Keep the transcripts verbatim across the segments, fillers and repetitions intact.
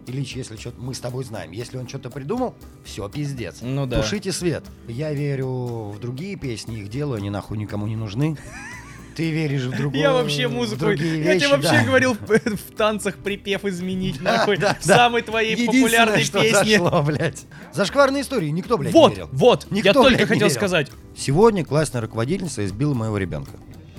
Ильич, если что-то мы с тобой знаем, если он что-то придумал, все, пиздец. Ну да. Тушите свет. Я верю в другие песни, их делаю, они нахуй никому не нужны. Ты веришь в другое. Я вообще музыку... Я вещи, тебе вообще да. говорил в, в танцах припев изменить, Да, нахуй, да, в да. самой твоей популярной что песне. Зашло, блядь. Зашкварные истории, никто, блядь, Вот, не верил. вот, Никто, я только блядь, не хотел верил. сказать. Сегодня классная руководительница избила моего ребенка.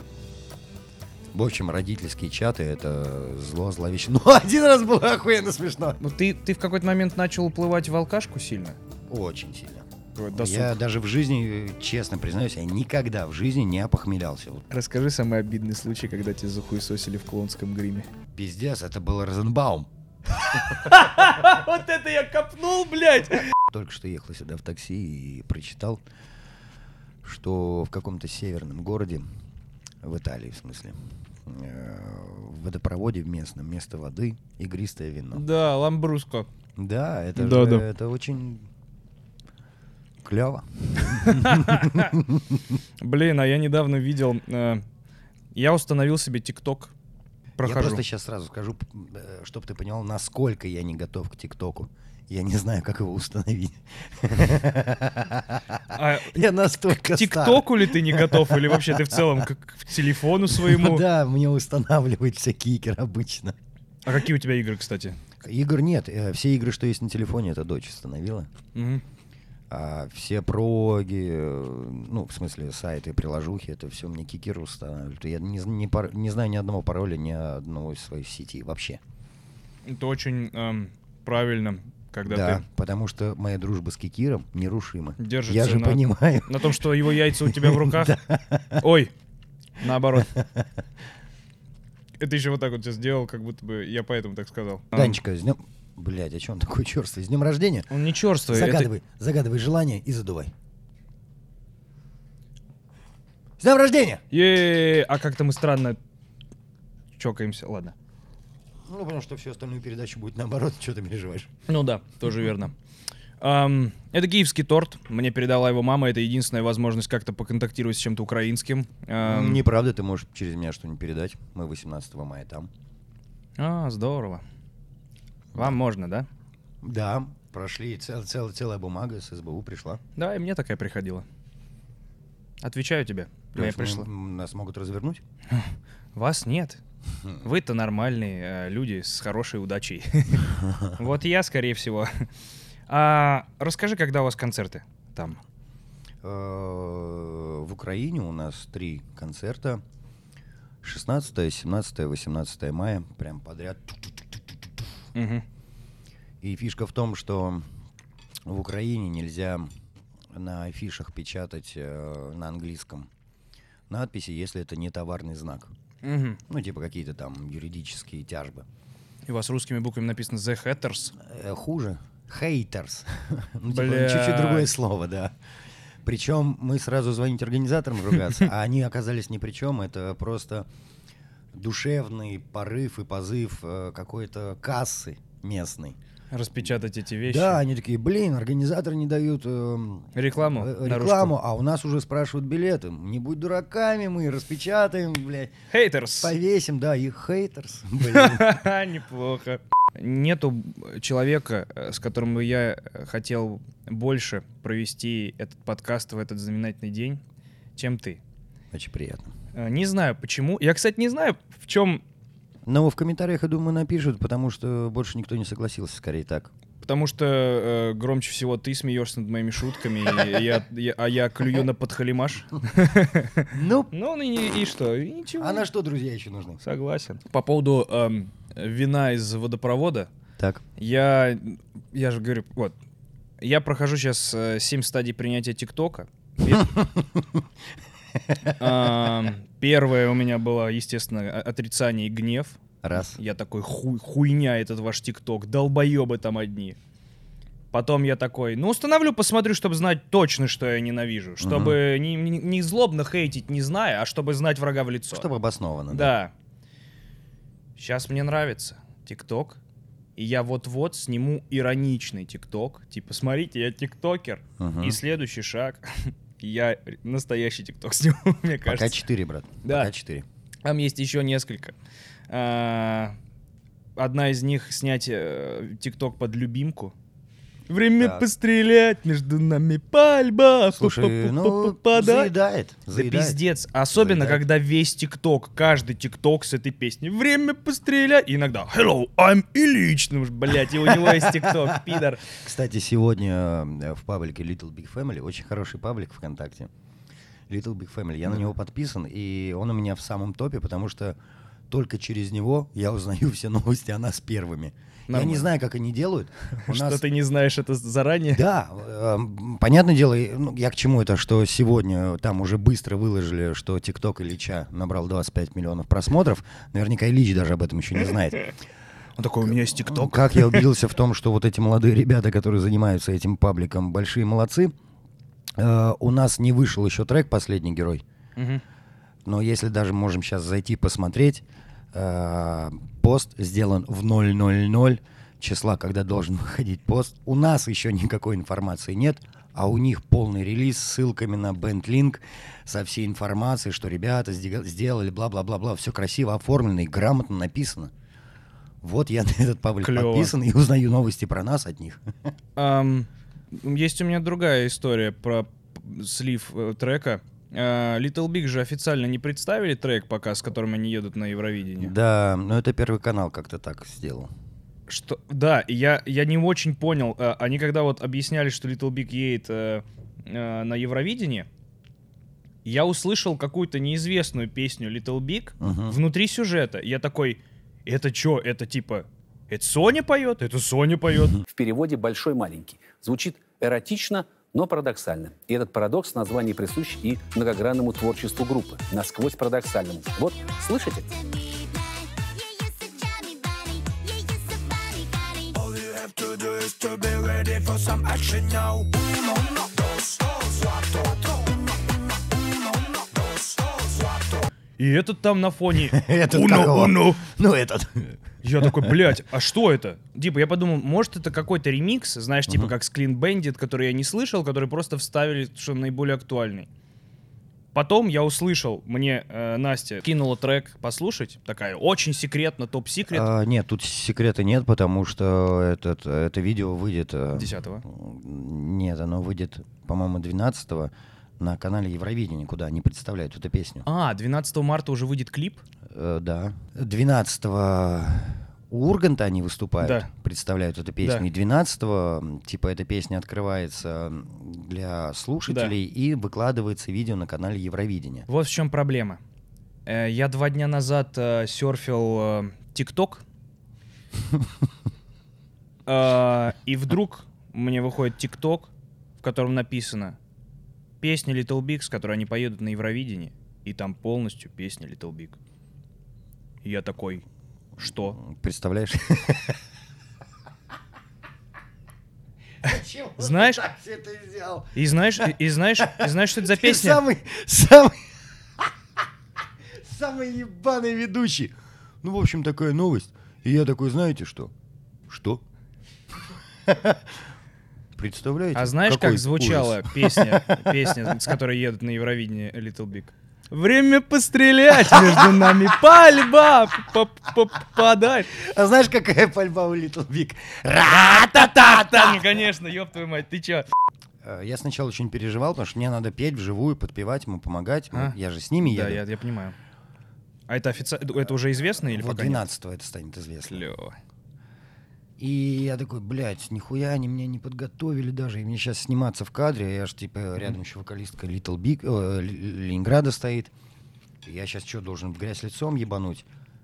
В общем, родительские чаты — это зло, зловеще. Ну, один раз было охуенно смешно. Ну, ты, ты в какой-то момент начал уплывать в алкашку сильно? Очень сильно. Досуг. Я даже в жизни, честно признаюсь, я никогда в жизни не опохмелялся. Вот. Расскажи самый обидный случай, когда тебя захуесосили в клоунском гриме. Пиздец, это был Розенбаум. Вот это я копнул, блядь! Только что ехал сюда в такси и прочитал, что в каком-то северном городе, в Италии в смысле, в водопроводе в местном вместо воды игристое вино. Да, ламбруско. Да, это Да, же, да. это очень клево. Блин, а я недавно видел... э, я установил себе ТикТок. Я Прохожу. просто сейчас сразу скажу, чтобы ты понял, насколько я не готов к ТикТоку. Я не знаю, как его установить. А Я настолько к ТикТоку ли ты не готов? Или вообще ты в целом к, к телефону своему? Да, мне устанавливает всякий игры обычно. А какие у тебя игры, кстати? Игр нет. э, Все игры, что есть на телефоне, это дочь установила. Мгм. А все проги, э, ну, в смысле, сайты, приложухи, это все мне кикер устанавливают. Я не, з- не пар- не знаю ни одного пароля, ни одного из своих сетей вообще. Это очень эм, правильно, когда Да, потому что моя дружба с Кикиром нерушима. ты держишься Я же на, понимаю. на том, что его яйца у тебя в руках. Ой, наоборот. Это еще вот так вот сейчас сделал, как будто бы я поэтому так сказал. Данечка, с днем... Блядь, а че он такой черствый? С днем рождения? Он не черствый. это- Загадывай, загадывай желание и задувай. С днем рождения! Е-е-е, а как-то мы странно чокаемся. Ладно. Ну, потому что всю остальную передачу будет наоборот, что ты переживаешь. Ну да, тоже верно. Ам, это киевский торт. Мне передала его мама. Это единственная возможность как-то поконтактировать с чем-то украинским. Ам, Неправда, ты можешь через меня что-нибудь передать. Мы восемнадцатого мая там. А, здорово. Вам можно, да? Да, прошли. Цел, цел- целая бумага с СБУ пришла. Да, и мне такая приходила. Отвечаю тебе. То Мне есть мы- пришла. м, нас могут развернуть? Вас нет. Вы-то нормальные э, люди с хорошей удачей. Вот я, скорее всего. А расскажи, когда у вас концерты там? Э, В Украине у нас три концерта. шестнадцатое, семнадцатое, восемнадцатое мая. Прям подряд. Мгм. И фишка в том, что в Украине нельзя на афишах печатать э, на английском надписи, если это не товарный знак. Мгм. Ну, типа какие-то там юридические тяжбы. И у вас русскими буквами написано The Hatters. Э, хуже. Haters. Ну, типа, Блядь. чуть-чуть другое слово, да. Причем мы сразу звонить организаторам ругаться, а они оказались ни при чем. Это просто душевный порыв и позыв э, какой-то кассы местной. Распечатать эти вещи. Да, они такие, блин, организаторы не дают эм, Рекламу. э, на рекламу, а у нас уже спрашивают билеты. Не будь дураками, мы распечатаем, блядь, Haters. повесим, да, их хейтерс. Блин. Неплохо. Нету человека, э, с которым бы я э, хотел больше провести этот подкаст в этот знаменательный день, чем ты. Очень приятно. Э, Не знаю почему. Я, кстати, не знаю, в чем. Но в комментариях, я думаю, напишут, потому что больше никто не согласился, скорее так. Потому что э, громче всего ты смеешься над моими шутками, и я, я- а я клюю на подхалимаш. Ну, Ну и, и что? И ничего. а на что друзья еще нужны? Согласен. По поводу эм, вина из водопровода, Так. я, я же говорю, вот, я прохожу сейчас семь стадий принятия ТикТока. Пе- Ам, Первое у меня было, естественно, о- отрицание и гнев. Раз. Я такой, хуй, хуйня этот ваш ТикТок, долбоебы там одни. Потом я такой, ну установлю, посмотрю, чтобы знать точно, что я ненавижу. Чтобы не, не- не злобно хейтить, не зная, а чтобы знать врага в лицо. Чтобы обоснованно, да. Да. Сейчас мне нравится ТикТок. И я вот-вот сниму ироничный ТикТок. Типа, смотрите, я тиктокер. Мгм. И следующий шаг. Я настоящий ТикТок сниму, мне Пока кажется. четыре, брат. Да. Пока четыре. Там есть еще несколько. А, одна из них снять э, ТикТок под любимку. Время Так. пострелять, между нами пальба. Слушай, ну, подай. заедает. Да заедает. пиздец. Особенно, Заедает. когда весь ТикТок, каждый ТикТок с этой песней. Время пострелять. И иногда Hello, I'm Ильич. Ну, блядь, и у него есть ТикТок, пидор. Кстати, сегодня э, в паблике Little Big Family, очень хороший паблик ВКонтакте, Little Big Family, я на него подписан, и он у меня в самом топе, потому что только через него я узнаю все новости о нас первыми. Нормально. Я не знаю, как они делают. У Что нас... ты не знаешь это заранее? Да, э, понятное дело, и, ну, я к чему это, что сегодня там уже быстро выложили, что ТикТок Ильича набрал двадцать пять миллионов просмотров. Наверняка Ильич даже об этом еще не знает. Он такой, у меня есть ТикТок. Как я убедился в том, что вот эти молодые ребята, которые занимаются этим пабликом, большие молодцы. Э, у нас не вышел еще трек «Последний герой». Мгм. Но если даже можем сейчас зайти посмотреть, э, пост сделан в ноль ноль ноль числа, когда должен выходить пост. У нас еще никакой информации нет, а у них полный релиз с ссылками на BandLink, со всей информацией, что ребята сде- сделали, бла-бла-бла-бла. Все красиво оформлено и грамотно написано. Вот я на этот паблик Клёво. подписан и узнаю новости про нас от них. Ам, есть у меня другая история про п- слив э, трека. А, Little Big же официально не представили трек пока, с которым они едут на Евровидение. Да, но это Первый канал как-то так сделал. Что, да, и я, я не очень понял. э, Они когда вот объясняли, что Little Big едет э, э, на Евровидение, я услышал какую-то неизвестную песню Little Big Мгм. внутри сюжета. Я такой, это чё, это типа, это Соня поет? Это Соня поет? В переводе «большой маленький». Звучит эротично, но парадоксально. И этот парадокс в названии присущ и многогранному творчеству группы. Насквозь парадоксальному. Вот, слышите? И этот там на фоне Этот «Уно, какого? уно». Ну, этот. Я такой, блядь, а что это? Типа, я подумал, может, это какой-то ремикс, знаешь, типа как с Clean Bandit, который я не слышал, который просто вставили, что наиболее актуальный. Потом я услышал, мне э, Настя кинула трек послушать, такая, очень секретно, топ-секрет. А, нет, тут секрета нет, потому что этот, это видео выйдет... э, Десятого. Нет, оно выйдет, по-моему, двенадцатого на канале Евровидения, куда они представляют эту песню. А, двенадцатого марта уже выйдет клип? Э, да. двенадцатого у Урганта они выступают, Да. представляют эту песню. Да. И двенадцатого, м, типа, эта песня открывается для слушателей и выкладывается видео на канале Евровидения. Вот в чем проблема. Э, я два дня назад э, серфил ТикТок, и вдруг мне выходит ТикТок, в котором написано песня Little Big, с которой они поедут на Евровидение, и там полностью песня Little Big. И я такой, что? Представляешь? Знаешь, Как ты это сделал? и знаешь, и, и знаешь, и знаешь, что это за Ты песня? самый, самый, самый ебаный ведущий. Ну, в общем, такая новость. И я такой, знаете что? Что? Представляете? А знаешь, какой как звучала ужас? песня, песня, с которой едут на Евровидение Little Big? Время пострелять, между нами пальба, попадай. А знаешь, какая пальба у Little Big? Ра-та-та-та! Ну, конечно, ёб твою мать, ты чё? Э, Я сначала очень переживал, потому что мне надо петь вживую, подпевать ему, помогать. Ну, А? Я же с ними Да, еду. я, я понимаю. А это официально, это уже известно или Вот пока нет? двенадцатого это станет известно. Клёво. И я такой, блядь, нихуя они меня не подготовили даже. И мне сейчас сниматься в кадре. Я же, типа, рядом еще вокалистка Little Big, э, Л- Ленинграда стоит. И я сейчас что, должен в грязь лицом ебануть?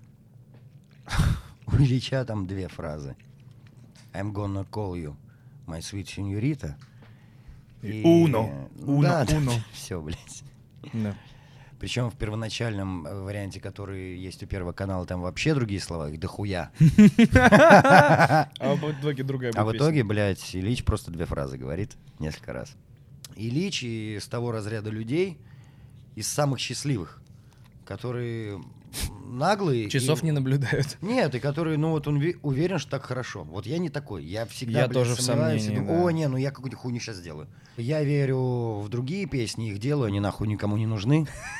У Ильича там две фразы. I'm gonna call you, my sweet señorita. И uno, uno, да, uno. все, блядь. Да. Причем в первоначальном э, варианте, который есть у Первого канала, там вообще другие слова, их дохуя. А в итоге другая А в будет итоге, блядь, Ильич просто две фразы говорит несколько раз. Ильич из того разряда людей, из самых счастливых, которые наглые. Часов и... не наблюдают. Нет, и которые, ну вот он ви- уверен, что так хорошо. Вот я не такой. Я всегда, Я блядь, тоже в сомневаюсь и сомнении, думаю, да. о, не, ну я какую-нибудь хуйню сейчас сделаю. Я верю в другие песни, их делаю, они нахуй никому не нужны.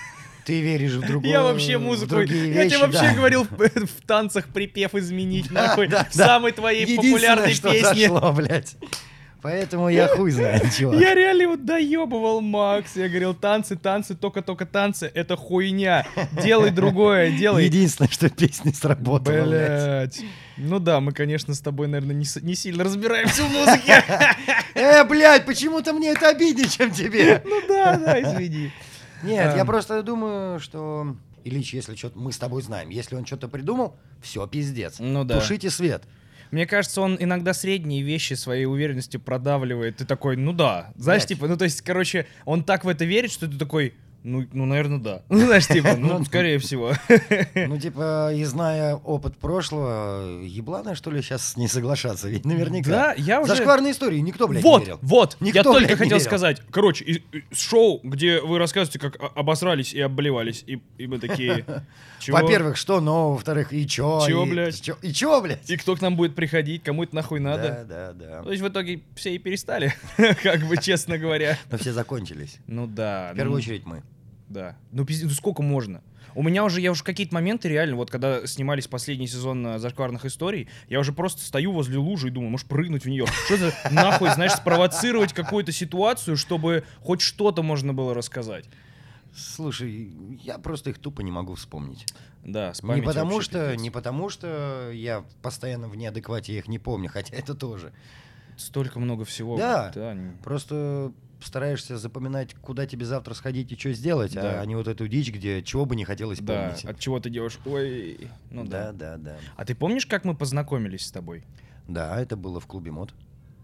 Ты веришь в другое. Я вообще музыку... Я вещи, тебе вообще да. говорил в, в танцах припев изменить, Да, нахуй, да, в да. самой твоей Единственное, популярной что песне. зашло, блядь. Поэтому я хуй знаю, чувак. Я реально его доебывал, Макс. Я говорил, танцы, танцы, только-только танцы. Это хуйня. Делай другое, делай. Единственное, что песня сработала, блядь. Блять. Ну да, мы, конечно, с тобой, наверное, не, с- не сильно разбираемся в музыке. Э, блядь, почему-то мне это обиднее, чем тебе. Ну да, да, извини. Нет, А. я просто думаю, что... Ильич, если что-то... Мы с тобой знаем, если он что-то придумал, все, пиздец. Ну да. Тушите свет. Мне кажется, он иногда средние вещи своей уверенностью продавливает. Ты такой, ну да. Знаешь, Блядь. типа, ну то есть, короче, он так в это верит, что ты такой, ну, ну наверное, да. Ну, знаешь, типа, ну, скорее всего. Ну, типа, и зная опыт прошлого, еблана, что ли, сейчас не соглашаться? Ведь наверняка. Да, я уже... Зашкварные истории никто, блядь, не Вот, верил. вот, Никто, я только блядь, не хотел верил. сказать. Короче, и- и- шоу, где вы рассказываете, как о- обосрались и обливались, и, и мы такие... чего? Во-первых, что нового, во-вторых, и чё? Чё, и... блядь? чё- И чё, блядь? И кто к нам будет приходить, кому это нахуй надо? Да, да, да. То есть в итоге все и перестали, как бы, честно говоря. Но все закончились. Ну да. В первую ну, очередь мы. Да. Ну, пиздец, ну сколько можно? У меня уже, я уже какие-то моменты реально, вот когда снимались последний сезон э, «Зашкварных историй», я уже просто стою возле лужи и думаю, может прыгнуть в нее. Что за нахуй, знаешь, спровоцировать какую-то ситуацию, чтобы хоть что-то можно было рассказать. Слушай, я просто их тупо не могу вспомнить. Да, с Не памятью потому вообще что, пипец. не потому что я постоянно в неадеквате, я их не помню, хотя это тоже. Столько много всего. Да. не- Просто стараешься запоминать, куда тебе завтра сходить и что сделать, Да. а не вот эту дичь, где чего бы не хотелось Да, помнить. от чего ты делаешь? Ой, ну да. да, да, да. А ты помнишь, как мы познакомились с тобой? Да, это было в клубе мод.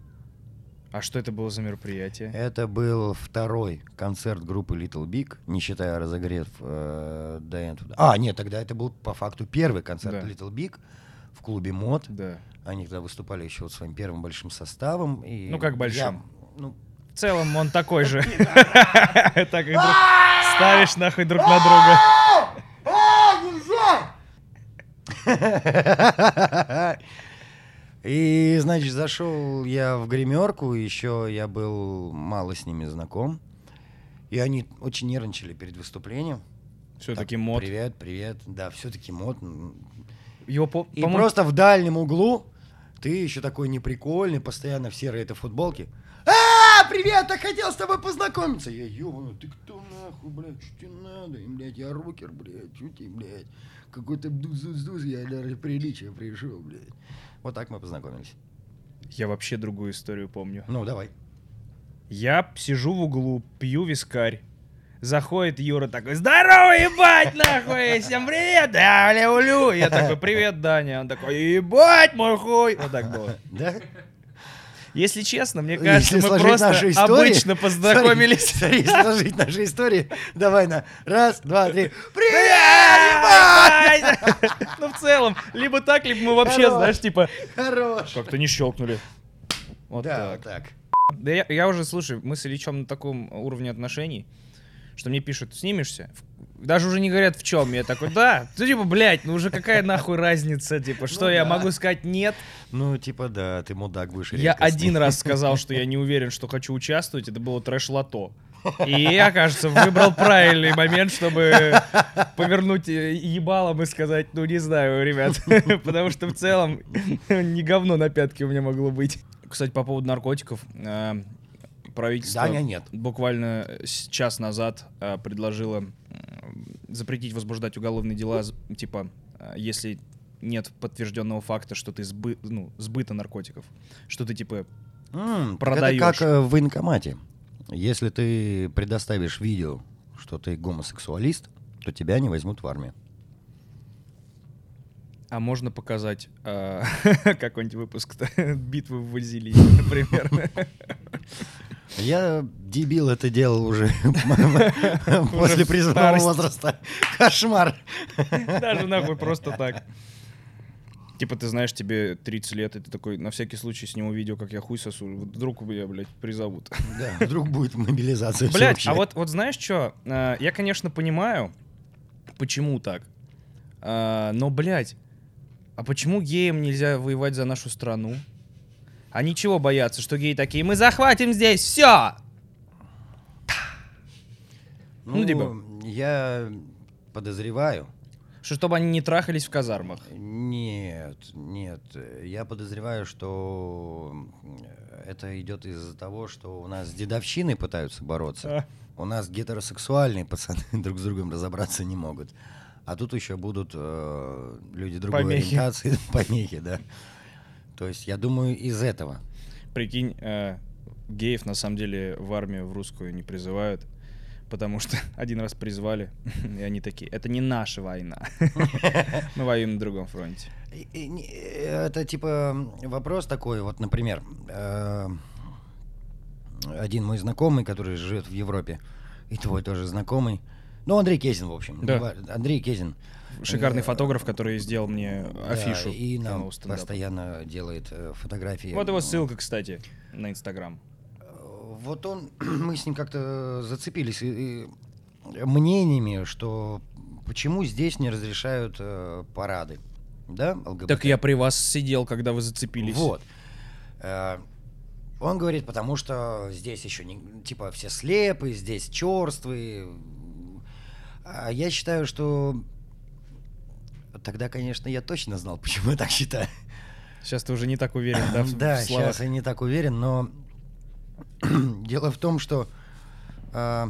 А что это было за мероприятие? Это был второй концерт группы Little Big, не считая разогрев э, до этого. А, нет, тогда это был по факту первый концерт Да. Little Big в клубе мод. Да. Они тогда выступали еще вот своим первым большим составом. И Ну, как большим? я, ну, В целом он такой же. Так как друг- ставишь нахуй друг на друга. И, значит, зашел я в гримерку, еще я был мало с ними знаком. И они очень нервничали перед выступлением. Все-таки Так, мод. Привет, привет. Да, все-таки мод. Его, по- И по-моему, просто в дальнем углу ты еще такой неприкольный, постоянно в серой этой футболке. А, привет, так хотел с тобой познакомиться. Я, ёбаный, ты кто нахуй, блядь, что тебе надо? И, блядь, я рокер, блядь, что тебе, блядь, какой-то бдуз-дуз-дуз, я для приличия пришел, блядь. Вот так мы познакомились. я вообще другую историю помню. Ну, давай. Я сижу в углу, пью вискарь. Заходит Юра такой, здорово, ебать, нахуй, всем привет, да, бля, улю. Я такой, привет, Даня. Он такой, ебать, мой хуй. Вот так было. Да? Если честно, мне Если кажется, мы сложить просто наши истории- обычно познакомились. Смотри, если сложить наши истории, давай на раз, два, три. Привет, Привет, ебать! Ну, в целом, либо так, либо мы вообще, Хорош. знаешь, типа, Хорош. как-то не щелкнули. Вот Да, так. вот так. Да я, я уже, слушай, мы с Ильичом на таком уровне отношений, что мне пишут, снимешься? В- Даже уже не говорят в чем. Я такой, да. Ну, типа, блядь, ну уже какая нахуй разница? Типа, что Ну я да. могу сказать нет? Ну, типа, да, ты мудак выше. Я один раз сказал, что я не уверен, что хочу участвовать. Это было трэш-лото. И я, кажется, выбрал правильный момент, чтобы повернуть э, ебалом и сказать, ну не знаю, ребят. Потому что в целом не говно на пятке у меня могло быть. Кстати, по поводу наркотиков. э, Правительство Даня нет. буквально с- час назад э, предложило м, запретить возбуждать уголовные дела, з- типа, э, если нет подтвержденного факта, что ты сбы- ну, сбыта наркотиков, что ты типа М, так продаешь. Это как э, в военкомате. Если ты предоставишь видео, что ты гомосексуалист, то тебя не возьмут в армию. А можно показать э, какой-нибудь выпуск битвы в Вазелине, например. Я, дебил, это делал уже после в призывного старости. возраста. Кошмар. Даже нахуй просто так. Типа, ты знаешь, тебе тридцать лет, и ты такой, на всякий случай сниму видео, как я хуй сосу. Вдруг меня, блядь, призовут. Да, вдруг будет мобилизация. Блядь, всеобщая. а вот, вот знаешь что? Я, конечно, понимаю, почему так. А, но, блядь, а почему геям нельзя воевать за нашу страну? Они чего боятся, что геи такие, мы захватим здесь все! Ну, ну, типа- я подозреваю. Что, чтобы они не трахались в казармах? Нет, нет. Я подозреваю, что это идет из-за того, что у нас с дедовщиной пытаются бороться. А. У нас гетеросексуальные пацаны друг с другом разобраться не могут. А тут еще будут э, люди другой Помехи. ориентации, помехи, да. То есть, я думаю, из этого. Прикинь, э, геев на самом деле в армию, в русскую не призывают, потому что один раз призвали, и они такие, это не наша война. Мы воюем на другом фронте. И- и не- Это типа вопрос такой, вот, например, э, один мой знакомый, который живет в Европе, и твой тоже знакомый, ну, Андрей Кезин, в общем. Да. не ва- Андрей Кезин. Шикарный Э, фотограф, который сделал мне да, афишу. и нам канала стендапа. постоянно делает э, фотографии. Вот его ссылка, кстати, на Инстаграм. Вот он, мы с ним как-то зацепились и- и мнениями, что почему здесь не разрешают э, парады, да, ЛГБТ? Так я при вас сидел, когда вы зацепились. Вот. Э, Он говорит, потому что здесь еще не, типа все слепые, здесь черствые. А я считаю, что тогда, конечно, я точно знал, почему я так считаю. Сейчас ты уже не так уверен, да, в, Да, в словах? сейчас я не так уверен, но дело в том, что э,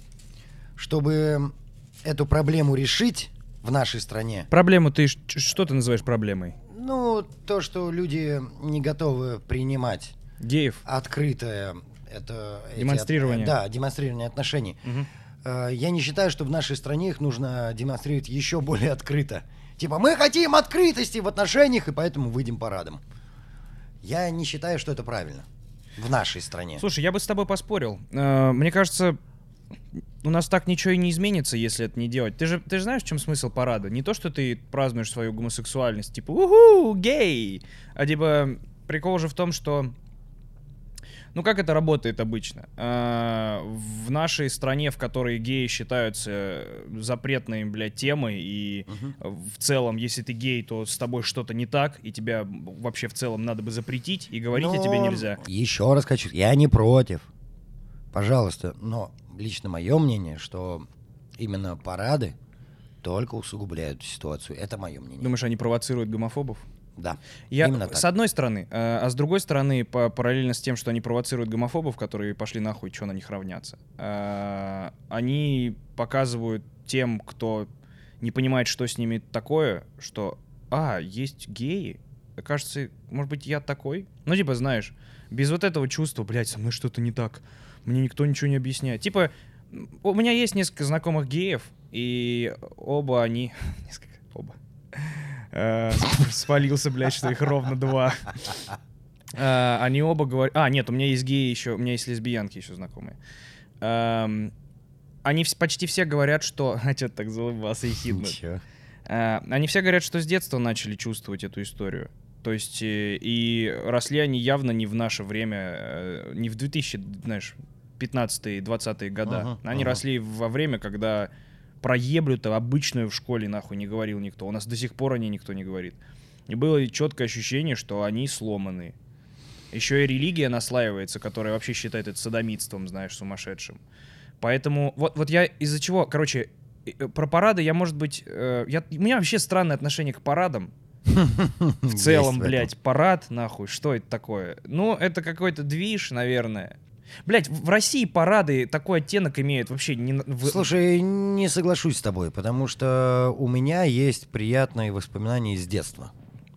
чтобы эту проблему решить в нашей стране, Проблему ты... ш- Что ты называешь проблемой? ну, то, что люди не готовы принимать Геев? открытое это эти Демонстрирование. от- да, демонстрирование отношений. Мгм. Э, Я не считаю, что в нашей стране их нужно демонстрировать еще более открыто. Типа, мы хотим открытости в отношениях, и поэтому выйдем парадом. Я не считаю, что это правильно в нашей стране. Слушай, я бы с тобой поспорил. Э, Мне кажется, у нас так ничего и не изменится, если это не делать. Ты же, ты же знаешь, в чем смысл парада? Не то, что ты празднуешь свою гомосексуальность, типа «Уху, гей!», а типа прикол же в том, что... Ну, как это работает обычно? Э, В нашей стране, в которой геи считаются запретной, блядь, темой, и Мгм. в целом, если ты гей, то с тобой что-то не так, и тебя вообще в целом надо бы запретить, и говорить о тебе Но нельзя. Еще раз хочу, я не против. Пожалуйста, но лично мое мнение, что именно парады только усугубляют ситуацию. Это мое мнение. Думаешь, они провоцируют гомофобов? Да. Я, Именно так. с одной стороны, э, а с другой стороны, по, параллельно с тем, что они провоцируют гомофобов, которые пошли нахуй, что на них равняться, э, они показывают тем, кто не понимает, что с ними такое, что, а, есть геи, кажется, может быть, я такой? Ну, типа, знаешь, без вот этого чувства, блядь, со мной что-то не так, мне никто ничего не объясняет. Типа, м, у меня есть несколько знакомых геев, и оба они... Несколько, оба. Э, Спалился, блядь, что их ровно два. Э, Они оба говорят... А, нет, у меня есть геи еще, у меня есть лесбиянки еще знакомые. Эм, Они вс- почти все говорят, что... А что ты так залыбался ехидно? Чё? Э, Они все говорят, что с детства начали чувствовать эту историю. То есть, э, и росли они явно не в наше время, э, не в две тысячи, знаешь, пятнадцатые-двадцатые года. Ага, Они ага. росли во время, когда про еблю-то обычную в школе нахуй не говорил никто. У нас до сих пор о ней никто не говорит. И было четкое ощущение, что они сломаны. Еще и религия наслаивается, которая вообще считает это садомитством, знаешь, сумасшедшим. Поэтому вот, вот я из-за чего... Короче, э, про парады я, может быть... э, я, у меня вообще странное отношение к парадам. В целом, Есть в этом. блядь, парад, нахуй, что это такое? Ну, это какой-то движ, наверное. Блядь, в в России парады такой оттенок имеют вообще не... на- в- Слушай, не соглашусь с тобой, потому что у меня есть приятные воспоминания из детства.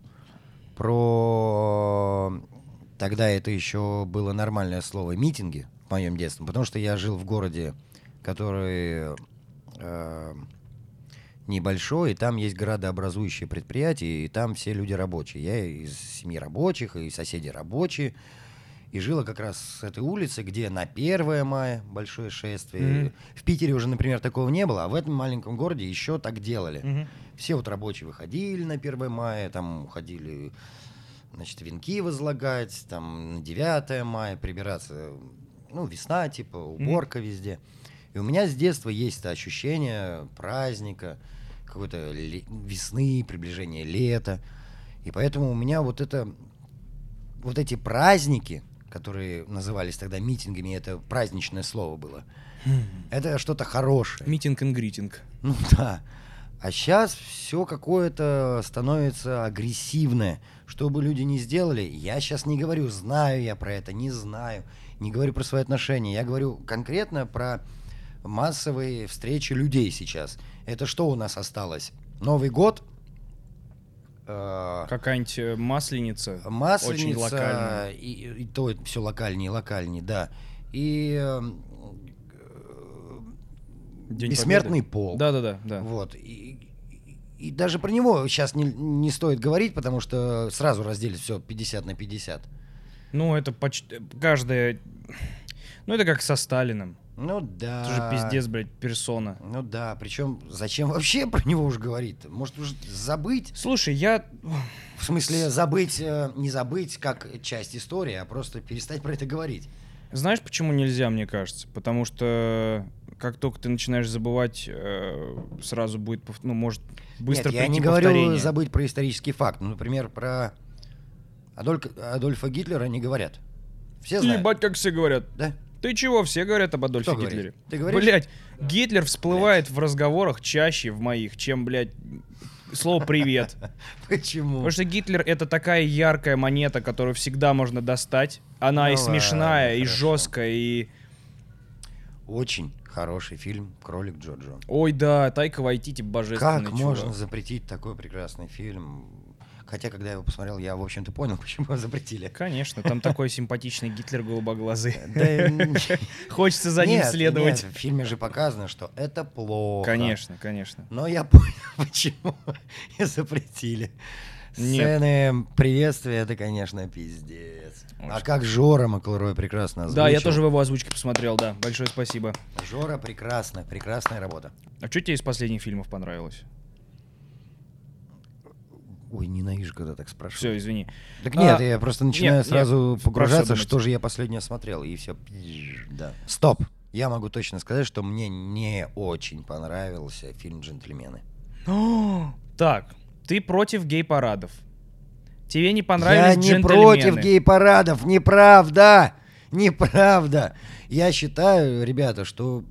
Про... Тогда это еще было нормальное слово «митинги» в моем детстве, потому что я жил в городе, который э, небольшой, и там есть градообразующие предприятия, и там все люди рабочие. Я из семьи рабочих, и соседи рабочие. И жила как раз с этой улицы, где на первое мая большое шествие. Мгм. В Питере уже, например, такого не было, а в этом маленьком городе еще так делали. Мгм. Все вот рабочие выходили на первое мая, там ходили, значит, венки возлагать, там на девятое мая прибираться, ну, весна, типа, уборка везде. И у меня с детства есть это ощущение праздника, какой-то ле- весны, приближения лета. И поэтому у меня вот это, вот эти праздники, которые назывались тогда митингами, это праздничное слово было. Это что-то хорошее. Митинг и гритинг. Ну да. А сейчас все какое-то становится агрессивное. Что бы люди ни сделали, я сейчас не говорю, знаю я про это, не знаю. Не говорю про свои отношения. Я говорю конкретно про массовые встречи людей сейчас. Это что у нас осталось? Новый год. Э, Какая-нибудь масленица. Масленица. Очень локальная. И, и то все локальнее, локальнее, да. И э, День Бессмертный Победы. полк. Да-да-да. Да. Вот. И, и даже про него сейчас не, не стоит говорить, потому что сразу разделить все пятьдесят на пятьдесят. Ну, это почти... Каждая... Ну, это как со Сталиным. Ну да. Это же пиздец, блядь, персона. Ну да, причем зачем вообще про него уж говорить? Может уже забыть? Слушай, я... В смысле забыть, э, не забыть как часть истории, а просто перестать про это говорить. Знаешь, почему нельзя, мне кажется? Потому что как только ты начинаешь забывать, э, сразу будет, пов- ну, может быстро Нет, я прийти не говорю повторение. забыть про исторический факт. Ну, например, про Адольф, Адольфа Гитлера не говорят. Все знают. Ебать, как все говорят. Да? Ты чего, все говорят об Адольфе Кто Гитлере? говорит? Ты говоришь? Блять, Гитлер всплывает в разговорах чаще в моих, чем, блядь, слово «привет». Почему? Потому что Гитлер — это такая яркая монета, которую всегда можно достать. Она Ну и смешная, ладно, и хорошо. жесткая, и... Очень хороший фильм «Кролик Джоджо». Ой, да, Тайка Вайтити божественный Как чувак. можно запретить такой прекрасный фильм? Хотя, когда я его посмотрел, я, в общем-то, понял, почему его запретили. Конечно, там такой симпатичный Гитлер голубоглазый. Да, Хочется за ним нет, следовать. нет, в фильме же показано, что это плохо. Конечно, конечно. Но я понял, почему и запретили. Нет. Сцены приветствия, это, конечно, пиздец. А Очень. как Жора Маклрой прекрасно озвучил. Да, я тоже в его озвучке посмотрел, да. Большое спасибо. Жора прекрасно, прекрасная работа. А что тебе из последних фильмов понравилось? Ой, ненавижу, когда так спрашивают. Все, извини. Так нет, А, я просто начинаю нет, сразу нет, погружаться, про всё что же я последнее смотрел, и все. Да. Стоп. Я могу точно сказать, что мне не очень понравился фильм «Джентльмены». Так, ты против гей-парадов. Тебе не понравились Я не джентльмены. против гей-парадов, неправда, неправда. Я считаю, ребята, что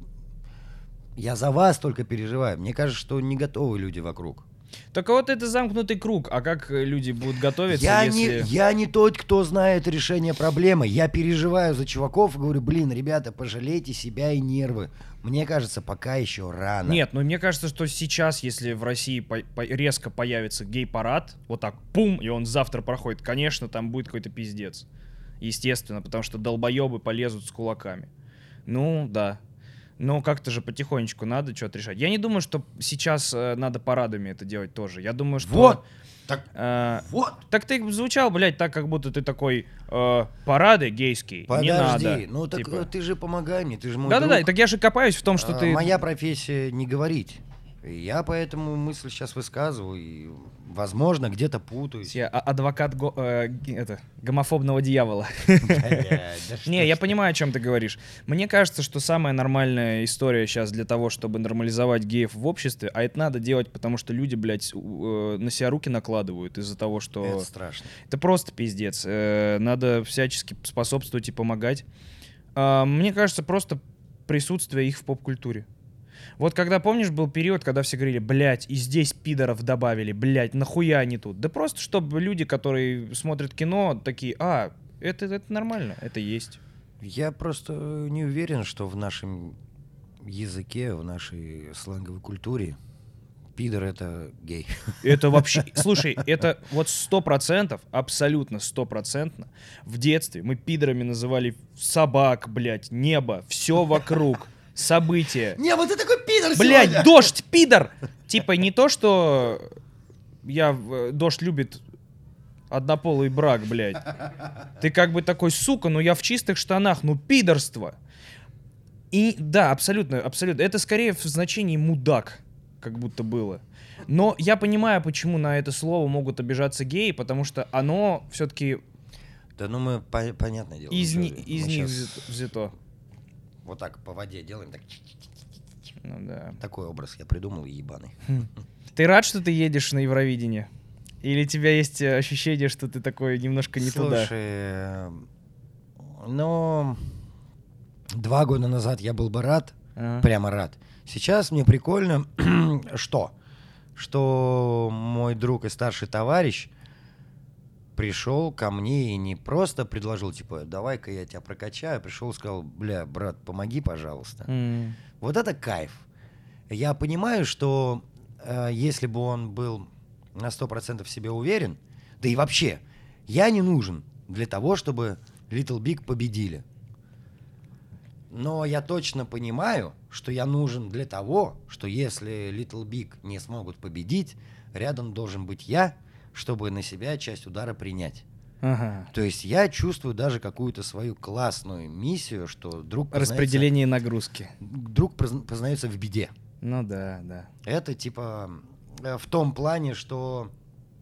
я за вас только переживаю. Мне кажется, что не готовы люди вокруг. Так вот это замкнутый круг. А как э, люди будут готовиться, Я, если... не, я не тот, кто знает решение проблемы. Я переживаю за чуваков и говорю, блин, ребята, пожалейте себя и нервы. Мне кажется, пока еще рано. Нет, ну мне кажется, что сейчас, если в России по- по- резко появится гей-парад, вот так, пум, и он завтра проходит, конечно, там будет какой-то пиздец. Естественно, потому что долбоебы полезут с кулаками. Ну, да. Но как-то же потихонечку надо что-то решать. Я не думаю, что сейчас э, надо парадами это делать тоже. Я думаю, что... Вот. Так, э, вот. так ты звучал, блядь, так, как будто ты такой э, парады гейские. Подожди, Не надо. ну так Типа. э, ты же помогай мне, ты же мой Да-да-да, друг. так я же копаюсь в том, что А, ты... Моя профессия не говорить. И я поэтому мысль сейчас высказываю, и, возможно, где-то путаюсь. Я а- адвокат го- э, г- это, гомофобного дьявола. Блядь, да что Не, я ж понимаю, о чем ты говоришь. Мне кажется, что самая нормальная история сейчас для того, чтобы нормализовать геев в обществе, а это надо делать, потому что люди, блядь, у- э, на себя руки накладывают из-за того, что... Это страшно. Это просто пиздец. Э, Надо всячески способствовать и помогать. А, Мне кажется, просто присутствие их в поп-культуре. Вот когда, помнишь, был период, когда все говорили, блядь, и здесь пидоров добавили, блядь, нахуя они тут? Да просто, чтобы люди, которые смотрят кино, такие, а, это, это нормально, это есть. Я просто не уверен, что в нашем языке, в нашей сленговой культуре пидор — это гей. Это вообще, слушай, это вот сто процентов, абсолютно стопроцентно. В детстве мы пидорами называли собак, блядь, небо, все вокруг. События. Не, вот ты такой пидор Блядь, сегодня! дождь, пидор! Типа не то, что я э, дождь любит однополый брак, блядь. Ты как бы такой, сука, ну я в чистых штанах, ну пидорство. И да, абсолютно, абсолютно. Это скорее в значении мудак, как будто было. Но я понимаю, почему на это слово могут обижаться геи, потому что оно все-таки Да ну мы, по- понятное дело. из, мы ни- чё, из мы них щас взято- взято. Вот так по воде делаем, так. Ну да. Такой образ я придумал, ебаный. Ты рад, что ты едешь на Евровидение? Или у тебя есть э, ощущение, что ты такой немножко не туда? Слушай, э, Но два года назад я был бы рад, А. прямо рад. Сейчас мне прикольно, что? Что мой друг и старший товарищ пришел ко мне и не просто предложил, типа, давай-ка я тебя прокачаю, пришел и сказал, бля, брат, помоги, пожалуйста. М. Вот это кайф. Я понимаю, что э, если бы он был на сто процентов в себе уверен, да и вообще, я не нужен для того, чтобы Little Big победили. Но я точно понимаю, что я нужен для того, что если Little Big не смогут победить, рядом должен быть я, чтобы на себя часть удара принять. Ага. То есть я чувствую даже какую-то свою классную миссию, что друг познается, Распределение нагрузки. друг позна- познается в беде. Ну да, да. Это типа э, в том плане, что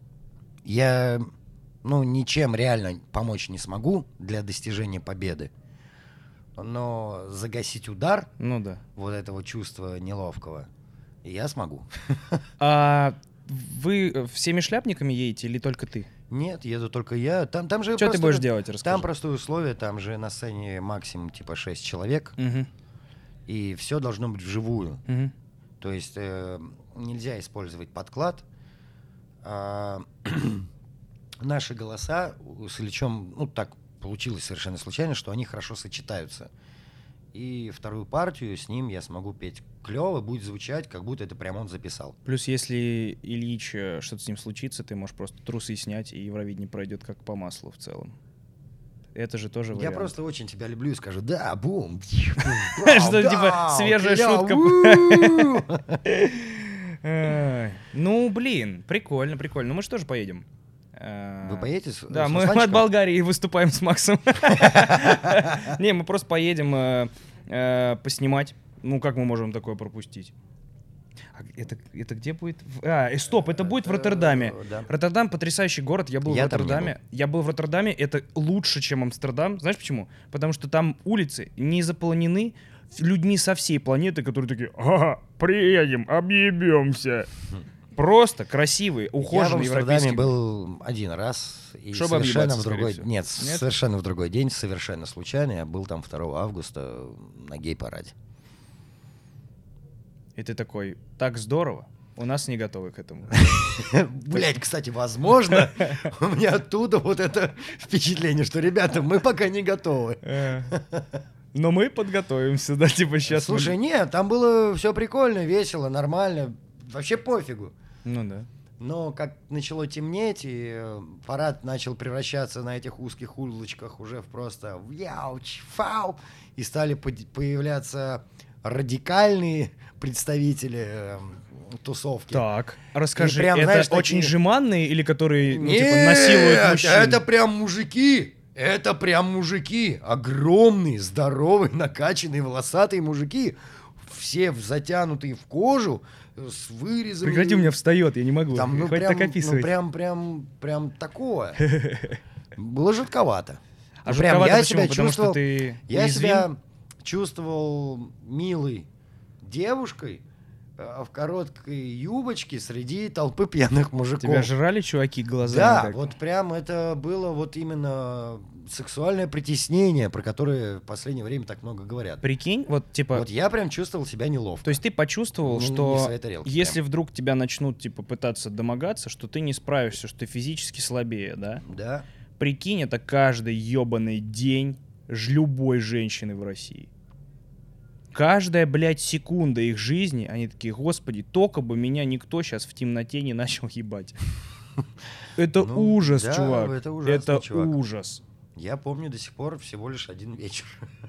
я ну, ничем реально помочь не смогу для достижения победы, но загасить удар Ну да. вот этого чувства неловкого я смогу. А вы всеми шляпниками едете или только ты? Нет, еду только я. Там, там же Что ты просто- будешь делать, расскажи. Там простые условия, там же на сцене максимум типа шесть человек, Мгм. и все должно быть вживую. Мгм. То есть э, нельзя использовать подклад. А, наши голоса с Ильичом, ну так получилось совершенно случайно, что они хорошо сочетаются. И вторую партию с ним я смогу петь клево, будет звучать, как будто это прям он записал. Плюс, если Ильич, э, что-то с ним случится, ты можешь просто трусы снять, и Евровидение пройдет как по маслу в целом. Это же тоже Я вариант. просто очень тебя люблю и скажу, да, бум. Что, типа, свежая шутка. шутка. Ай, Ну, блин, прикольно, прикольно. Ну, мы же тоже поедем. Вы поедете с Да, с мы Русланчиком? от Болгарии выступаем с Максом. Не, мы просто поедем э, э, поснимать. Ну, как мы можем такое пропустить? А Это, это где будет? В- А, э, стоп, это будет в Роттердаме. Да. Роттердам потрясающий город. Я был Я в там не Роттердаме. Я был в Роттердаме. Это лучше, чем Амстердам. Знаешь почему? Потому что там улицы не заполнены людьми со всей планеты, которые такие: ага, приедем, объебемся. Просто красивый, Я в ухоженный Амстердаме европейский. был один раз. И Чтобы совершенно объебаться, в другой... скорее всего. Нет, Нет? совершенно в другой день, совершенно случайно. Я был там второго августа на гей-параде. И ты такой: так здорово. У нас не готовы к этому. Блять, кстати, возможно, у меня оттуда вот это впечатление, что, ребята, мы пока не готовы. Э, Но мы подготовимся, да, типа сейчас. Слушай, нет, там было все прикольно, весело, нормально. Вообще пофигу. Ну да. Но как начало темнеть, и э, парад начал превращаться на этих узких улочках уже в просто вьяуч, фау, и стали под- появляться радикальные представители э, тусовки. Так, расскажи, прям, это знаешь, очень такие- жеманные или которые, ну, типа, Нет, насилуют мужчин? это прям мужики. Это прям мужики. Огромные, здоровые, накачанные, волосатые мужики. Все в- затянутые в кожу, э, с вырезами. Прекрати, у меня встает, я не могу. Там, ну, Хватит прям, так описывать. ну, прям, прям, прям такое. Было жутковато. А Ну, прям жутковато я почему? себя Потому чувствовал, что ты я уязвим? себя чувствовал милой девушкой э, в короткой юбочке среди толпы пьяных мужиков. Тебя жрали чуваки глазами? Да, так? вот прям это было вот именно сексуальное притеснение, про которое в последнее время так много говорят. Прикинь, вот типа... Вот я прям чувствовал себя неловко. То есть ты почувствовал, Не- не в что своей тарелке если прям. вдруг тебя начнут типа пытаться домогаться, что ты не справишься, что ты физически слабее, да? Да. Прикинь, это каждый ебаный день ж- любой женщины в России. Каждая, блядь, секунда их жизни, они такие: господи, только бы меня никто сейчас в темноте не начал ебать. Это Ну, ужас, да, чувак. это ужасно, Это чувак. ужас. Я помню до сих пор всего лишь один вечер.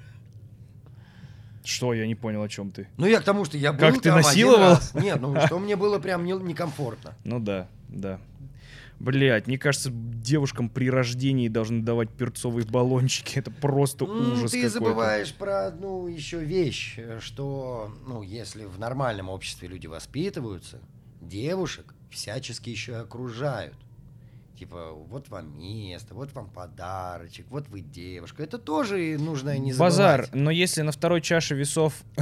Что, я не понял, о чем ты. Ну, я к тому, что я был Как ты там один насиловал? раз. Нет, ну, что мне было прям не- некомфортно. Ну да, да. Блять, мне кажется, девушкам при рождении должны давать перцовые баллончики. Это просто М, ужас Ты какой-то. забываешь про одну еще вещь, э, что, ну, если в нормальном обществе люди воспитываются, девушек всячески еще и окружают. Типа, вот вам место, вот вам подарочек, вот вы девушка. Это тоже нужно не забывать. Базар, но если на второй чаше весов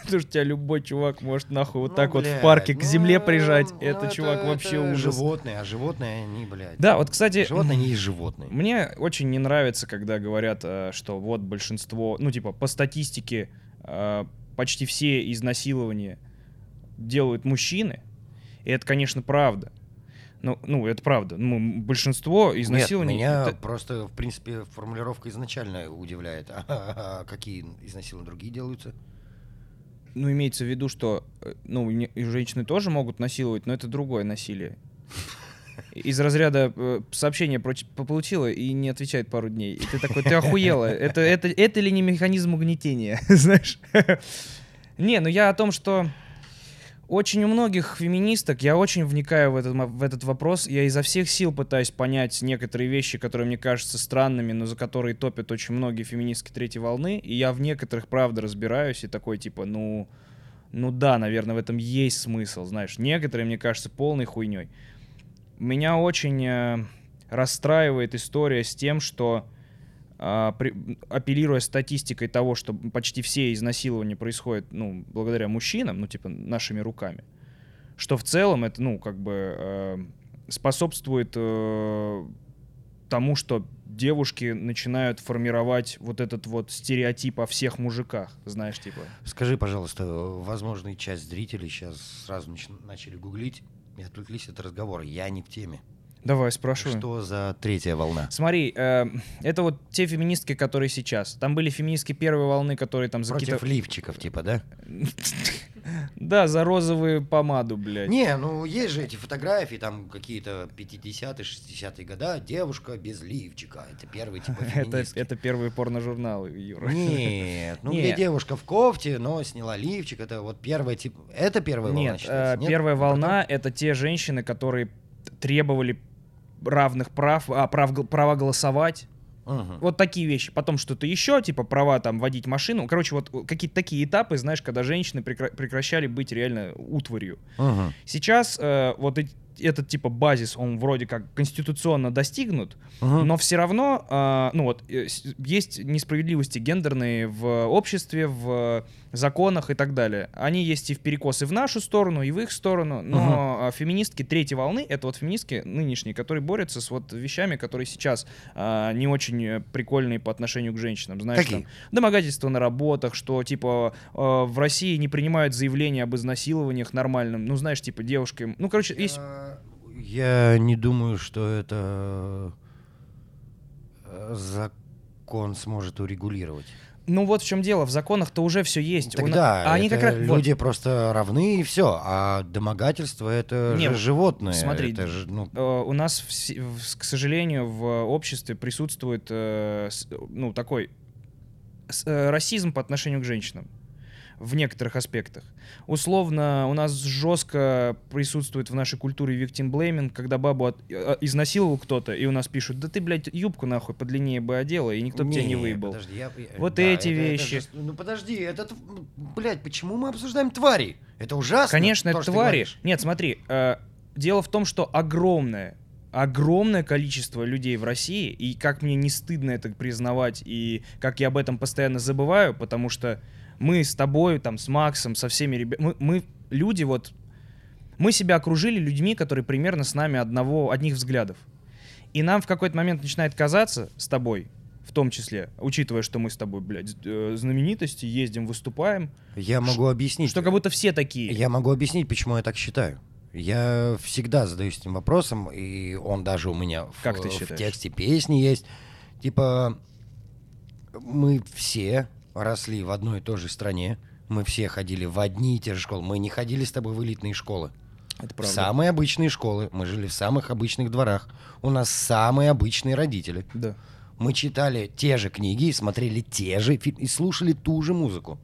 Потому что тебя любой чувак может нахуй вот Ну, так вот блядь, в парке к ну, земле прижать. ну, Это, чувак, вообще это ужас. животные, а животные, они, блядь. Да, вот, кстати, Животные не есть животные. мне очень не нравится, когда говорят, э, что вот большинство, ну, типа, по статистике э, почти все изнасилования делают мужчины. И это, конечно, правда. Ну, ну это правда. Ну, большинство изнасилований... Нет, меня это- просто, в принципе, формулировка изначально удивляет. А, а, а какие изнасилования другие делаются? Ну, имеется в виду, что, э, ну, не- и женщины тоже могут насиловать, но это другое насилие. Из разряда э, сообщение проч- получила и не отвечает пару дней. И ты такой, ты охуела. Это, это, это ли не механизм угнетения, знаешь? Не, ну я о том, что очень у многих феминисток, я очень вникаю в этот, мо- в этот вопрос, я изо всех сил пытаюсь понять некоторые вещи, которые мне кажутся странными, но за которые топят очень многие феминистки третьей волны, и я в некоторых, правда, разбираюсь, и такой, типа, ну, ну да, наверное, в этом есть смысл, знаешь. Некоторые, мне кажется, полной хуйней. Меня очень э, расстраивает история с тем, что, а, при- апеллируя статистикой того, что почти все изнасилования происходят, ну, благодаря мужчинам, ну, типа, нашими руками, что в целом это, ну, как бы э, способствует э, тому, что девушки начинают формировать вот этот вот стереотип о всех мужиках, знаешь, типа. Скажи, пожалуйста, возможно, и часть зрителей сейчас сразу нач- начали гуглить и отвлеклись от разговора. Я не в теме. Давай, спрашивай. Что за третья волна? Смотри, э, это вот те феминистки, которые сейчас. Там были феминистки первой волны, которые там за Против какие-то... лифчиков, типа, да? Да, за розовую помаду, блядь. Не, ну есть же эти фотографии, там какие-то пятидесятые, шестидесятые года, девушка без лифчика. Это первый типа Это, феминистки. это первые порножурналы, Юра. Нет, ну Не. где девушка в кофте, но сняла лифчик, это вот первая типа... Это первая волна Нет, считается? э, первая Не волна — это те женщины, которые требовали равных прав, а, прав, гл- права голосовать. про то? Мгм. Вот такие вещи. Потом что-то еще, типа права там водить машину. Короче, вот какие-то такие этапы, знаешь, когда женщины прекра- прекращали быть реально утварью. Мгм. Сейчас э, вот эти- этот типа базис, он вроде как конституционно достигнут, Мгм. но все равно, э, ну вот, э, с- есть несправедливости гендерные в обществе, в законах и так далее. Они есть и в перекос и в нашу сторону, и в их сторону, но э, феминистки третьей волны — это вот феминистки нынешние, которые борются с вот вещами, которые сейчас э, не очень э, прикольные по отношению к женщинам. Знаешь, Какие? там, домогательства на работах, что типа э, в России не принимают заявления об изнасилованиях нормальным. Ну, знаешь, типа девушки... Ну, короче, есть... Я- Я не думаю, что это э, закон сможет урегулировать. Ну вот в чем дело, в законах-то уже все есть. У на- Тогда а они это как раз... вот, люди просто равны и все, а домогательство это Не, же животное. смотри, это же, ну, э, у нас, вс- в- к сожалению, в обществе присутствует э, с- ну, такой с- э, расизм по отношению к женщинам в некоторых аспектах. Условно, у нас жестко присутствует в нашей культуре виктимблейминг, когда бабу от- э, изнасиловал кто-то, и у нас пишут: да ты, блядь, юбку нахуй подлиннее бы одела, и никто бы тебя не выебал. подожди, я- я- Вот да, эти это- это вещи. же- ну подожди, это, блядь, почему мы обсуждаем твари? Это ужасно. Конечно, то, это что ты твари. говоришь. Нет, смотри, э, дело в том, что огромное, огромное количество людей в России, и как мне не стыдно это признавать, и как я об этом постоянно забываю, потому что мы с тобой, там, с Максом, со всеми ребятами, мы, мы люди вот, мы себя окружили людьми, которые примерно с нами одного, одних взглядов. И нам в какой-то момент начинает казаться с тобой, в том числе, учитывая, что мы с тобой, блядь, э, знаменитости, ездим, выступаем, Я могу объяснить. что как будто все такие. Я могу объяснить, почему я так считаю. Я всегда задаюсь этим вопросом, и он даже у меня в, Как ты в считаешь? тексте песни есть. Типа, мы все росли в одной и той же стране, мы все ходили в одни и те же школы, мы не ходили с тобой в элитные школы. Это В правда. самые обычные школы, мы жили в самых обычных дворах, у нас самые обычные родители. Да. Мы читали те же книги, и смотрели те же фильмы, и слушали ту же музыку.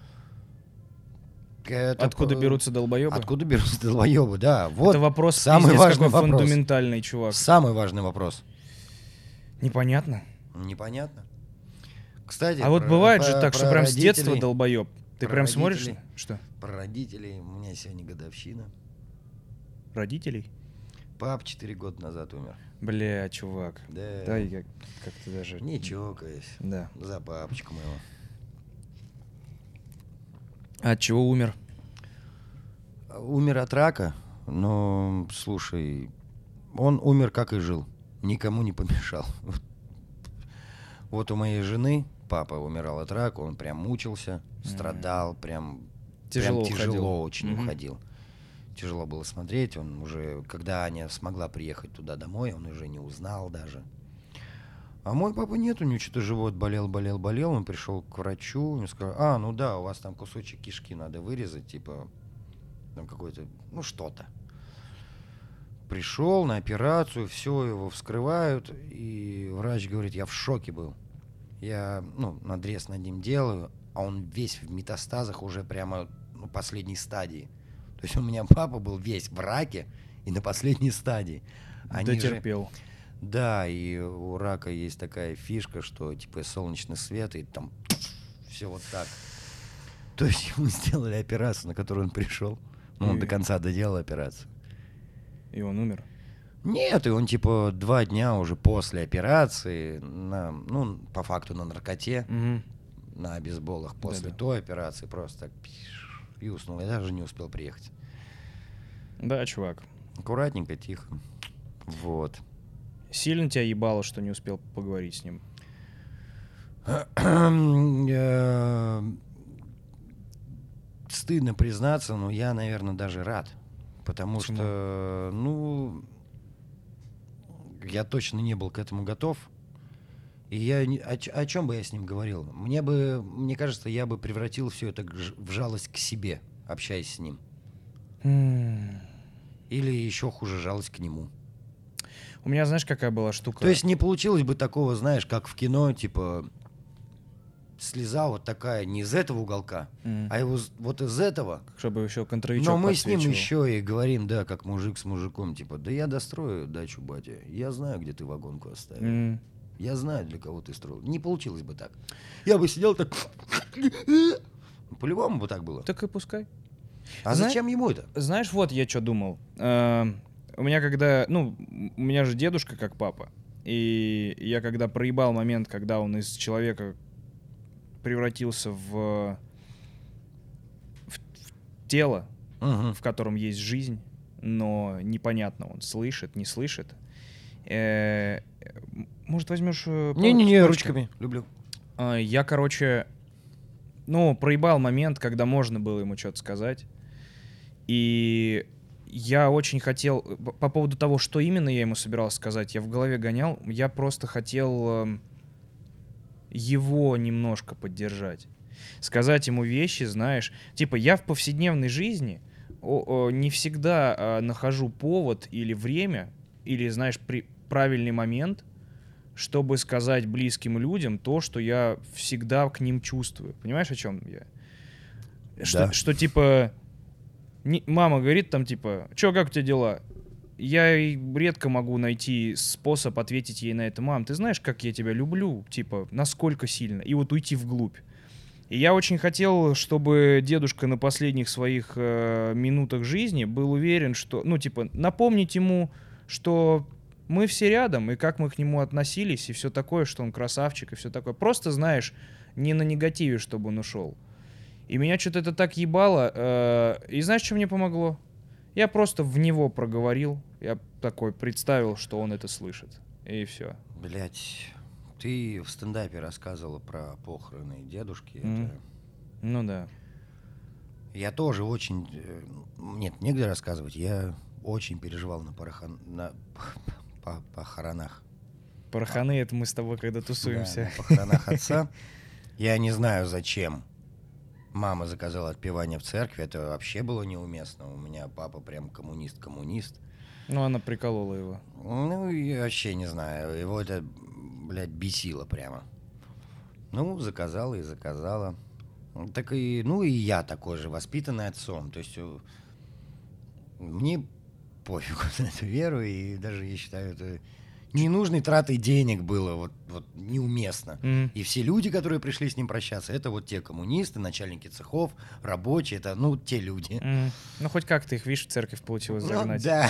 Это Откуда п- берутся долбоебы? Откуда берутся долбоебы, да. Вот Это вопрос самый пиздец важный какой вопрос. фундаментальный, чувак. Самый важный вопрос. Непонятно. Непонятно. Кстати, А вот про- бывает про- же так, что про прям с детства родителей- долбоеб. Ты про прям смотришь? родителей. Что? Про родителей. У меня сегодня годовщина. Родителей? Пап четыре года назад умер. Бля, чувак. Да. Да, и как, как ты даже... Не чокаясь. Да. За папочку моего. От чего умер? Умер от рака, но, слушай, он умер, как и жил. Никому не помешал. Вот у моей жены папа умирал от рака, он прям мучился, страдал, прям Тяжело прям уходил. тяжело очень Мгм. уходил. Тяжело было смотреть, он уже, когда Аня смогла приехать туда домой, он уже не узнал даже. А мой папа нет, у него что-то живот болел, болел, болел, он пришел к врачу, ему сказал, а, ну да, у вас там кусочек кишки надо вырезать, типа, там какой-то, ну что-то. Пришел на операцию, все, его вскрывают, и врач говорит, я в шоке был. Я, ну, надрез над ним делаю, а он весь в метастазах уже прямо, ну, последней стадии. То есть у меня папа был весь в раке и на последней стадии. Они же- Дотерпел. Да, и у рака есть такая фишка, что типа солнечный свет, и там все вот так. То есть ему сделали операцию, на которую он пришел. Ну, он И- до конца доделал операцию. И он умер. Нет, и он типа два дня уже после операции, на, ну, по факту на наркоте, Мгм. на обезболах, после Да-да. той операции просто так пиш, и уснул. Я даже не успел приехать. Да, чувак. Аккуратненько, тихо. Вот. Сильно тебя ебало, что не успел поговорить с ним? Э, Стыдно признаться, но я, наверное, даже рад. Потому Почему? что, ну, я точно не был к этому готов. И я не- о, ч- о чем бы я с ним говорил? Мне бы, мне кажется, я бы превратил все это к ж- в жалость к себе, общаясь с ним. М. Или еще хуже, жалость к нему. У меня, знаешь, какая была штука? То есть не получилось бы такого, знаешь, как в кино, типа, слеза вот такая не из этого уголка, М. а его з- вот из этого. Чтобы еще контровичок Но мы с ним подсвечивал. еще и говорим, да, как мужик с мужиком, типа, да я дострою дачу, батя, я знаю, где ты вагонку оставил. М. Я знаю, для кого ты строил. Не получилось бы так. Я бы сидел так... По-любому бы так было. Так и пускай. А Зна- зачем ему это? Знаешь, вот я что думал. Эм, У меня когда... Ну, у меня же дедушка как папа. И я когда проебал момент, когда он из человека превратился в, в, в тело, Мгм. в котором есть жизнь, но непонятно, он слышит, не слышит. Э, м, Может, возьмешь... э, пал- Не-не-не, палочку? ручками. Люблю. А, Я, короче, ну, проебал момент, когда можно было ему что-то сказать. И я очень хотел... п- По поводу того, что именно я ему собирался сказать, я в голове гонял. Я просто хотел эм, его немножко поддержать. Сказать ему вещи, знаешь. Типа, я в повседневной жизни о- о, не всегда а, нахожу повод или время, или, знаешь, при- правильный момент, чтобы сказать близким людям то, что я всегда к ним чувствую. Понимаешь, о чем я? Что, Да. что типа, не- мама говорит там, типа, чё, как у тебя дела? Я и редко могу найти способ ответить ей на это. Мам, ты знаешь, как я тебя люблю? Типа, насколько сильно? И вот уйти вглубь. И я очень хотел, чтобы дедушка на последних своих э, минутах жизни был уверен, что, ну, типа, напомнить ему, что мы все рядом, и как мы к нему относились, и все такое, что он красавчик, и все такое. Просто, знаешь, не на негативе, чтобы он ушел. И меня что-то это так ебало. э, и знаешь, что мне помогло? Я просто в него проговорил. Я такой представил, что он это слышит. И все. Блять, ты в стендапе рассказывала про похороны дедушки. Мгм. Это... Ну да. Я тоже очень... э, Нет, негде рассказывать. Я очень переживал на, порохон... на... по- похоронах. Пороханы, это мы с тобой когда Да, тусуемся. на похоронах отца. Я не знаю, зачем. Мама заказала отпевание в церкви. Это вообще было неуместно. У меня папа прям коммунист-коммунист. Ну, она приколола его. Ну, я вообще не знаю. Его это, блядь, бесило прямо. Ну, заказала и заказала. Так и, ну, и я такой же, воспитанный отцом. То есть э, мне пофигу на эту веру, и даже, я считаю, это ненужной тратой денег было, вот, вот неуместно. Мгм. И все люди, которые пришли с ним прощаться, это вот те коммунисты, начальники цехов, рабочие, это, ну, те люди. Мгм. Ну, хоть как-то их, видишь, в церковь получилось Ну, загнать. да.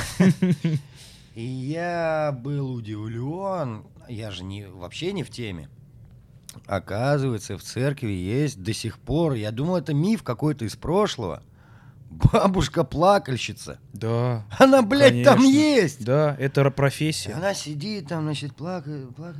И я был удивлен, я же не, вообще не в теме. Оказывается, в церкви есть до сих пор, я думал, это миф какой-то из прошлого, бабушка-плакальщица. Да. Она, блядь, там конечно. есть. Да, это р- И профессия. она сидит там, значит, плакает, плакает.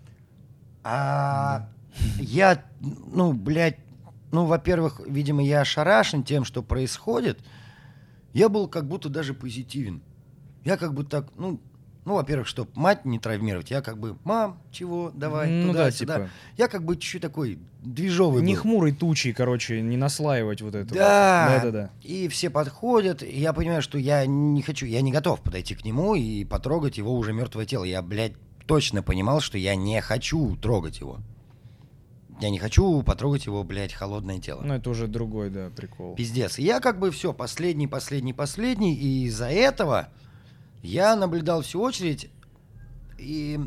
А я, ну, блядь, ну, во-первых, видимо, я ошарашен тем, что происходит. Я был как будто даже позитивен. Я как бы так, ну, ну, во-первых, чтобы мать не травмировать, я как бы, мам, чего, давай, Ну туда, да, сюда. типа. Я как бы чуть-чуть такой движовый Не был. хмурой тучей, короче, не наслаивать вот это. Да, Да, да, да. и все подходят, и я понимаю, что я не хочу, я не готов подойти к нему и потрогать его уже мертвое тело. Я, блядь, точно понимал, что я не хочу трогать его. Я не хочу потрогать его, блядь, холодное тело. Ну, это уже другой, да, прикол. Пиздец. И я как бы все, последний, последний, последний, и из-за этого я наблюдал всю очередь, и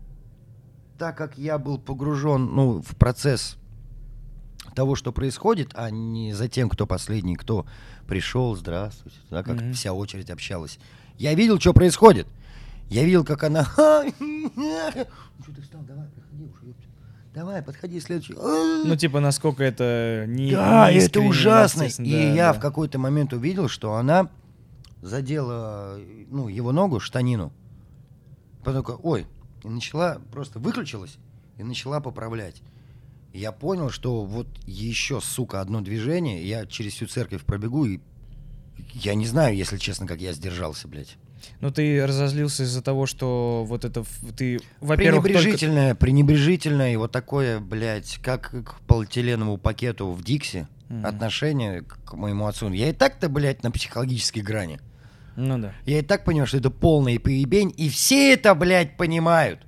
так как я был погружен, ну, в процесс того, что происходит, а не за тем, кто последний, кто пришел, здравствуйте, да, как Мгм. вся очередь общалась. Я видел, что происходит. Я видел, как она... Ну что ты встал, давай, подходи уже, ёпта. Давай, подходи, следующий. Ну, типа, насколько это не Да, это неискренне, ужасно. естественно, И да, я да. в какой-то момент увидел, что она задела, ну, его ногу, штанину. Потом такая, ой, и начала, просто выключилась и начала поправлять. И я понял, что вот еще, сука, одно движение, и я через всю церковь пробегу, и я не знаю, если честно, как я сдержался, блядь. Ну, ты разозлился из-за того, что вот это... в- Ты, во-первых, только... Пренебрежительное, пренебрежительное, и вот такое, блядь, как к полиэтиленовому пакету в Дикси, Мгм. отношение к к моему отцу. Я и так-то, блядь, на психологической грани. Ну да. Я и так понимаю, что это полная поебень, и все это, блядь, понимают.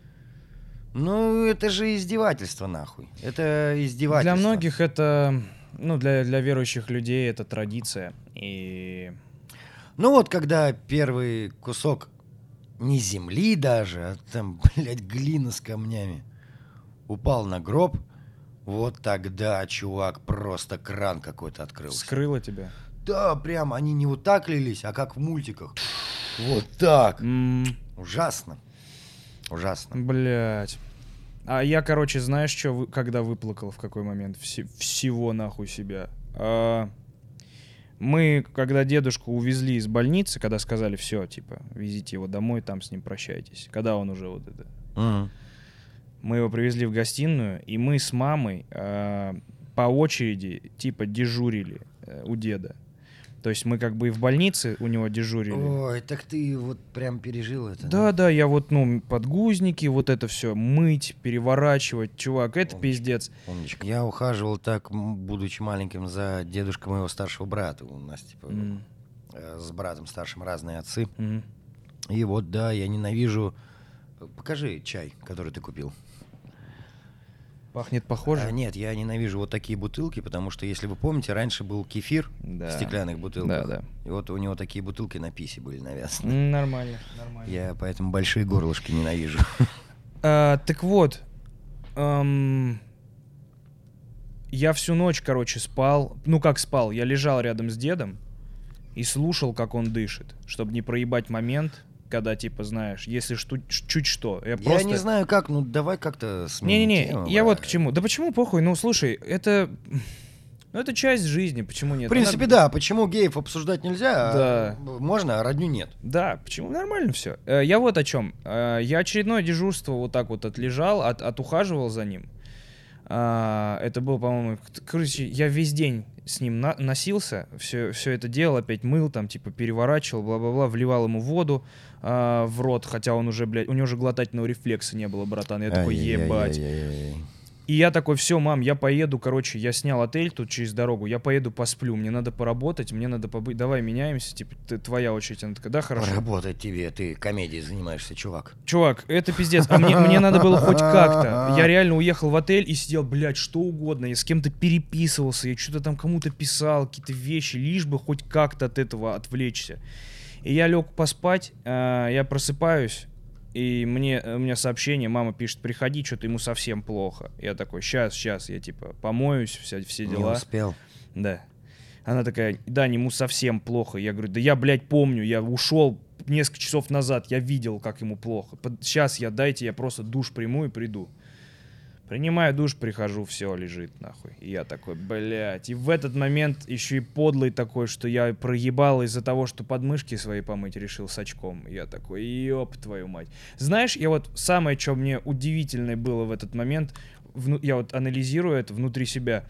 Ну, это же издевательство, нахуй. Это издевательство. Для многих это... Ну, для, для верующих людей это традиция. И... Ну вот, когда первый кусок не земли даже, а там, блядь, глина с камнями упал на гроб, вот тогда, чувак, просто кран какой-то открылся. Скрыло тебя. Да, прям, они не вот так лились, а как в мультиках. Вот так. М, Ужасно. Ужасно. Блять. А я, короче, знаешь, что, когда выплакал, в какой момент? Все- всего нахуй себя. А, мы, когда дедушку увезли из больницы, когда сказали, все, типа, везите его домой, там с ним прощайтесь. Когда он уже вот это... Мгм. Мы его привезли в гостиную, и мы с мамой а, по очереди, типа, дежурили э, у деда. То есть мы как бы и в больнице у него дежурили. Ой, так ты вот прям пережил это. Да, да, я вот, ну, подгузники, вот это все, мыть, переворачивать, чувак, это Умничка. пиздец. Умничка. Я ухаживал так, м, будучи маленьким, за дедушкой моего старшего брата. У нас, типа, М, э, с братом старшим разные отцы. м. И вот, да, я ненавижу... Покажи чай, который ты купил. Пахнет похоже? А, нет, я ненавижу вот такие бутылки, потому что, если вы помните, раньше был кефир Да. в стеклянных бутылках. Да, да. И вот у него такие бутылки на писе были навязаны. М, Нормально, нормально. Я поэтому большие горлышки ненавижу. А, так вот, эм, я всю ночь, короче, спал. Ну как спал? Я лежал рядом с дедом и слушал, как он дышит, чтобы не проебать момент, когда, типа, знаешь, если шту- чуть что. Я, Я просто... не знаю как, ну давай как-то сменим Не-не-не, тему, я брат. вот к чему. Да почему похуй? Ну, слушай, это... Ну, это часть жизни, почему нет? В принципе, Она- да. Почему геев обсуждать нельзя? Да. А можно, а родню нет. Да, почему? Нормально все. Я вот о чем. Я очередное дежурство вот так вот отлежал, от, отухаживал за ним. А, Это был, по-моему... к- Короче, я весь день с ним на- носился, все, все это делал, опять мыл, там, типа, переворачивал, бла-бла-бла, вливал ему воду а, в рот, хотя он уже, блядь, у него же глотательного рефлекса не было, братан. Я такой, ебать. Ай-яй-яй-яй-яй. И я такой, все, мам, я поеду, короче, я снял отель тут через дорогу, я поеду посплю, мне надо поработать, мне надо побыть, давай меняемся, типа, ты, твоя очередь. Она такая, да, хорошо. Поработать тебе, ты комедией занимаешься, чувак. Чувак, это пиздец, а мне, мне надо было хоть как-то. Я реально уехал в отель и сидел, блядь, что угодно, я с кем-то переписывался, я что-то там кому-то писал, какие-то вещи, лишь бы хоть как-то от этого отвлечься. И я лег поспать, а, я просыпаюсь, и мне, у меня сообщение, мама пишет, приходи, что-то ему совсем плохо. Я такой, сейчас, сейчас, я типа помоюсь, вся, все Не дела. успел. Да. Она такая, да, ему совсем плохо. Я говорю, да я, блядь, помню, я ушел несколько часов назад, я видел, как ему плохо. Сейчас я, дайте, я просто душ приму и приду. Принимаю душ, прихожу, все, лежит нахуй. И я такой, блядь. И в этот момент еще и подлый такой, что я проебал из-за того, что подмышки свои помыть решил с очком. И я такой, ёб твою мать. Знаешь, я вот самое, что мне удивительное было в этот момент, вну, я вот анализирую это внутри себя.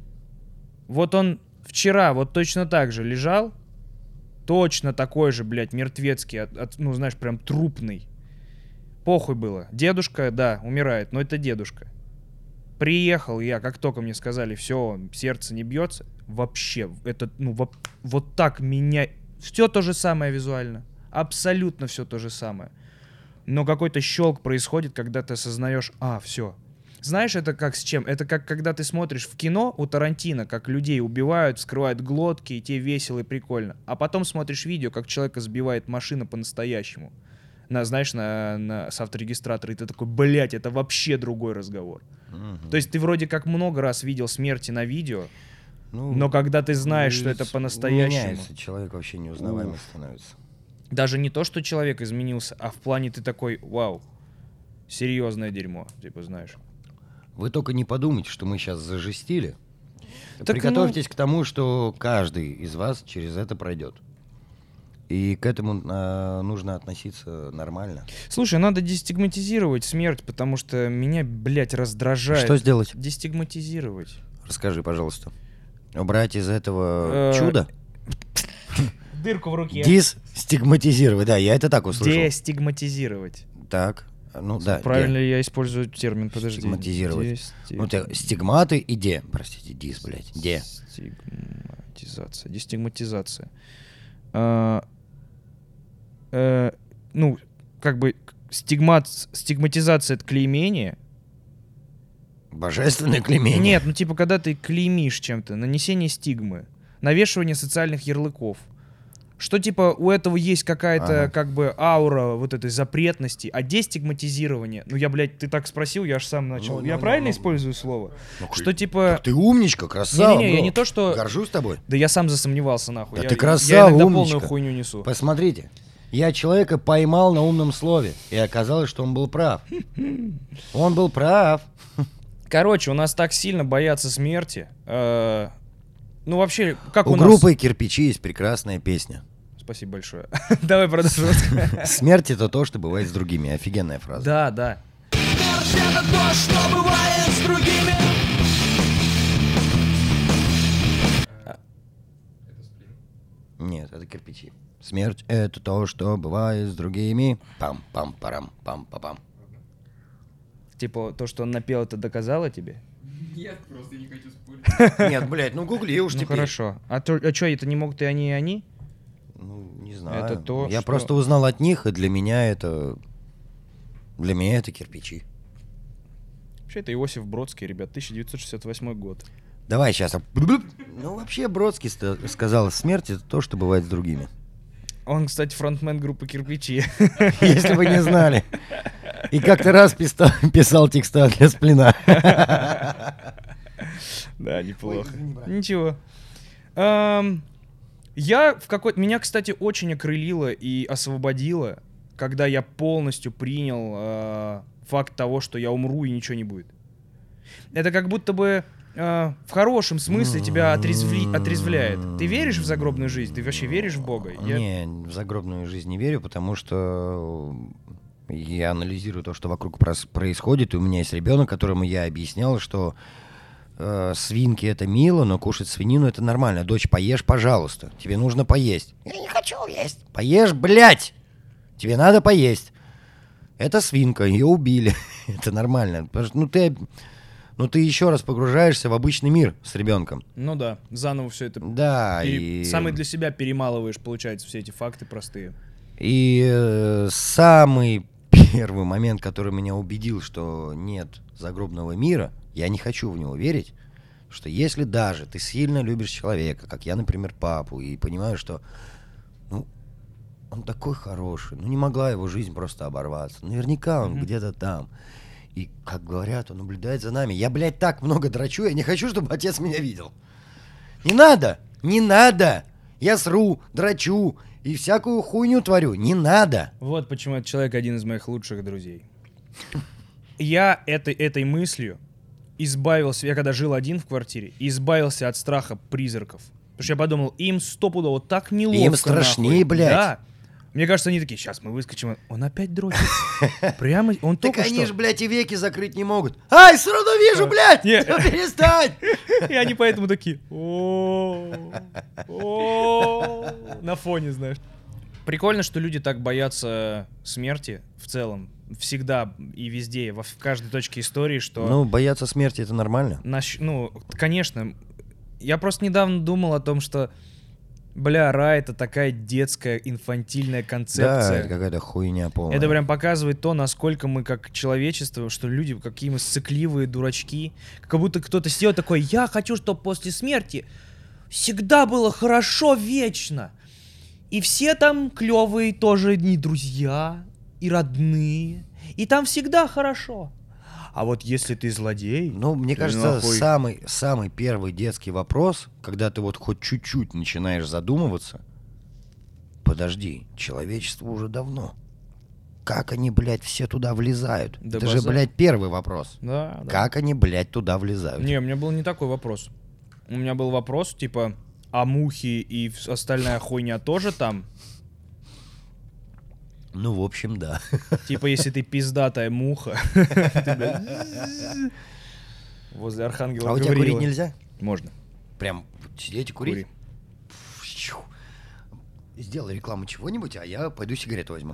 Вот он вчера вот точно так же лежал, точно такой же, блядь, мертвецкий, от, от, ну, знаешь, прям трупный. Похуй было. Дедушка, да, умирает, но это дедушка. Приехал я, как только мне сказали, все, сердце не бьется, вообще, это, ну, вот, вот так меня... Все то же самое визуально. Абсолютно все то же самое. Но какой-то щелк происходит, когда ты осознаешь, а, все. Знаешь, это как с чем? Это как когда ты смотришь в кино у Тарантино, как людей убивают, вскрывают глотки, и тебе весело и прикольно. А потом смотришь видео, как человека сбивает машина по-настоящему. На, знаешь, на, на, с авторегистратора, и ты такой, блядь, это вообще другой разговор. Mm-hmm. То есть ты вроде как много раз видел смерти на видео, ну, но когда ты знаешь, что это по-настоящему... Меняется, человек вообще неузнаваемый Уф. становится. Даже не то, что человек изменился, а в плане ты такой, вау, серьезное дерьмо, типа, знаешь. Вы только не подумайте, что мы сейчас зажестили. Так, Приготовьтесь ну... к тому, что каждый из вас через это пройдет. И к этому э, нужно относиться нормально. Слушай, надо дестигматизировать смерть, потому что меня, блядь, раздражает. Что сделать? Дестигматизировать. Расскажи, пожалуйста. Убрать из этого чуда? Дырку в руке. Дестигматизировать, да, я это так услышал. Дестигматизировать. Так, ну да. Правильно ли я использую термин, подожди. Стигматизировать. Дестиг... Ну, это стигматы и де. Простите, дис, блядь. Де. Стигматизация. Дестигматизация. А... Э, ну, как бы стигмат, стигматизация — это клеймение. Божественное клеймение. Нет, ну типа когда ты клеймишь чем-то, нанесение стигмы, навешивание социальных ярлыков. Что типа у этого есть какая-то ага. как бы аура вот этой запретности, а дестигматизирование, ну я, блядь, ты так спросил, я аж сам начал. Ну, я ну, правильно ну, использую ну, слово? Ну, что типа... Ты умничка, красава. Не-не-не, я не то, что... Горжусь тобой. Да я сам засомневался, нахуй. Да я, ты красава, я иногда умничка. Полную хуйню несу. Посмотрите. Я человека поймал на умном слове, и оказалось, что он был прав. Он был прав. Короче, у нас так сильно боятся смерти. Э, ну, вообще, как у, у нас... У группы «Кирпичи» есть прекрасная песня. Спасибо большое. Давай продолжим. Смерть — это то, что бывает с другими. Офигенная фраза. Да, да. Смерть — это то, что бывает с другими. Нет, это «Кирпичи». Смерть — это то, что бывает с другими. Пам-пам-парам, пам-пам. Типа, то, что он напел, это доказало тебе? Нет, просто не хочу спорить. Нет, блядь, ну гугли уж ну, теперь. Хорошо. А, то, а что, это не могут и они, и они? Ну, не знаю. Это то, Я что... просто узнал от них, и для меня это... Для меня это «Кирпичи». Вообще, это Иосиф Бродский, ребят, тысяча девятьсот шестьдесят восьмой год. Давай сейчас. Ну, вообще, Бродский сказал, смерть — это то, что бывает с другими. Он, кстати, фронтмен группы «Кирпичи». Если вы не знали. И как-то раз писал, писал текста для Сплина. Да, неплохо. Ничего. Эм, я в какой-то... Меня, кстати, очень окрылило и освободило, когда я полностью принял э, факт того, что я умру и ничего не будет. Это как будто бы... Uh, в хорошем смысле тебя отрезвли... отрезвляет. Ты веришь в загробную жизнь? Ты вообще веришь в Бога? Я... Не, в загробную жизнь не верю, потому что я анализирую то, что вокруг происходит, и у меня есть ребенок, которому я объяснял, что э, свинки — это мило, но кушать свинину — это нормально. Дочь, поешь, пожалуйста. Тебе нужно поесть. Я не хочу есть. Поешь, блядь! Тебе надо поесть. Это свинка, ее убили. Это нормально. Ну ты... Ну, ты еще раз погружаешься в обычный мир с ребенком. Ну да, заново все это... Да, пере... и... Сам и для себя перемалываешь, получается, все эти факты простые. И э, самый первый момент, который меня убедил, что нет загробного мира, я не хочу в него верить, что если даже ты сильно любишь человека, как я, например, папу, и понимаю, что ну, он такой хороший, ну не могла его жизнь просто оборваться. Наверняка он mm-hmm. где-то там. И, как говорят, он наблюдает за нами. Я, блядь, так много дрочу, я не хочу, чтобы отец меня видел. Не надо! Не надо! Я сру, дрочу и всякую хуйню творю. Не надо! Вот почему этот человек один из моих лучших друзей. Я этой, этой мыслью избавился, я когда жил один в квартире, избавился от страха призраков. Потому что я подумал, им стопудово так неловко. Им страшнее, нахуй. блядь. Да. Мне кажется, они такие, сейчас мы выскочим, он опять дрочит. Прямо, он Так только они что. же, блядь, и веки закрыть не могут. Ай, все равно вижу, блядь! Не. Ну, перестань! И они поэтому такие, о о на фоне, знаешь. Прикольно, что люди так боятся смерти в целом. Всегда и везде, во, в каждой точке истории, что... Ну, бояться смерти — это нормально. Наш, ну, конечно. Я просто недавно думал о том, что, бля, рай — это такая детская, инфантильная Да, концепция. это какая-то хуйня полная. Это прям показывает то, насколько мы как человечество, что люди, какие мы сцикливые дурачки. Как будто кто-то сидел такой, я хочу, чтобы после смерти всегда было хорошо вечно. И все там клевые тоже не друзья, и родные. И там всегда хорошо. А вот если ты злодей... Ну, мне ты кажется, нахуй- самый, самый первый детский вопрос, когда ты вот хоть чуть-чуть начинаешь задумываться, подожди, человечество уже давно. Как они, блядь, все туда влезают? Да Это же, базар. блядь, первый вопрос. Да, да. Как они, блядь, туда влезают? Не, у меня был не такой вопрос. У меня был вопрос, типа, а мухи и вс- остальная хуйня тоже там? Ну, в общем, да. Типа, если ты пиздатая муха, ты, блядь, возле Архангела А у тебя Гавриила. курить нельзя? Можно. Прям сидеть и курить? Кури. Фью. Сделай рекламу чего-нибудь, а я пойду сигарету возьму.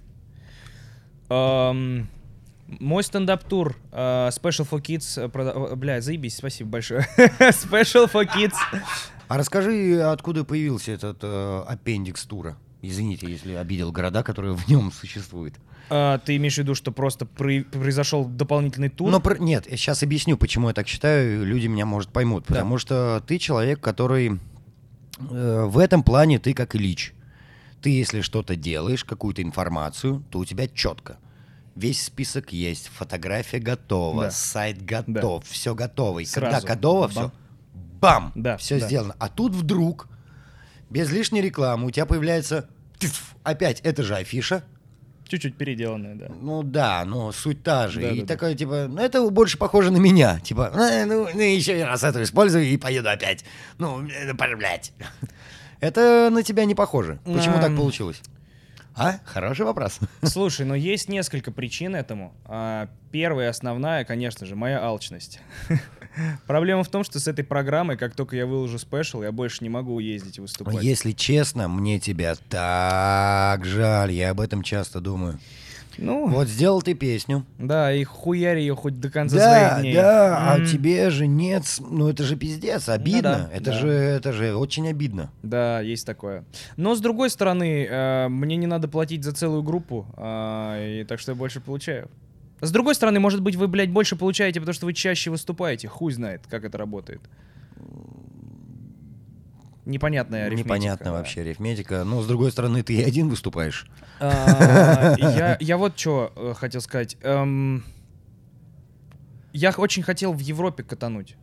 Ам, Мой стендап-тур э, Special for Kids... э, прода- э, Бля, заебись, спасибо большое. Special for Kids. А расскажи, откуда появился этот э, аппендикс тура? Извините, если обидел города, которые в нем существуют. А, Ты имеешь в виду, что просто при- произошел дополнительный тур? Но про- нет, я сейчас объясню, почему я так считаю, люди меня, может, поймут. Потому что ты человек, который э, в этом плане ты как Ильич. Ты, если что-то делаешь, какую-то информацию, то у тебя четко. Весь список есть, фотография готова, Да. сайт готов, все готово. И когда Сразу. готово, Бам. все, бам, Да, все да. сделано. А тут вдруг, без лишней рекламы, у тебя появляется тьф, опять это же афиша. Чуть-чуть переделанная, да. Ну да, но суть та же. Да, и да, да. такое, типа, ну это больше похоже на меня. Типа, «Э, ну, ну еще раз это использую и поеду опять. Ну, э, блядь. Это на тебя не похоже. Почему так Ам. получилось? А? Хороший вопрос. Слушай, но есть несколько причин этому. А, Первая, основная, конечно же, моя алчность. Проблема в том, что с этой программой, как только я выложу спешл, я больше не могу ездить и выступать. Если честно, мне тебя так жаль. Я об этом часто думаю. Ну, Вот сделал ты песню. да, и хуярь ее хоть до конца Да, своих дней. да, а М, тебе же нет, с- ну это же пиздец, обидно. да, это да. же, это же очень обидно. Да, есть такое. Но с другой стороны, э, мне не надо платить за целую группу, а, и так что я больше получаю. С другой стороны, может быть, вы, блядь, больше получаете, потому что вы чаще выступаете. Хуй знает, как это работает. Непонятная арифметика. Непонятно да. вообще арифметика. Но с другой стороны, ты и один выступаешь. А, Я я вот что хотел сказать. Эм, Я х- очень хотел в Европе катануть.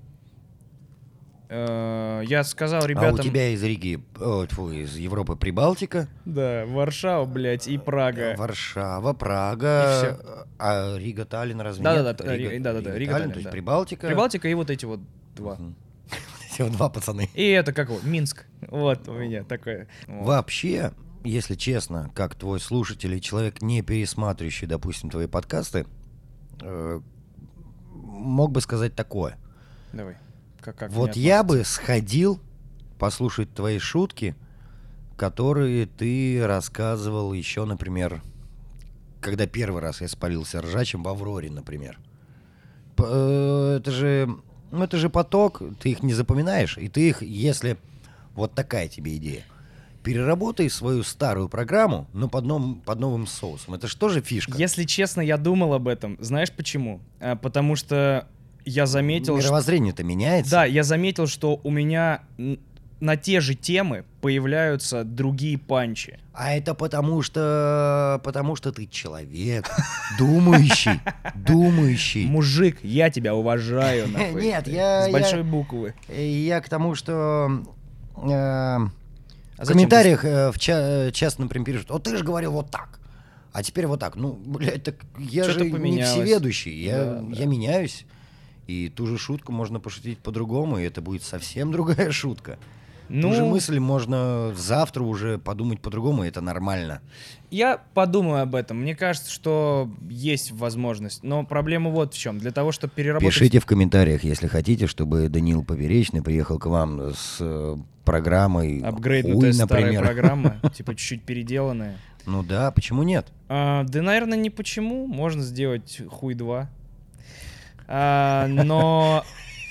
Э, Я сказал ребятам... А у тебя из Риги, о, тьфу, из Европы Прибалтика, Да, Варшава, блядь, и Прага. Варшава, Прага, И а Рига, Таллин, разве Да-да-да, нет? Ри- да-да-да, Рига, Таллин, Таллин, то есть да. Прибалтика. Прибалтика и вот эти вот два. Мгм. Эти вот два пацаны. И это как его? Минск. Вот у меня такое. Вот. Вообще, если честно, как твой слушатель и человек, не пересматривающий, допустим, твои подкасты, э, мог бы сказать такое. Давай. Как, как Вот мне я относиться? бы сходил послушать твои шутки, которые ты рассказывал еще, например, когда первый раз я спалился ржачем в «Авроре», например. П- э, Это же, ну, это же поток, ты их не запоминаешь, и ты их, если вот такая тебе идея, переработай свою старую программу, но под, новым- под новым соусом. Это же тоже фишка. Если честно, я думал об этом. Знаешь почему? А, потому что я заметил, что... Мировоззрение-то меняется. Да, я заметил, что у меня н- на те же темы появляются другие панчи. А это потому что... Потому что ты человек, думающий, думающий. Мужик, я тебя уважаю, нахуй. Нет, я- С я- большой буквы. Я к тому, что... э, А В зачем комментариях э, в ча- э, часто, например, пишут: «Вот ты же говорил вот так, а теперь вот так». Ну, блядь, так я Что-то же не поменялось. всеведущий, я, Да, да. я меняюсь. И ту же шутку можно пошутить по-другому, и это будет совсем другая шутка. Ну, Ту же мысль можно завтра уже подумать по-другому, и это нормально. я подумаю об этом. Мне кажется, что есть возможность. Но проблема вот в чем. Для того, чтобы переработать... Пишите в комментариях, если хотите, чтобы Даниил Поперечный приехал к вам с э, программой апгрейднутая «Хуй», старая например. программа, типа чуть-чуть переделанная. Ну да, почему нет? А, да, наверное, не почему. Можно сделать хуй два. А, но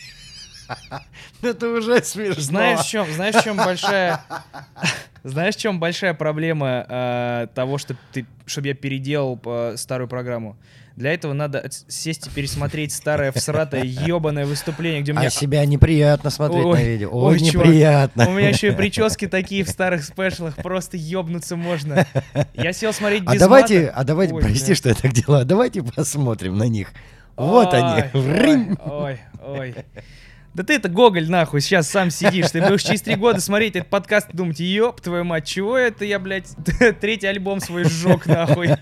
Это уже смешно. знаешь, в чем, знаешь, в чем большая, знаешь, в чем большая проблема а, того, что ты, чтобы я переделал по старую программу? Для этого надо от- сесть и пересмотреть старое всратое ебаное выступление, где у меня... А себя неприятно смотреть Ой, на видео. Ой, ой, чувак, неприятно. У меня еще и прически такие в старых спешлах, просто ебнуться можно. Я сел смотреть без А давайте, мата. а давайте, Ой, прости, бля. что я так делаю, а давайте посмотрим на них. Вот они. Ой, Врынь. Ой, ой, ой. Да ты это Гоголь, нахуй, сейчас сам сидишь. Ты будешь через три года смотреть этот подкаст и думать, ёб твою мать, чего это я, блядь, третий альбом свой сжег, нахуй.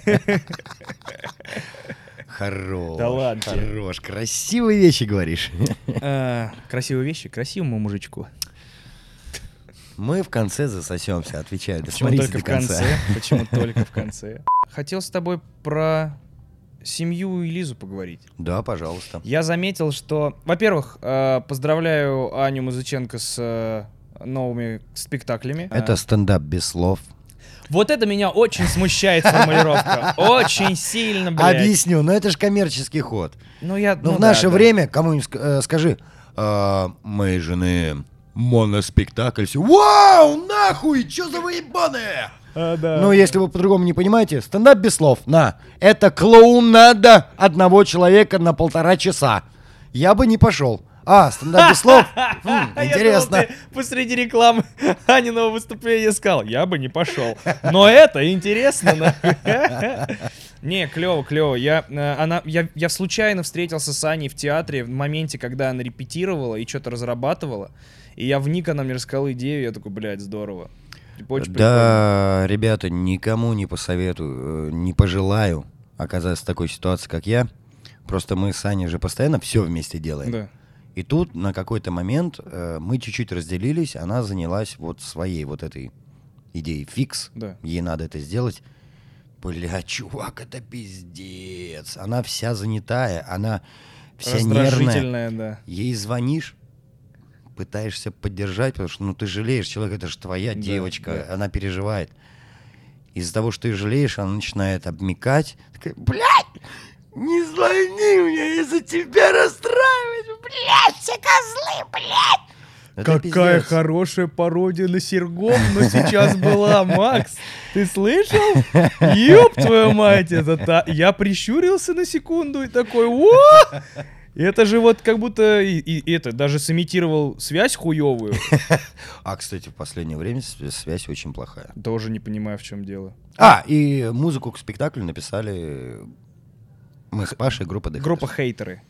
Хорош. Да ладно тебе. Хорош. Красивые вещи говоришь. А, Красивые вещи, красивому мужичку. Мы в конце засосемся, отвечаю. Почему Досмотрите только до в конца. конце? Почему только в конце? Хотел с тобой про семью и Лизу поговорить. Да, пожалуйста. Я заметил, что, во-первых, э, поздравляю Аню Музыченко с э, новыми спектаклями. Это А, стендап без слов. Вот это меня очень смущает формулировка. Очень сильно, блядь. Объясню, но это же коммерческий ход. Ну, я, Но ну в да, наше да. время кому-нибудь ск- э, скажи, «А, моей жены моноспектакль. Все, вау, нахуй, чё за выебаные? А, да. Ну, если вы по-другому не понимаете, стендап без слов, на, это клоунада одного человека на полтора часа. Я бы не пошел. А, стендап без слов? Хм, Я думал, интересно. ты посреди рекламы Аниного выступления сказал, я бы не пошел. Но это интересно. нахуй. Не, клево, клево. Я, э, она, я, я случайно встретился с Аней в театре в моменте, когда она репетировала и что-то разрабатывала. И я вник, она мне рассказала идею, я такой, блядь, здорово. Типа, очень прикольно. Да, ребята, никому не посоветую, э, не пожелаю оказаться в такой ситуации, как я. Просто мы с Аней же постоянно все вместе делаем. Да. И тут на какой-то момент э, мы чуть-чуть разделились, она занялась вот своей вот этой идеей фикс. Да. Ей надо это сделать. Бля, чувак, это пиздец. Она вся занятая, она вся нервная. Раздражительная, да. Ей звонишь, пытаешься поддержать, потому что ну ты жалеешь человека, это же твоя Да, девочка, да. она переживает. Из-за того, что ты жалеешь, она начинает обмекать. Такая, блядь, не звони мне, из-за тебя расстраиваюсь, блядь, все козлы, блядь. Это Какая пиздец. хорошая пародия на Серговну сейчас была, Макс. Ты слышал? Ёб твою мать, это та... Я прищурился на секунду и такой, о! Это же вот как будто и, и это даже сымитировал связь хуевую. А, кстати, в последнее время с- связь очень плохая. Тоже не понимаю, в чем дело. А, и музыку к спектаклю написали мы с Пашей, группа The Группа Hatters. хейтеры.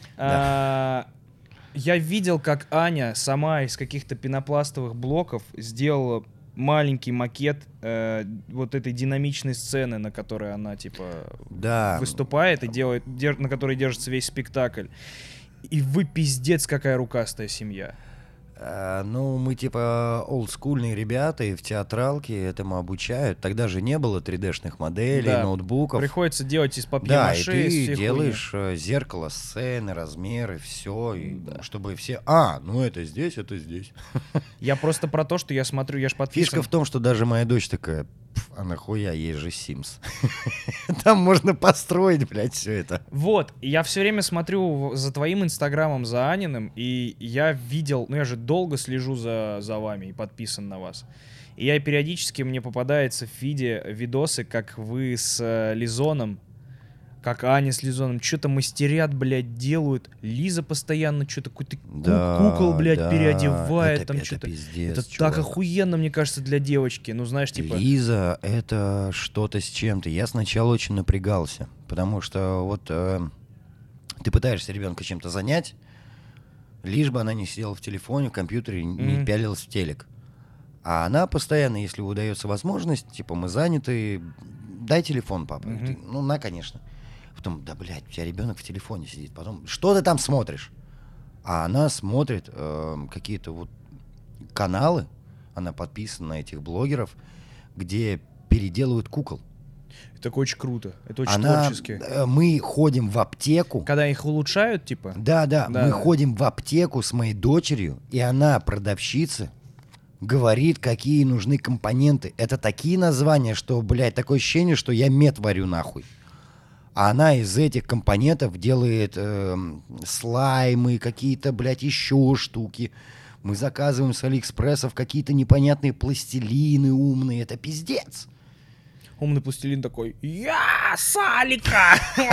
А, Я видел, как Аня сама из каких-то пенопластовых блоков сделала маленький макет э, вот этой динамичной сцены, на которой она типа Да. выступает и делает, дер- на которой держится весь спектакль. И вы пиздец какая рукастая семья. А, ну, мы типа олдскульные ребята, и в театралке этому обучают. Тогда же не было три дэ-шных моделей, Да. ноутбуков. Приходится делать из Да, и папье-маше, из ты всей делаешь э, зеркало, сцены, размеры, все, и, чтобы все... А, ну это здесь, это здесь. хуйни. Я просто про то, что я смотрю, я ж подписан. Фишка в том, что даже моя дочь такая, «Пф, а нахуя, есть же Sims. Там можно построить, блядь, все это. Вот, и я все время смотрю в- за твоим инстаграмом, за Аниным, и я видел, ну я же долго слежу за, за вами и подписан на вас. И я периодически, мне попадается в фиде видосы, как вы с э, Лизоном, как Аня с Лизоном, что-то мастерят, блядь, делают. Лиза постоянно что-то какой-то ку- Да, кукол, блядь, да, переодевает, это- там это что-то. пиздец, Это чувак. так охуенно, мне кажется, для девочки. Ну, знаешь, типа... Лиза — это что-то с чем-то. Я сначала очень напрягался, потому что вот э, ты пытаешься ребенка чем-то занять, лишь бы она не сидела в телефоне, в компьютере, не Мгм. пялилась в телек. А она постоянно, если удается возможность, типа мы заняты, дай телефон, папа. Мгм. Ты, ну, на, конечно. Потом, да, блядь, у тебя ребенок в телефоне сидит. Потом, что ты там смотришь? А она смотрит э, какие-то вот каналы, она подписана на этих блогеров, где переделывают кукол. Это очень круто. Это очень Она, творчески. э, мы ходим в аптеку. Когда их улучшают, типа? Да, да, Да, мы да. ходим в аптеку с моей дочерью, и она, продавщица, говорит, какие нужны компоненты. Это такие названия, что, блядь, такое ощущение, что я мед варю нахуй. А она из этих компонентов делает э, слаймы, какие-то, блядь, еще штуки. Мы заказываем с Алиэкспрессов какие-то непонятные пластилины умные. Это пиздец. Умный пластилин такой: я Салика!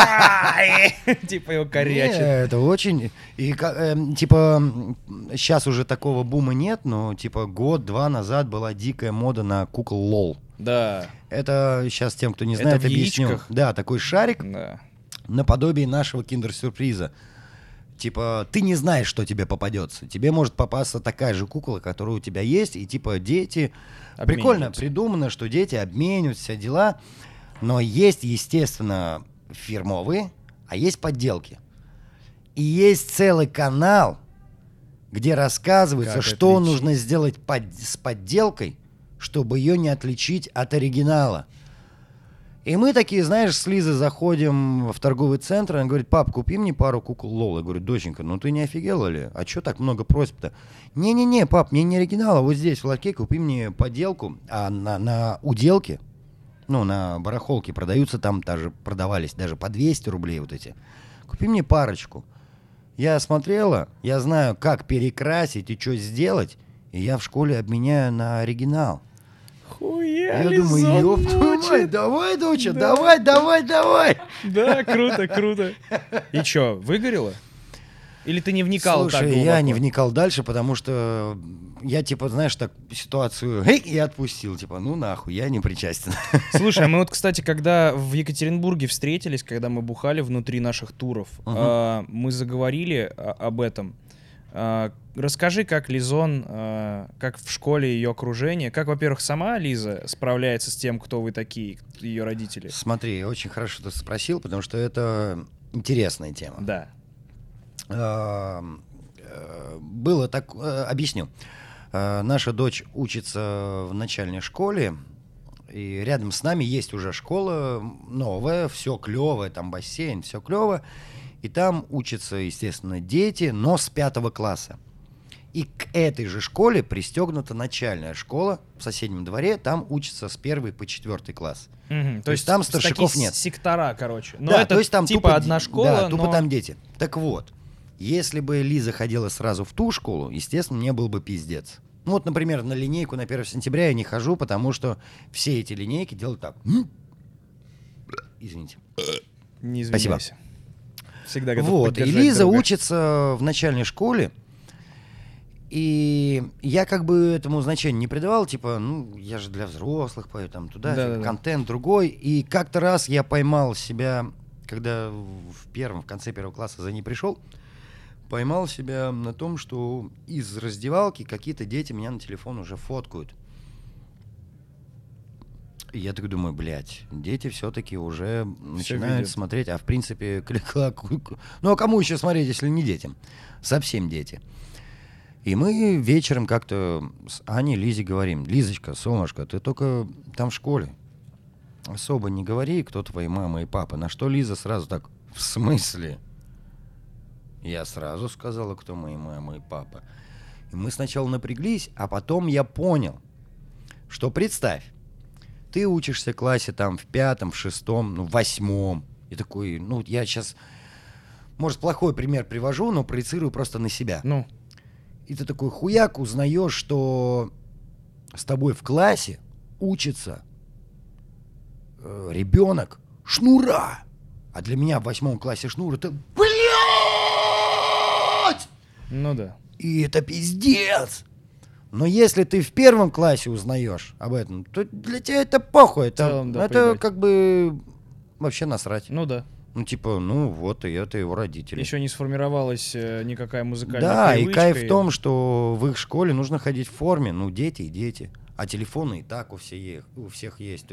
Типа его Не, корячит. это очень... И, ка- эм, типа, сейчас уже такого бума нет, но, типа, год-два назад была дикая мода на кукол лол. Да, Это сейчас тем, кто не Это знает, в объясню. яичках? Да, такой шарик да. наподобие нашего киндер-сюрприза. Типа, ты не знаешь, что тебе попадется. Тебе может попасться такая же кукла, которая у тебя есть, и типа дети... Прикольно Обмениваются. придумано, что дети обмениваются, все дела. Но есть, естественно, фирмовые, а есть подделки. И есть целый канал, где рассказывается, Как что отличить. нужно сделать под- с подделкой, чтобы ее не отличить от оригинала. И мы такие, знаешь, с Лизой заходим в торговый центр, она говорит: пап, купи мне пару кукол Лол. Я говорю: доченька, ну ты не офигела ли? А что так много просьб-то? Не-не-не, пап, мне не оригинал, а вот здесь в ларьке купи мне подделку. А на, на уделке, ну, на барахолке продаются, там даже продавались даже по двести рублей вот эти. Купи мне парочку. Я смотрела, я знаю, как перекрасить и что сделать, и я в школе обменяю на оригинал. Хуя, Я думаю, ёб твою мать, давай, доча, давай, давай, давай. Да, круто, круто. И чё, выгорело? Или ты не вникал Слушай, так глубоко? я не вникал дальше, потому что я, типа, знаешь, так ситуацию, хей, и отпустил, типа, ну нахуй, я не причастен. Слушай, а мы вот, кстати, когда в Екатеринбурге встретились, когда мы бухали внутри наших туров, Мгм. а, мы заговорили а, об этом. А, расскажи, как Лизон, а, как в школе ее окружение, как, во-первых, сама Лиза справляется с тем, кто вы такие, ее родители. Смотри, очень хорошо, что ты спросил, потому что это интересная тема. Да. А, э, Было так, э, объясню. Э, Наша дочь учится в начальной школе, и рядом с нами есть уже школа новая, все клевое, там бассейн, все клево. И там учатся, естественно, дети, но с пятого класса. И к этой же школе пристегнута начальная школа в соседнем дворе, там учатся с первый по четвертый класс. Мгм. То есть там с- старшаков такие нет. сектора, короче. Но Да, это то есть там типа тупо, одна д- школа, да, тупо но... там дети. Так вот, если бы Лиза ходила сразу в ту школу, естественно, мне был бы пиздец. Ну вот, например, на линейку на первое сентября я не хожу, потому что все эти линейки делают так. Извините. Не Спасибо. извиняйся. Всегда готов Вот, и поддержать Лиза друга. учится в начальной школе, и я как бы этому значения не придавал, типа, ну, я же для взрослых пою, там, туда, Да-да-да. контент другой. И как-то раз я поймал себя, когда в первом, в конце первого класса за ней пришел, поймал себя на том, что из раздевалки какие-то дети меня на телефон уже фоткают. И я так думаю, блядь, дети все-таки уже начинают видят. смотреть, а в принципе, клик-клак, клик- ну а кому еще смотреть, если не детям? Совсем дети. И мы вечером как-то с Аней, Лизе говорим: Лизочка, солнышко, ты только там в школе особо не говори, кто твои мама и папа. На что Лиза сразу так: в смысле? Я сразу сказала, кто мои мама и папа. И мы сначала напряглись, а потом я понял, что представь, ты учишься в классе там в пятом, в шестом, ну, в восьмом. И такой, ну, я сейчас, может, плохой пример привожу, но проецирую просто на себя. Ну, И ты такой хуяк узнаешь, что с тобой в классе учится э, ребенок Шнура. А для меня в восьмом классе Шнур — это, блядь! ну да. И это пиздец. Но если ты в первом классе узнаешь об этом, то для тебя это похуй. Это, целом, да, это поебать. как бы вообще насрать. Ну да. Ну, типа, ну вот, и это его родители. Еще не сформировалась э, никакая музыкальная Да, и привычка, кайф в том, что в их школе нужно ходить в форме. Ну, дети и дети. А телефоны и так у всех, у всех есть. То есть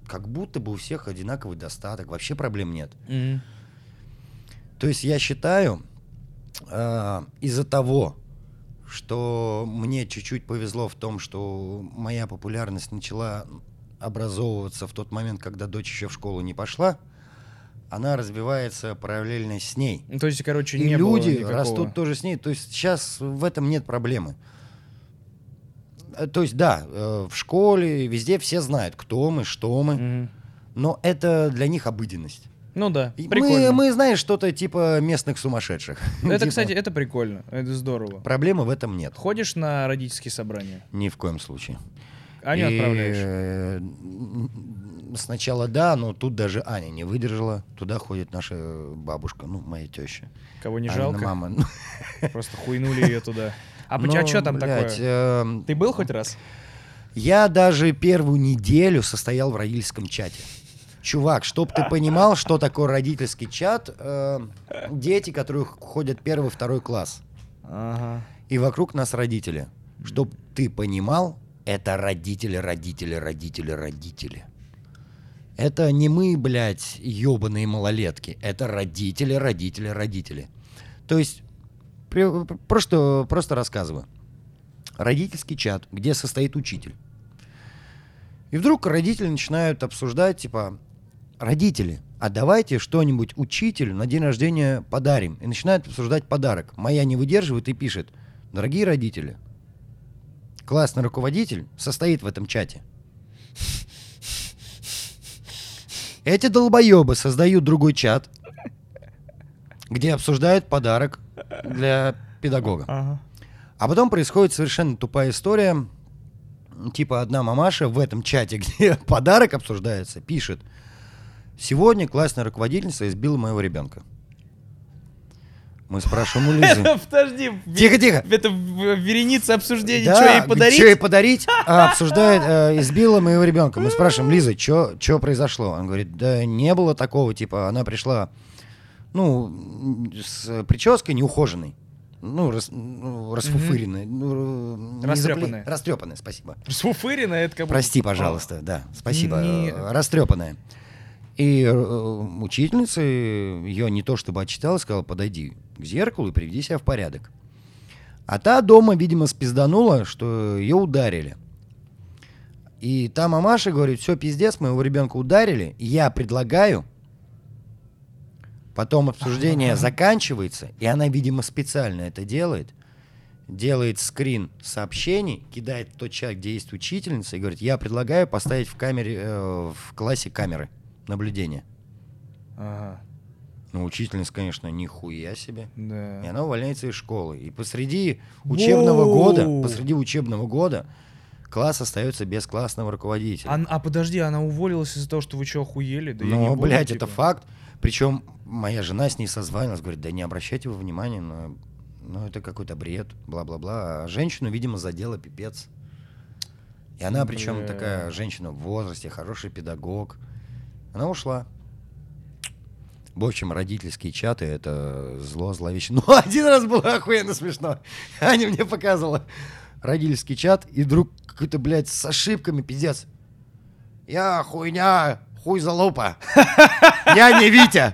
как будто бы у всех одинаковый достаток, вообще проблем нет. Мгм. То есть я считаю, э, из-за того, что мне чуть-чуть повезло в том, что моя популярность начала образовываться в тот момент, когда дочь еще в школу не пошла, она развивается параллельно с ней. Ну, то есть, короче, И не было люди никакого- растут тоже с ней. То есть сейчас в этом нет проблемы. Э, То есть да, э, в школе, везде все знают, кто мы, что мы, Мгм. но это для них обыденность. Ну да, И прикольно. Мы, мы, знаешь, что-то типа местных сумасшедших. Это, Типа, кстати, это прикольно, это здорово. проблемы в этом нет. Ходишь на родительские собрания? Ни в коем случае. Аню И, отправляешь? э, м, Сначала да, но тут даже Аня не выдержала. Туда ходит наша бабушка, ну, моя теща. Кого не Анина жалко? мама. Просто хуйнули ее туда. А Ну, что там блядь, такое? эм, Ты был хоть раз? Я даже первую неделю состоял в родительском чате. Чувак, чтоб ты понимал, что такое родительский чат, э, дети, которые ходят первый, второй класс, Ага. и вокруг нас родители. Чтоб ты понимал, это родители, родители, родители, родители. Это не мы, блядь, ебаные малолетки. Это родители, родители, родители. То есть, при- просто, просто рассказываю. Родительский чат, где состоит учитель. И вдруг родители начинают обсуждать, типа, родители, а давайте что-нибудь учителю на день рождения подарим. И начинают обсуждать подарок. Моя не выдерживает и пишет: дорогие родители, классный руководитель состоит в этом чате. Эти долбоебы создают другой чат, где обсуждают подарок для педагога. Ага. А потом происходит совершенно тупая история. Типа одна мамаша в этом чате, где подарок обсуждается, пишет: сегодня классная руководительница избила моего ребенка. Мы спрашиваем у Лизы. Подожди. Тихо, тихо. Это в- вереница обсуждений, Да, что ей подарить? Что ей подарить? А, обсуждает, э, избила моего ребенка. Мы спрашиваем: Лиза, что произошло? Он говорит: да не было такого, типа, она пришла, ну, с прической неухоженной. Ну, рас, ну, расфуфыренная. Ну, не Растрёпанная. запле- Растрепанная, спасибо. Сфуфырина, это как будто- Прости, пожалуйста, да, спасибо. Не- э, Растрепанная. И э, учительница ее не то чтобы отчитала, сказала: подойди к зеркалу и приведи себя в порядок. А та дома, видимо, спизданула, что ее ударили. И та мамаша говорит: все, пиздец, моего ребенка ударили, я предлагаю. Потом обсуждение заканчивается, и она, видимо, специально это делает. Делает скрин сообщений, кидает в тот чат, где есть учительница, и говорит: я предлагаю поставить в камере, э, в классе камеры наблюдения. Ага, Ну, учительница, конечно, нихуя себе. И да. она увольняется из школы. И посреди учебного Воу! года, посреди учебного года класс остается без классного руководителя. А, а подожди, она уволилась из-за того, что вы что, охуели? Да я не Ну, буду, блядь, типа. это факт. Причем моя жена с ней созванивалась, говорит: да не обращайте вы внимания, но, ну, это какой-то бред, бла-бла-бла. А женщину, видимо, задела пипец. И она, причем, Бля. такая женщина в возрасте, хороший педагог. Она ушла. В общем, родительские чаты — это зло, зловеще. Ну, один раз было охуенно смешно. Аня мне показывала родительский чат, и вдруг какой-то, блядь, с ошибками, пиздец. Я хуйня, хуй залупа. Я не Витя.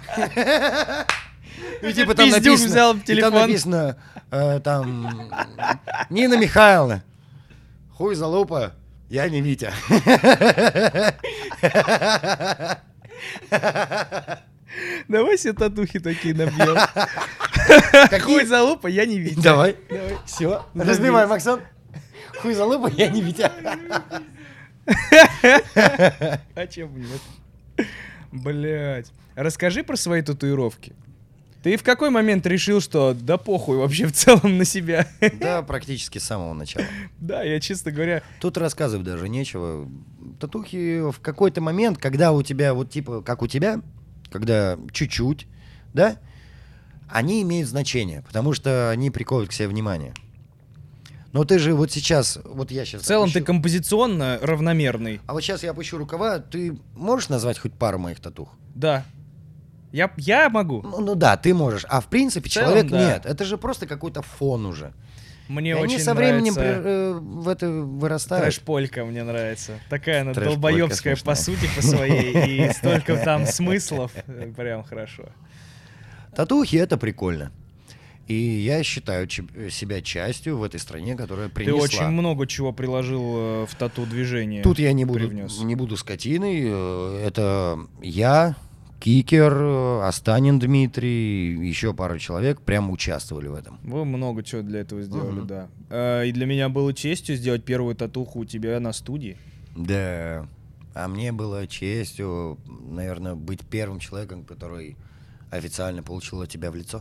И типа там Пиздюк написано, взял и там телефон. написано, э, там, Нина Михайловна, хуй залупа, я не Витя. Давай себе татухи такие набьем. Хуй залупа, я не видел. Давай. Давай. Все. Забей. Разбиваем, Максон. Хуй залупа, я не Витя. А чем нет? Блять. Расскажи про свои татуировки. Ты в какой момент решил, что да похуй вообще в целом на себя? Да, практически с самого начала. Да, я, честно говоря... Тут рассказывать даже нечего. Татухи в какой-то момент, когда у тебя, вот типа, как у тебя, когда чуть-чуть, да, они имеют значение, потому что они приковывают к себе внимание. Но ты же вот сейчас, вот я сейчас... В целом ты опущу- композиционно равномерный. А вот сейчас я опущу рукава, ты можешь назвать хоть пару моих татух? Да. Я, я могу. Ну, ну да, ты можешь. А в принципе В целом, человек да. нет. Это же просто какой-то фон уже. Мне И очень они со временем нравится при- э, в это вырастают. трэш-полька, мне нравится. Такая она Трэш-полька долбоебская по смешная. сути, по своей, и столько там смыслов. э, Прям хорошо. Татухи — это прикольно. И я считаю ч- себя частью в этой стране, которая Ты принесла. очень много чего приложил э, в тату-движение. Тут я не буду, привнес. не буду скотиной. э, Это я, Кикер, э, Астанин Дмитрий, еще пару человек прям участвовали в этом. Вы много чего для этого сделали, Мгм. да. Э, И для меня было честью сделать первую татуху у тебя на студии. Да. А мне было честью, наверное, быть первым человеком, который официально получил от тебя в лицо.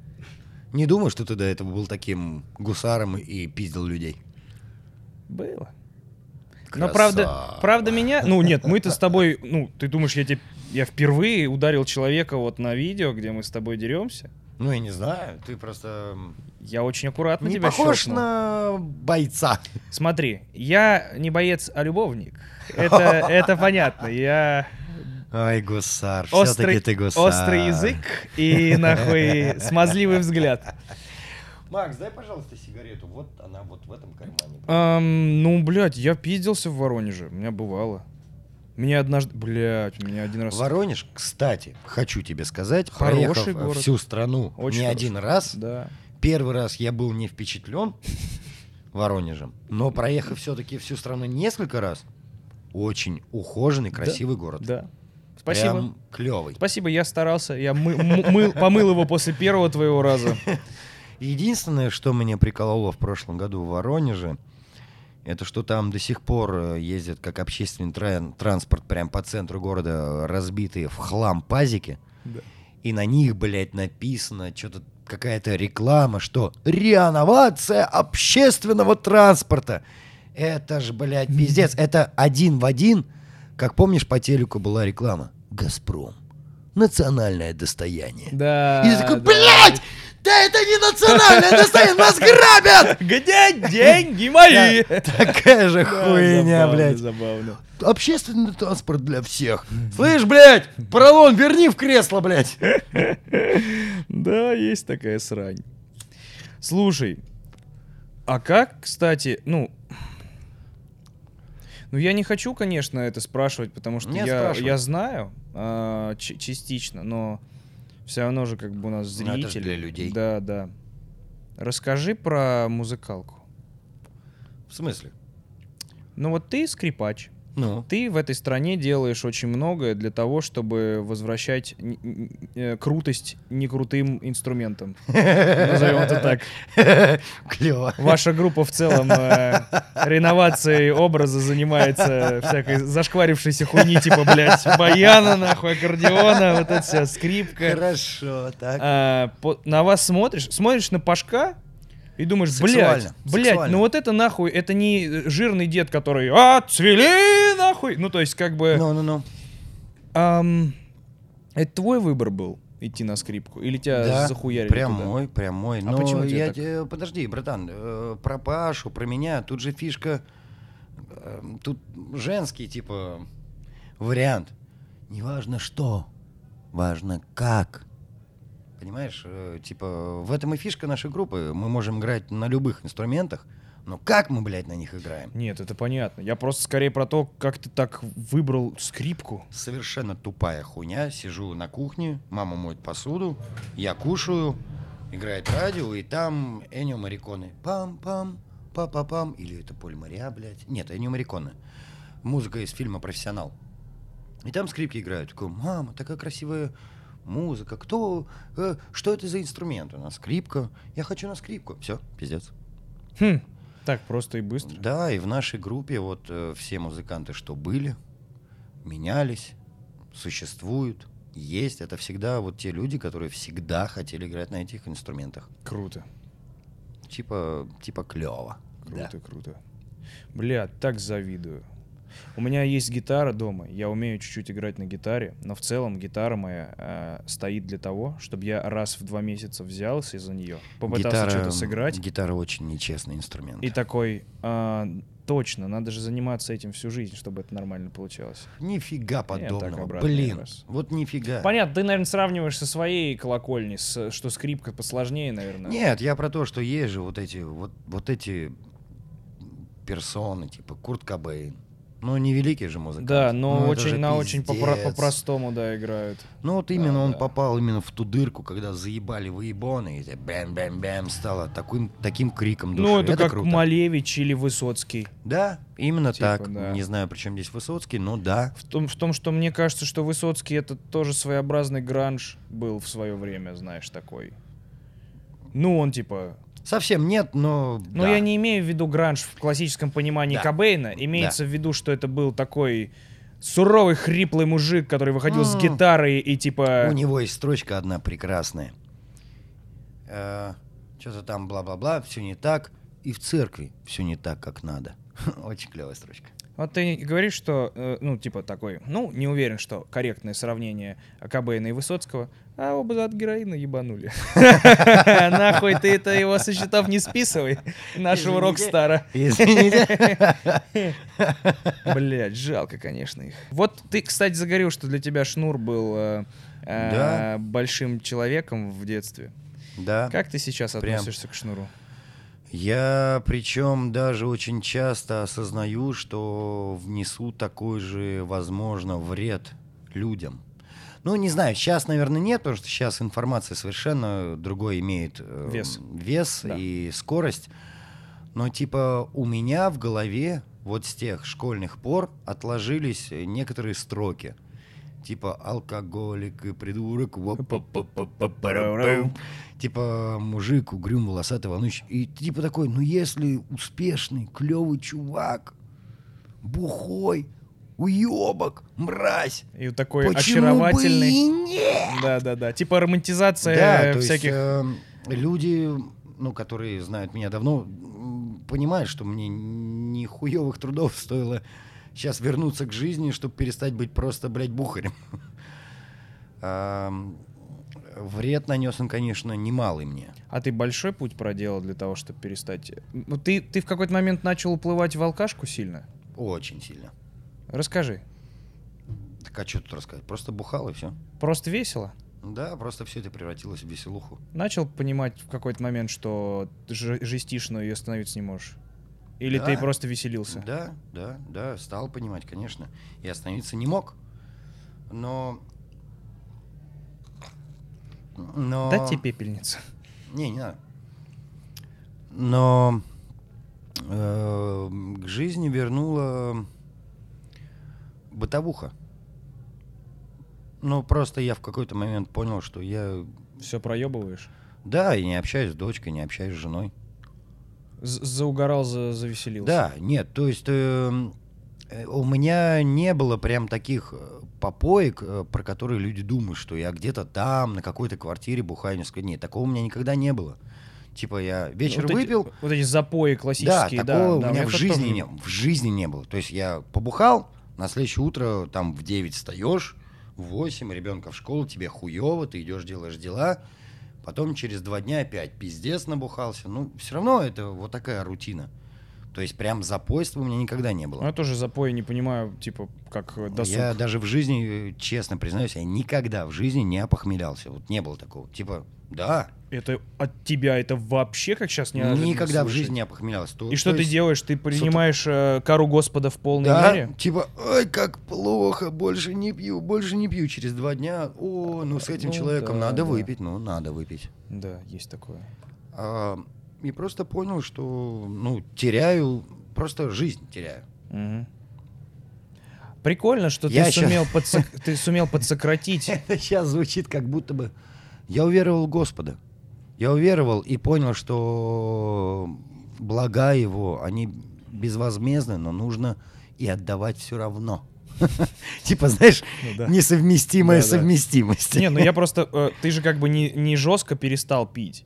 Не думаю, что ты до этого был таким гусаром и пиздил людей. Было. Но правда, Красава. правда меня... Ну нет, мы-то с тобой... Ну, ты думаешь, я тебе... Я впервые ударил человека вот на видео, где мы с тобой деремся? Ну, я не знаю, ты просто м, Я очень аккуратно не тебя похож щелкнул. на бойца. Смотри, я не боец, а любовник. Это, это понятно. Я Ай, гусар, острый, все-таки ты гусар. острый язык и нахуй смазливый взгляд. Макс, дай, пожалуйста, сигарету. Вот она вот в этом кармане. Ам, ну, блядь, я пиздился в Воронеже. У меня бывало. Меня однажды... Блядь, у меня один раз... Воронеж, кстати, хочу тебе сказать, Хороший проехав город. всю страну Очень не хороший. один раз, Да. первый раз я был не впечатлен Воронежем, но проехав все-таки всю страну несколько раз, очень ухоженный, красивый город. Да. Спасибо. Прям клевый. Спасибо, я старался. Я мы- м- мыл- помыл его после первого твоего раза. Единственное, что меня прикололо в прошлом году в Воронеже, это что там до сих пор э, ездят как общественный тран- транспорт прям по центру города, э, разбитые в хлам пазики. Да. И на них, блядь, написано что-то, какая-то реклама, что реновация общественного транспорта. Это ж, блядь, пиздец. Это один в один, как помнишь, по телеку была реклама. «Газпром. Национальное достояние». Да. И ты такой, да. блядь, да это не национальное достояние, нас грабят! Где деньги мои? Да, такая же Да, хуйня, забавно, блядь. Забавно. Общественный транспорт для всех. Слышь, блядь, поролон, верни в кресло, блядь. Да, есть такая срань. Слушай, а как, кстати, ну... Ну, я не хочу, конечно, это спрашивать, потому что Не я, спрашивай. я знаю а, ч- частично, но все равно же как бы у нас Ну, это ж зрители. для людей. Да, да. Расскажи про музыкалку. В смысле? Ну вот ты скрипач. Ну, Ты в этой стране делаешь очень многое для того, чтобы возвращать н- н- э, крутость некрутым инструментам. Назовем это так. клево. Ваша группа в целом э, реновацией образа занимается всякой зашкварившейся хуйни, типа, блядь, баяна, нахуй, аккордеона, вот это вся скрипка. Хорошо, так. А, по- на вас смотришь, смотришь на Пашка и думаешь, блядь, Сексуально, блядь, сексуально. ну вот это нахуй, это не жирный дед, который отцвели нахуй. Ну, то есть, как бы, Ну-ну-ну. ам, это твой выбор был идти на скрипку? Или тебя Да, захуярили прям туда? мой, прям мой. А Но почему тебе я так? те- Подожди, братан, э, про Пашу, про меня, тут же фишка, э, тут женский, типа, вариант. Не важно что, важно как. Понимаешь, э, типа, в этом и фишка нашей группы. Мы можем играть на любых инструментах, но как мы, блядь, на них играем? Нет, это понятно. Я просто скорее про то, как ты так выбрал скрипку. Совершенно тупая хуйня. Сижу на кухне, мама моет посуду, я кушаю, играет радио, и там Эннио Морриконе. Пам-пам, па-па-пам. Или это Поль Мариа, блядь. Нет, Эннио Морриконе. Музыка из фильма «Профессионал». И там скрипки играют. Такой, мама, такая красивая музыка. Кто? Э, что это за инструмент? У нас скрипка. Я хочу на скрипку. Все, пиздец. Хм, так просто и быстро. Да, и в нашей группе вот э, все музыканты, что были, менялись, существуют, есть. Это всегда вот те люди, которые всегда хотели играть на этих инструментах. Круто. Типа, типа клево. Круто, круто. Бля, так завидую. У меня есть гитара дома, я умею чуть-чуть играть на гитаре, но в целом гитара моя э, стоит для того, чтобы я раз в два месяца взялся из-за нее, попытался Гитара- что-то сыграть, Гитара очень нечестный инструмент. и такой, а, точно, надо же заниматься этим всю жизнь, чтобы это нормально получалось. Нифига так подобного. обратно Блин, раз. вот нифига. Понятно, ты, наверное, сравниваешь со своей колокольней, с, что скрипка посложнее, наверное. Нет, я про то, что есть же вот эти вот, вот эти персоны, типа Курт Кобейн. Ну, не великий же музыкант. Да, но Ну, это очень, же на очень попро- пиздец. по-простому, да, играют. Ну вот именно Да, он да. попал именно в ту дырку, когда заебали выебоны, и бэм-бэм-бэм стало таким, таким криком души. Ну, это, как круто. Малевич или Высоцкий. Да, именно Типа, так. да. Не знаю, при чем здесь Высоцкий, но да. В том, в том, что мне кажется, что Высоцкий это тоже своеобразный гранж был в свое время, знаешь, такой. Ну, он типа... Совсем нет, но... Но да. я не имею в виду гранж в классическом понимании Да. Кобейна. Имеется в виду, что это был такой суровый, хриплый мужик, который выходил с М. гитарой и типа... У него есть строчка одна прекрасная. Что-то там бла-бла-бла, все не так. И в церкви все не так, как надо. Очень клевая строчка. Вот ты говоришь, что, э, ну, типа такой, ну, не уверен, что корректное сравнение Кобейна и Высоцкого, а оба от героина ебанули. Нахуй ты это его со счетов не списывай, нашего Извините. рок-стара. Извините. Блять, жалко, конечно, их. Вот ты, кстати, заговорил, что для тебя Шнур был э, э, Да. большим человеком в детстве. Да. Как ты сейчас Прям. относишься к Шнуру? Я, причем, даже очень часто осознаю, что внесу такой же, возможно, вред людям. Ну, не знаю, сейчас, наверное, нет, потому что сейчас информация совершенно другой имеет э, Вес. вес Да. и скорость. Но, типа, у меня в голове вот с тех школьных пор отложились некоторые строки. Типа алкоголик и придурок. воп-поп-поп-поп-парам-пам. Типа мужик, угрюм, волосатый, волнующий. И типа такой, ну если успешный, клевый чувак, бухой, уебок, мразь, И такой почему очаровательный. бы и нет? Да-да-да. Типа романтизация Да, э, то есть, всяких... э, люди, ну, которые знают меня давно, м, понимают, что мне ни хуевых трудов стоило сейчас вернуться к жизни, чтобы перестать быть просто, блядь, бухарем. Ам, Вред нанес он, конечно, немалый мне. А ты большой путь проделал для того, чтобы перестать... Ну, Ты, ты в какой-то момент начал уплывать в алкашку сильно? Очень сильно. Расскажи. Так а что тут рассказать? Просто бухал и все. Просто весело? Да, просто все это превратилось в веселуху. Начал понимать в какой-то момент, что ж- жестишь, но и остановиться не можешь? Или Да. ты просто веселился? Да, да, да, стал понимать, конечно. И остановиться не мог. Но... Но... Дать тебе пепельницу. Не, не надо. Но э, к жизни вернула бытовуха. Ну, просто я в какой-то момент понял, что я... Все проебываешь? Да, и не общаюсь с дочкой, не общаюсь с женой. З- Заугорал, за- завеселился? Да, нет, то есть э, э, у меня не было прям таких э, попоек, э, про которые люди думают, что я где-то там, на какой-то квартире бухаю. несколько дней. Такого у меня никогда не было. Типа я вечер вот выпил, Эти, вот эти запои да, классические, да. такого да, у меня в кто-то жизни тоже не, в жизни не было. То есть я побухал, на следующее утро там в девять встаешь, в восемь ребенка в школу, тебе хуево, ты идешь делаешь дела, потом через два дня опять пиздец набухался. Ну, все равно это вот такая рутина. То есть прям запойства у меня никогда не было. Ну, я тоже запои не понимаю, типа, как э, досуг. Я даже в жизни, э, честно признаюсь, я никогда в жизни не опохмелялся. Вот не было такого. Типа, да, Это от тебя это вообще как сейчас неожиданно никогда в слышать. жизни не опохмелялся. То- И что то ты есть- делаешь? Ты принимаешь э, кару Господа в полной Да, мере? типа, ой, как плохо, больше не пью, больше не пью. Через два дня, о, ну с этим Ну человеком да, надо да. выпить, ну надо выпить. Да, есть такое. А, и просто понял, что, ну, теряю, просто жизнь теряю. Мгм. Прикольно, что Я ты, щас- сумел подсок- ты сумел подсократить. Это сейчас звучит, как будто бы я уверовал в Господа. Я уверовал и понял, что блага Его, они безвозмездны, но нужно и отдавать все равно. Типа, знаешь, Ну да. несовместимая Да, да. совместимость. Не, ну я просто... э, Ты же как бы не, не жестко перестал пить.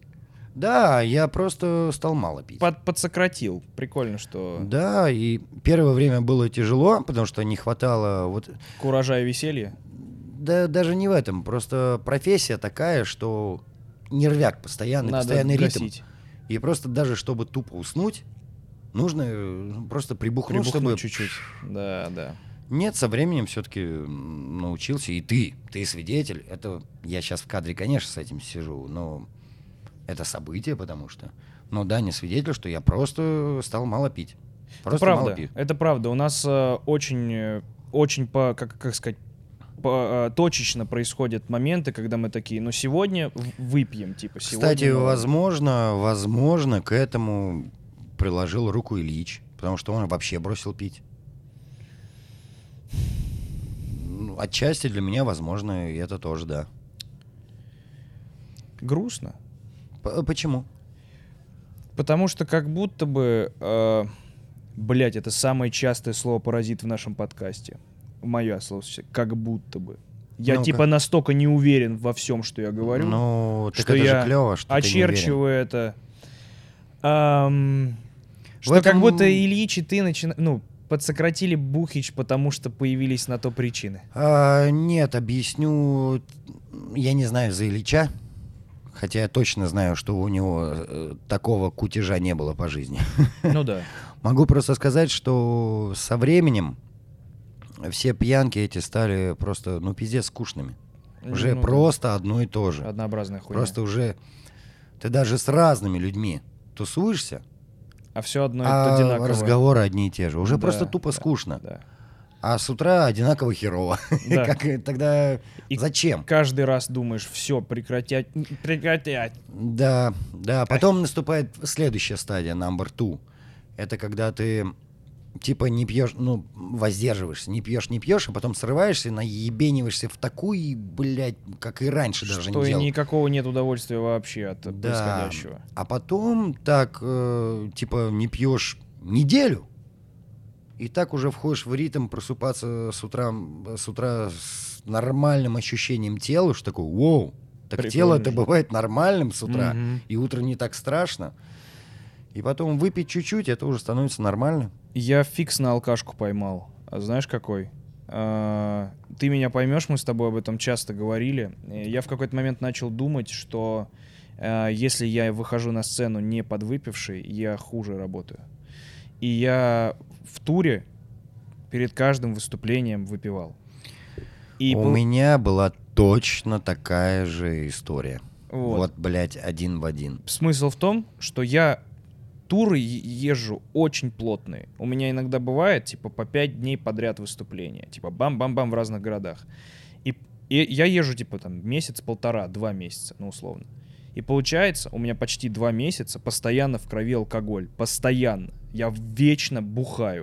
Да, я просто стал мало пить. Под, подсократил. Прикольно, что Да, и первое время было тяжело, потому что не хватало вот... куража и веселья. Да даже не в этом, просто профессия такая, что нервяк постоянный, Надо постоянный ритм. гасить. И просто даже чтобы тупо уснуть, нужно э, просто прибухнуть, Прибухнуть чтобы... чуть-чуть. Да, да. Нет, со временем все-таки научился, и ты, ты свидетель. Это я сейчас в кадре, конечно, с этим сижу, но это событие, потому что... Но да, не свидетель, что я просто стал мало пить. Просто это мало правда. пью. Это правда. У нас э, очень, э, очень по, как, как сказать, по, э, точечно происходят моменты, когда мы такие, ну сегодня в- выпьем, типа сегодня. Кстати, мы- возможно, возможно, к этому приложил руку Ильич, потому что он вообще бросил пить. Ну, отчасти для меня, возможно, и это тоже, да. Грустно. П- Почему? Потому что как будто бы, э, блять, это самое частое слово паразит в нашем подкасте. Мое слово, как будто бы. Я Ну-ка. типа настолько не уверен во всем, что я говорю, Ну, так что это я же клево, что ты не уверен. очерчиваю это. Ам, что этом- как будто Ильич и ты начина... ну, подсократили Бухич, потому что появились на то причины. А, нет, объясню. Я не знаю за Ильича, хотя я точно знаю, что у него э, такого кутежа не было по жизни. Ну да. Могу просто сказать, что со временем все пьянки эти стали просто, ну, пиздец, скучными. Уже Ну да. просто одно и то же. Однообразная хуйня. Просто уже ты даже с разными людьми тусуешься, А все одно а одинаково. разговоры одни и те же. Уже Да, просто тупо да, скучно. Да. А с утра одинаково херово. Да. Как, и тогда И зачем? Каждый раз думаешь, все, прекратять, прекратять. Да, да. Потом наступает следующая стадия, number two. Это когда ты типа не пьешь, ну, воздерживаешься, не пьешь, не пьешь, а потом срываешься, наебениваешься в такую, блядь, как и раньше даже Что не и делал. никакого нет удовольствия вообще от Да. происходящего. А потом так, э, типа, не пьешь неделю, и так уже входишь в ритм просыпаться с утра, с утра с нормальным ощущением тела, что такое, воу, так Прикольно тело это же. бывает нормальным с утра, Мгм. и утром не так страшно. И потом выпить чуть-чуть, это уже становится нормально. Я фикс на алкашку поймал. А знаешь какой? А, ты меня поймешь, мы с тобой об этом часто говорили. Э, Я в какой-то момент начал думать, что э, если я выхожу на сцену не подвыпивший, я хуже работаю. И я в туре перед каждым выступлением выпивал. И У был- меня была точно такая же история. вот. Вот, блядь, один в один. Смысл в том, что я туры е- езжу очень плотные. У меня иногда бывает, типа, по пять дней подряд выступления. Типа, бам-бам-бам в разных городах. И, и я езжу, типа, там, месяц-полтора, два месяца, ну, условно. И получается, у меня почти два месяца постоянно в крови алкоголь. Постоянно. Я вечно бухаю.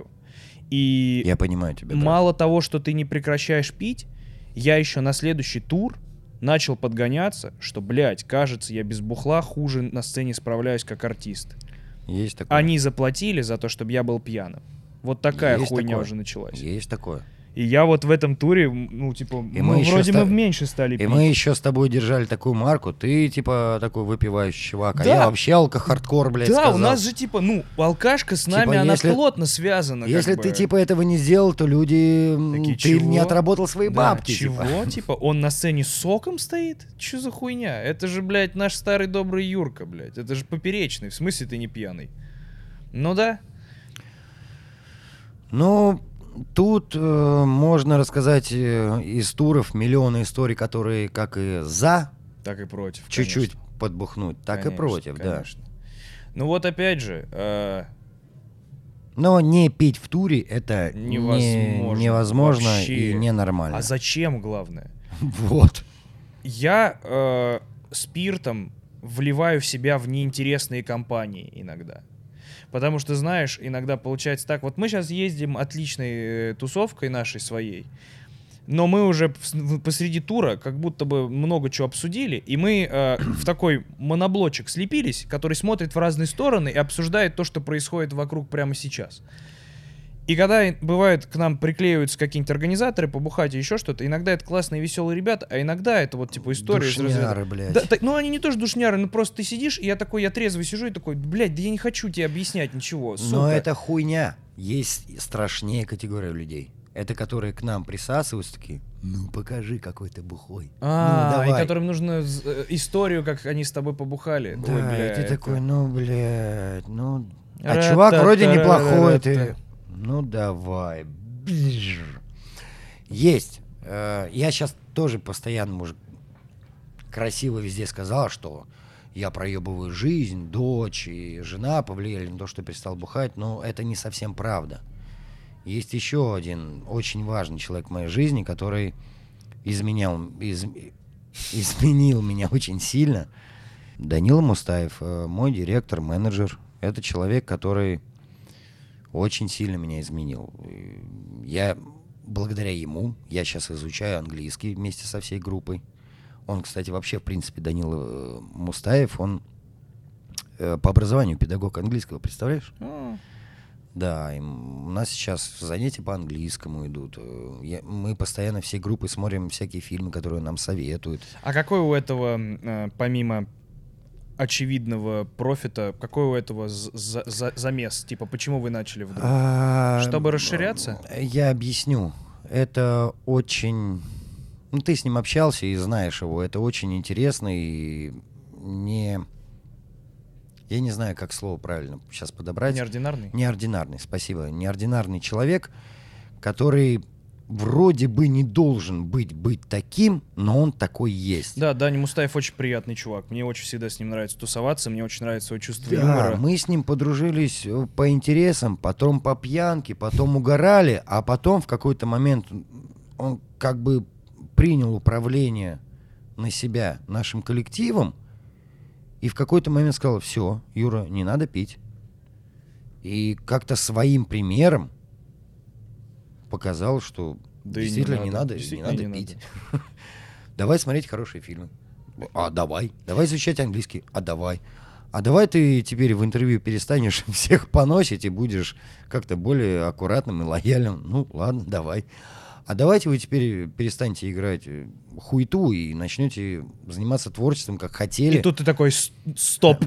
И Я понимаю тебя. да. мало того, что ты не прекращаешь пить, я еще на следующий тур начал подгоняться, что, блядь, кажется, я без бухла хуже на сцене справляюсь как артист. Есть такое. Они заплатили за то, чтобы я был пьяным. Вот такая Есть хуйня такое. уже началась. Есть такое. И я вот в этом туре, м, ну, типа, И мы мы еще вроде ста- мы меньше стали И пить. мы еще с тобой держали такую марку. Ты, типа, такой выпивающий чувак. А Да. я вообще алко-хардкор, блядь, Да, сказал. у нас же, типа, ну, алкашка с Типа, нами, она если- плотно связана. как Если бы. ты, типа, этого не сделал, то люди... м, Такие, ты чего? не отработал свои Да, бабки. чего? типа. Типа, он на сцене с соком стоит? Че за хуйня? Это же, блядь, наш старый добрый Юрка, блядь. Это же поперечный. В смысле ты не пьяный? Ну да. Ну, тут э, можно рассказать э, из туров миллионы историй, которые как и за Так и против. чуть-чуть конечно. подбухнуть, так и Конечно, против, да. конечно. Ну вот опять же, э, Но не пить в туре это не- Невозможно. невозможно Вообще. и ненормально. а зачем, главное? Вот. Я э, спиртом вливаю в себя в неинтересные компании иногда. Потому что, знаешь, иногда получается так. Вот мы сейчас ездим отличной э, тусовкой нашей своей, но мы уже в- в- посреди тура как будто бы много чего обсудили, и мы э, в такой моноблочек слепились, который смотрит в разные стороны и обсуждает то, что происходит вокруг прямо сейчас. И когда бывает к нам приклеиваются какие-нибудь организаторы побухать и еще что-то, иногда это классные веселые ребята, а иногда это вот типа история из разряда. Душняры, блядь. Да, так, ну они не тоже душняры, ну просто ты сидишь, и я такой, я трезвый сижу и такой, блядь, да я не хочу тебе объяснять ничего, сука. Но это хуйня. Есть страшнее категория людей. Это которые к нам присасываются, такие, ну покажи, какой ты бухой. А, ну, и давай. которым нужно з- э, историю, как они с тобой побухали. Да, Ой, бля, и ты это- такой, ну, блядь, ну... А Ра-та-та-ра-ра-ра-та. чувак вроде неплохой, ты... Ну, давай. Бжж. Есть. Э, Я сейчас тоже постоянно, может, красиво везде сказал, что я проебываю жизнь, дочь и жена повлияли на то, что перестал бухать, но это не совсем правда. Есть еще один очень важный человек в моей жизни, который изменял, из- изменил меня очень сильно. Данила Мустаев, э, мой директор, менеджер. Это человек, который очень сильно меня изменил. И Я благодаря ему, я сейчас изучаю английский вместе со всей группой. Он, кстати, вообще, в принципе, Данила э, Мустаев, он э, по образованию педагог английского, представляешь? А, Да, и м- у нас сейчас занятия по английскому идут. Э, я- мы постоянно всей группой смотрим всякие фильмы, которые нам советуют. А какой у этого, э, помимо очевидного профита, какой у этого з- за- за- замес? Типа, почему вы начали вдруг? А, Чтобы расширяться? Я объясню. Это очень... Ну, ты с ним общался и знаешь его. Это очень интересно и не... Я не знаю, как слово правильно сейчас подобрать. Неординарный? Неординарный, спасибо. Неординарный человек, который вроде бы не должен быть, быть таким, но он такой есть. Да, Даня Мустаев очень приятный чувак. Мне очень всегда с ним нравится тусоваться, мне очень нравится его чувство Да, юмора. мы с ним подружились э, по интересам, потом по пьянке, потом угорали, а потом в какой-то момент он как бы принял управление на себя нашим коллективом и в какой-то момент сказал: все, Юра, не надо пить. И как-то своим примером показал, что Да и не действительно не надо, надо, не действительно надо не пить. Давай смотреть хорошие фильмы. А давай. Давай изучать английский. А давай. А давай ты теперь в интервью перестанешь всех поносить и будешь как-то более аккуратным и лояльным. Ну, ладно, давай. А давайте вы теперь перестаньте играть э, хуету и начнете заниматься творчеством, как хотели. И тут ты такой, «С- стоп.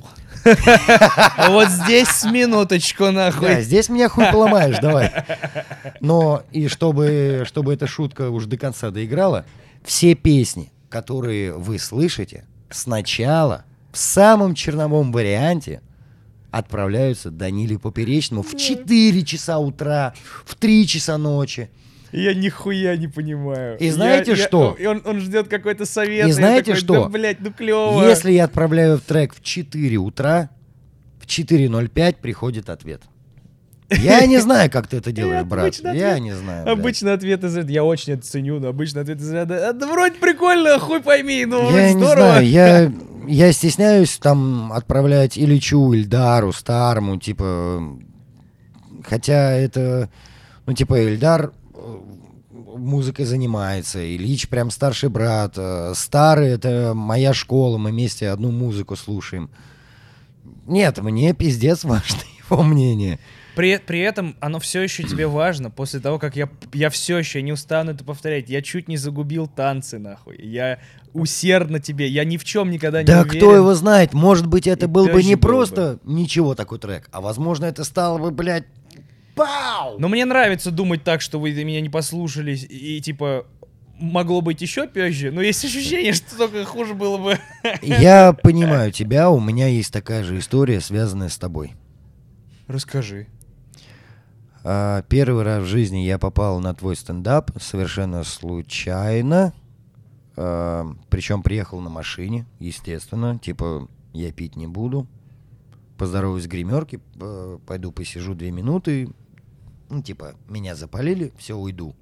Вот здесь минуточку, нахуй. Да, здесь меня хуй поломаешь, давай. Но и чтобы, чтобы эта шутка уж до конца доиграла, все песни, которые вы слышите, сначала в самом черновом варианте отправляются Даниле Поперечному в четыре часа утра, в три часа ночи. Я нихуя не понимаю. И знаете Я- я- что? И он, он ждет какой-то совет. И я знаете такой, что? Да, блядь, ну клево. Если я отправляю трек в четыре утра, в четыре ноль пять приходит ответ. Я не знаю, как ты это делаешь, брат. Обычный Я ответ. не знаю. блядь. Обычный ответ из этого, я очень это ценю, но обычный ответ из ряда, «А, да вроде прикольно, хуй пойми, ну вроде Я не здорово. знаю, я, я стесняюсь там отправлять Ильичу, Ильдару, Старому, типа, хотя это, ну, типа, Ильдар э, музыкой занимается, Ильич прям старший брат, э, Старый — это моя школа, мы вместе одну музыку слушаем. Нет, мне пиздец важно его мнение. При, при этом оно все еще тебе важно, после того, как я, я все еще не устану это повторять, я чуть не загубил танцы, нахуй, я усердно тебе, я ни в чем никогда не Да уверен. кто его знает, может быть, это И был бы позже не был бы. просто ничего такой трек, а возможно, это стало бы, блядь, пау! Но мне нравится думать так, что вы меня не послушались, и, и, типа, могло быть еще позже, но есть ощущение, что только хуже было бы. Я понимаю тебя, у меня есть такая же история, связанная с тобой. Расскажи. А, Первый раз в жизни я попал на твой стендап совершенно случайно. А, Причем приехал на машине, естественно. Типа, я пить не буду. Поздороваюсь в гримерке, п- пойду посижу две минуты. Ну, типа, меня запалили, все, уйду.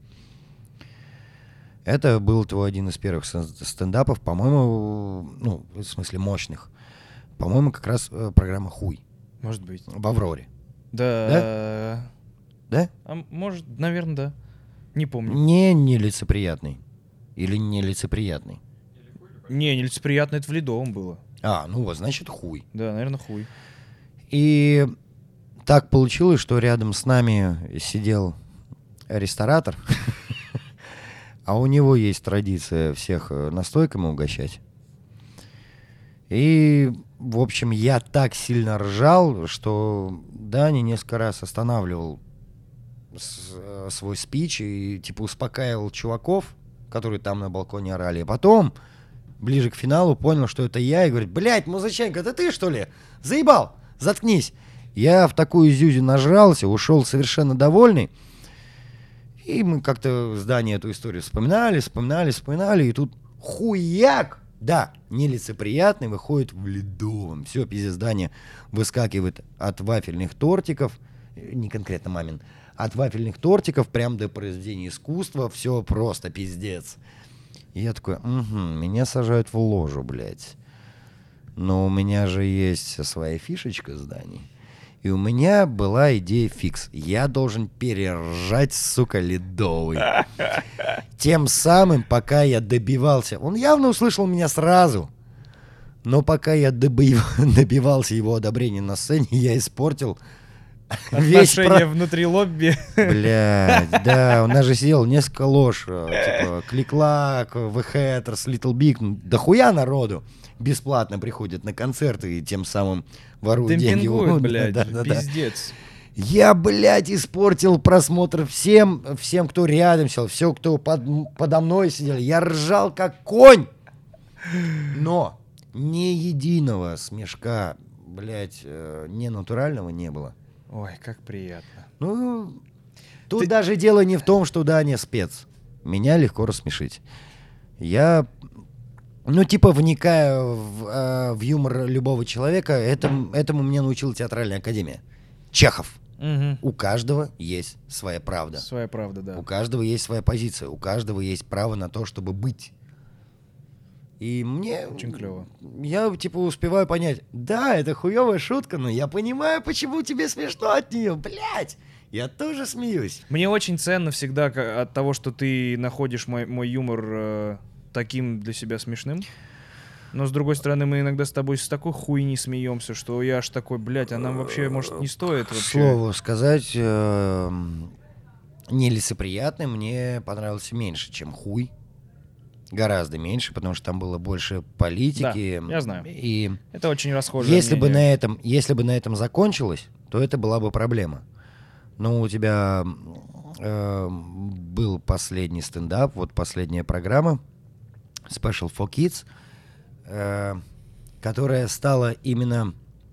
Это был твой один из первых стен- стендапов, по-моему, ну, в смысле мощных. По-моему, как раз э, программа «Хуй» Может быть. в «Авроре». Да. Да? А может, наверное, да. Не помню. Не нелицеприятный. Или нелицеприятный. Не, нелицеприятно это в Ледовом было. А, ну вот, значит, хуй. Да, наверное, хуй. И так получилось, что рядом с нами сидел ресторатор, а у него есть традиция всех настойками угощать. И, в общем, я так сильно ржал, что Даня несколько раз останавливал с, свой спич и, типа, успокаивал чуваков, которые там на балконе орали. А потом, ближе к финалу, понял, что это я, и говорит: блядь, музыченко, это ты, что ли? Заебал, заткнись. Я в такую зюзю нажрался, ушел совершенно довольный. И мы как-то с Даней эту историю вспоминали, вспоминали, вспоминали, и тут хуяк! Да, нелицеприятный выходит в ледовом. Все, пиздец, Даня выскакивает от вафельных тортиков, не конкретно мамин, от вафельных тортиков прям до произведения искусства, все просто пиздец. И я такой: угу, меня сажают в ложу, блядь. Но у меня же есть своя фишечка с Даней. И у меня была идея фикс. Я должен перержать, сука, ледовый. Тем самым, пока я добивался... Он явно услышал меня сразу. Но пока я доби... добивался его одобрения на сцене, я испортил весь... Отношения про... внутри лобби. Блядь, да. У нас же сидел несколько лож. Типа Клик-Клак, The Hatters, Little Big. Да хуя народу бесплатно приходят на концерты и тем самым воруют деньги. Демпингуют, блядь, да, да, пиздец. Да. Я, блядь, испортил просмотр всем, всем, кто рядом сидел, все, кто под, подо мной сидел. Я ржал как конь. Но ни единого смешка, блядь, э, ненатурального не было. Ой, как приятно. Ну, тут Ты... даже дело не в том, что Даня спец. Меня легко рассмешить. Я... Ну, типа, вникая в, э, в юмор любого человека, этому, этому меня научила театральная академия. Чехов. Угу. У каждого есть своя правда. Своя правда, да. У каждого есть своя позиция. У каждого есть право на то, чтобы быть. И мне... Очень клево. Я, типа, успеваю понять: да, это хуевая шутка, но я понимаю, почему тебе смешно от нее, блядь. Я тоже смеюсь. Мне очень ценно всегда от того, что ты находишь мой, мой юмор... Э... таким для себя смешным. Но, с другой стороны, мы иногда с тобой с такой хуйни смеемся, что я аж такой: блядь, а нам вообще, может, не стоит К вообще... слову сказать, э, нелицеприятный мне понравился меньше, чем хуй. Гораздо меньше, потому что там было больше политики. Да, я знаю. И это очень расхожее если мнение. бы на этом, если бы на этом закончилось, то это была бы проблема. Но у тебя э, был последний стендап, вот последняя программа Special for Kids, э, которая стала именно...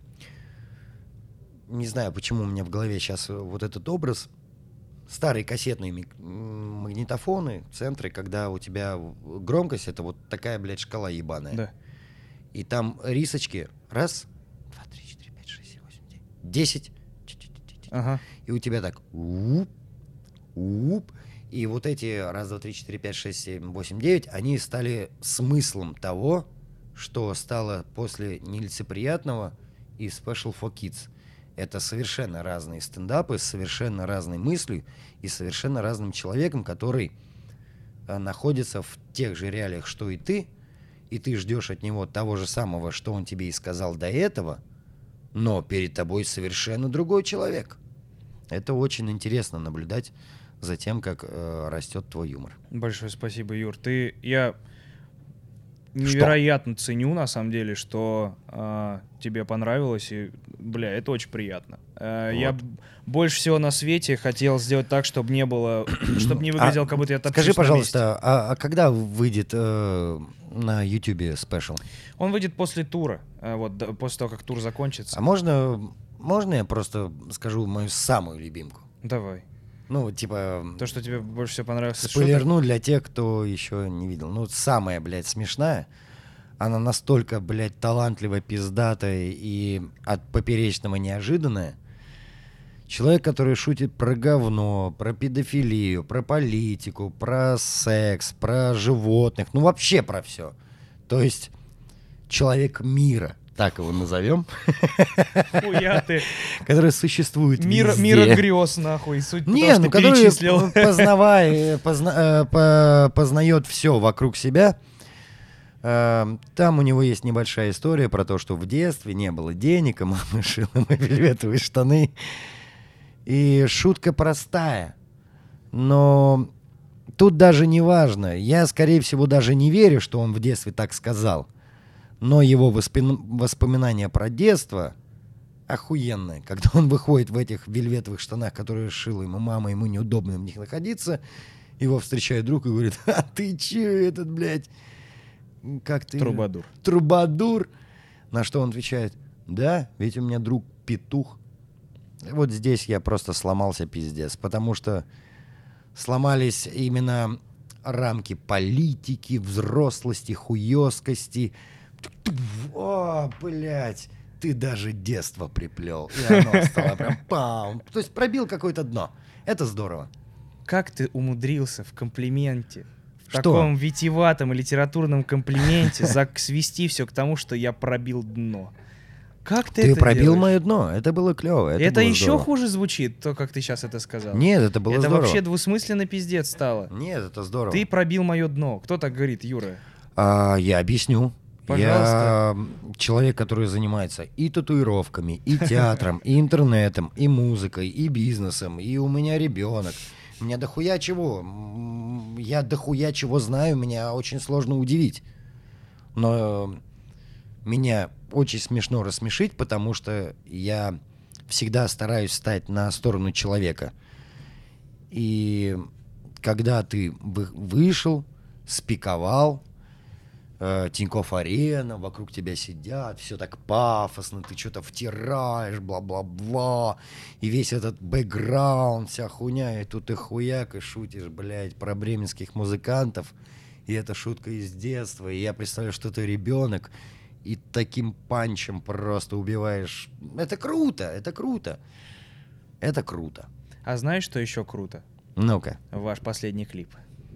Не знаю, почему у меня в голове сейчас вот этот образ. Старые кассетные миг- магнитофоны, центры, когда у тебя громкость — это вот такая, блядь, шкала ебаная. Да. И там рисочки. Раз, два, три, четыре, пять, шесть, семь, восемь, девять, десять. Ага. И у тебя так... Уп, уп. И вот эти раз, два, три, четыре, пять, шесть, семь, восемь, девять, они стали смыслом того, что стало после нелицеприятного и Special for Kids. Это совершенно разные стендапы, с совершенно разной мыслью и совершенно разным человеком, который э, находится в тех же реалиях, что и ты, и ты ждешь от него того же самого, что он тебе и сказал до этого, но перед тобой совершенно другой человек. Это очень интересно наблюдать за тем, как э, растет твой юмор. Большое спасибо, Юр. Ты, я невероятно что? ценю, на самом деле, что э, тебе понравилось, и, бля, это очень приятно. Э, вот. Я больше всего на свете хотел сделать так, чтобы не было, чтобы не выглядел, а, как будто я топчусь. Скажи, пожалуйста, а, а когда выйдет э, на Ютубе спешл? Он выйдет после тура, э, вот да, после того, как тур закончится. А можно, можно я просто скажу мою самую любимку? Давай. Ну, типа... То, что тебе больше всего понравилось. Спойлерну для тех, кто еще не видел. Ну, самая, блядь, смешная. Она настолько, блядь, талантливая, пиздатая и от поперечного неожиданная. Человек, который шутит про говно, про педофилию, про политику, про секс, про животных. Ну, вообще про все. То есть человек мира. Так его назовем. Хуя ты. Который существует Мир, везде. Мира грез, нахуй. Суть Не, потому, ну что который перечислил. познавай, позна, по, познает все вокруг себя. Э, Там у него есть небольшая история про то, что в детстве не было денег, а мама шила ему вельветовые штаны. И шутка простая, но тут даже не важно. Я, скорее всего, даже не верю, что он в детстве так сказал. Но его воспи- воспоминания про детство охуенные. Когда он выходит в этих вельветовых штанах, которые шила ему мама, ему неудобно в них находиться, его встречает друг и говорит: а ты че этот, блядь, как ты? Трубадур. Трубадур. На что он отвечает: да, ведь у меня друг петух. Вот здесь я просто сломался пиздец, потому что сломались именно рамки политики, взрослости, хуёскости. О, блядь, ты даже детство приплел. И оно стало прям пам. То есть пробил какое-то дно. Это здорово. Как ты умудрился в комплименте, в Что? таком витиеватом и литературном комплименте зак- свести все к тому, что я пробил дно? Как ты, Ты это пробил делаешь? мое дно. Это было клево. Это, Это было еще здорово. хуже звучит, то, как ты сейчас это сказал. Нет, это было это здорово. вообще двусмысленно пиздец стало. Нет, это здорово. Ты пробил мое дно. Кто так говорит, Юра? А, я объясню. Пожалуйста. Я человек, который занимается и татуировками, и театром, и интернетом, и музыкой, и бизнесом, и у меня ребенок. У меня дохуя чего. М, Я дохуя чего знаю, меня очень сложно удивить. Но меня очень смешно рассмешить, потому что я всегда стараюсь стать на сторону человека. И когда ты вы- вышел, спиковал, э, Тинькофф Арена, вокруг тебя сидят, все так пафосно, ты что-то втираешь, бла-бла-бла, и весь этот бэкграунд, вся хуйня, и тут ты хуяк и шутишь, блядь, про бременских музыкантов, и это шутка из детства, и я представляю, что ты ребенок, и таким панчем просто убиваешь. Это круто, это круто, это круто. А знаешь, что еще круто? Ну-ка, Ваш последний клип.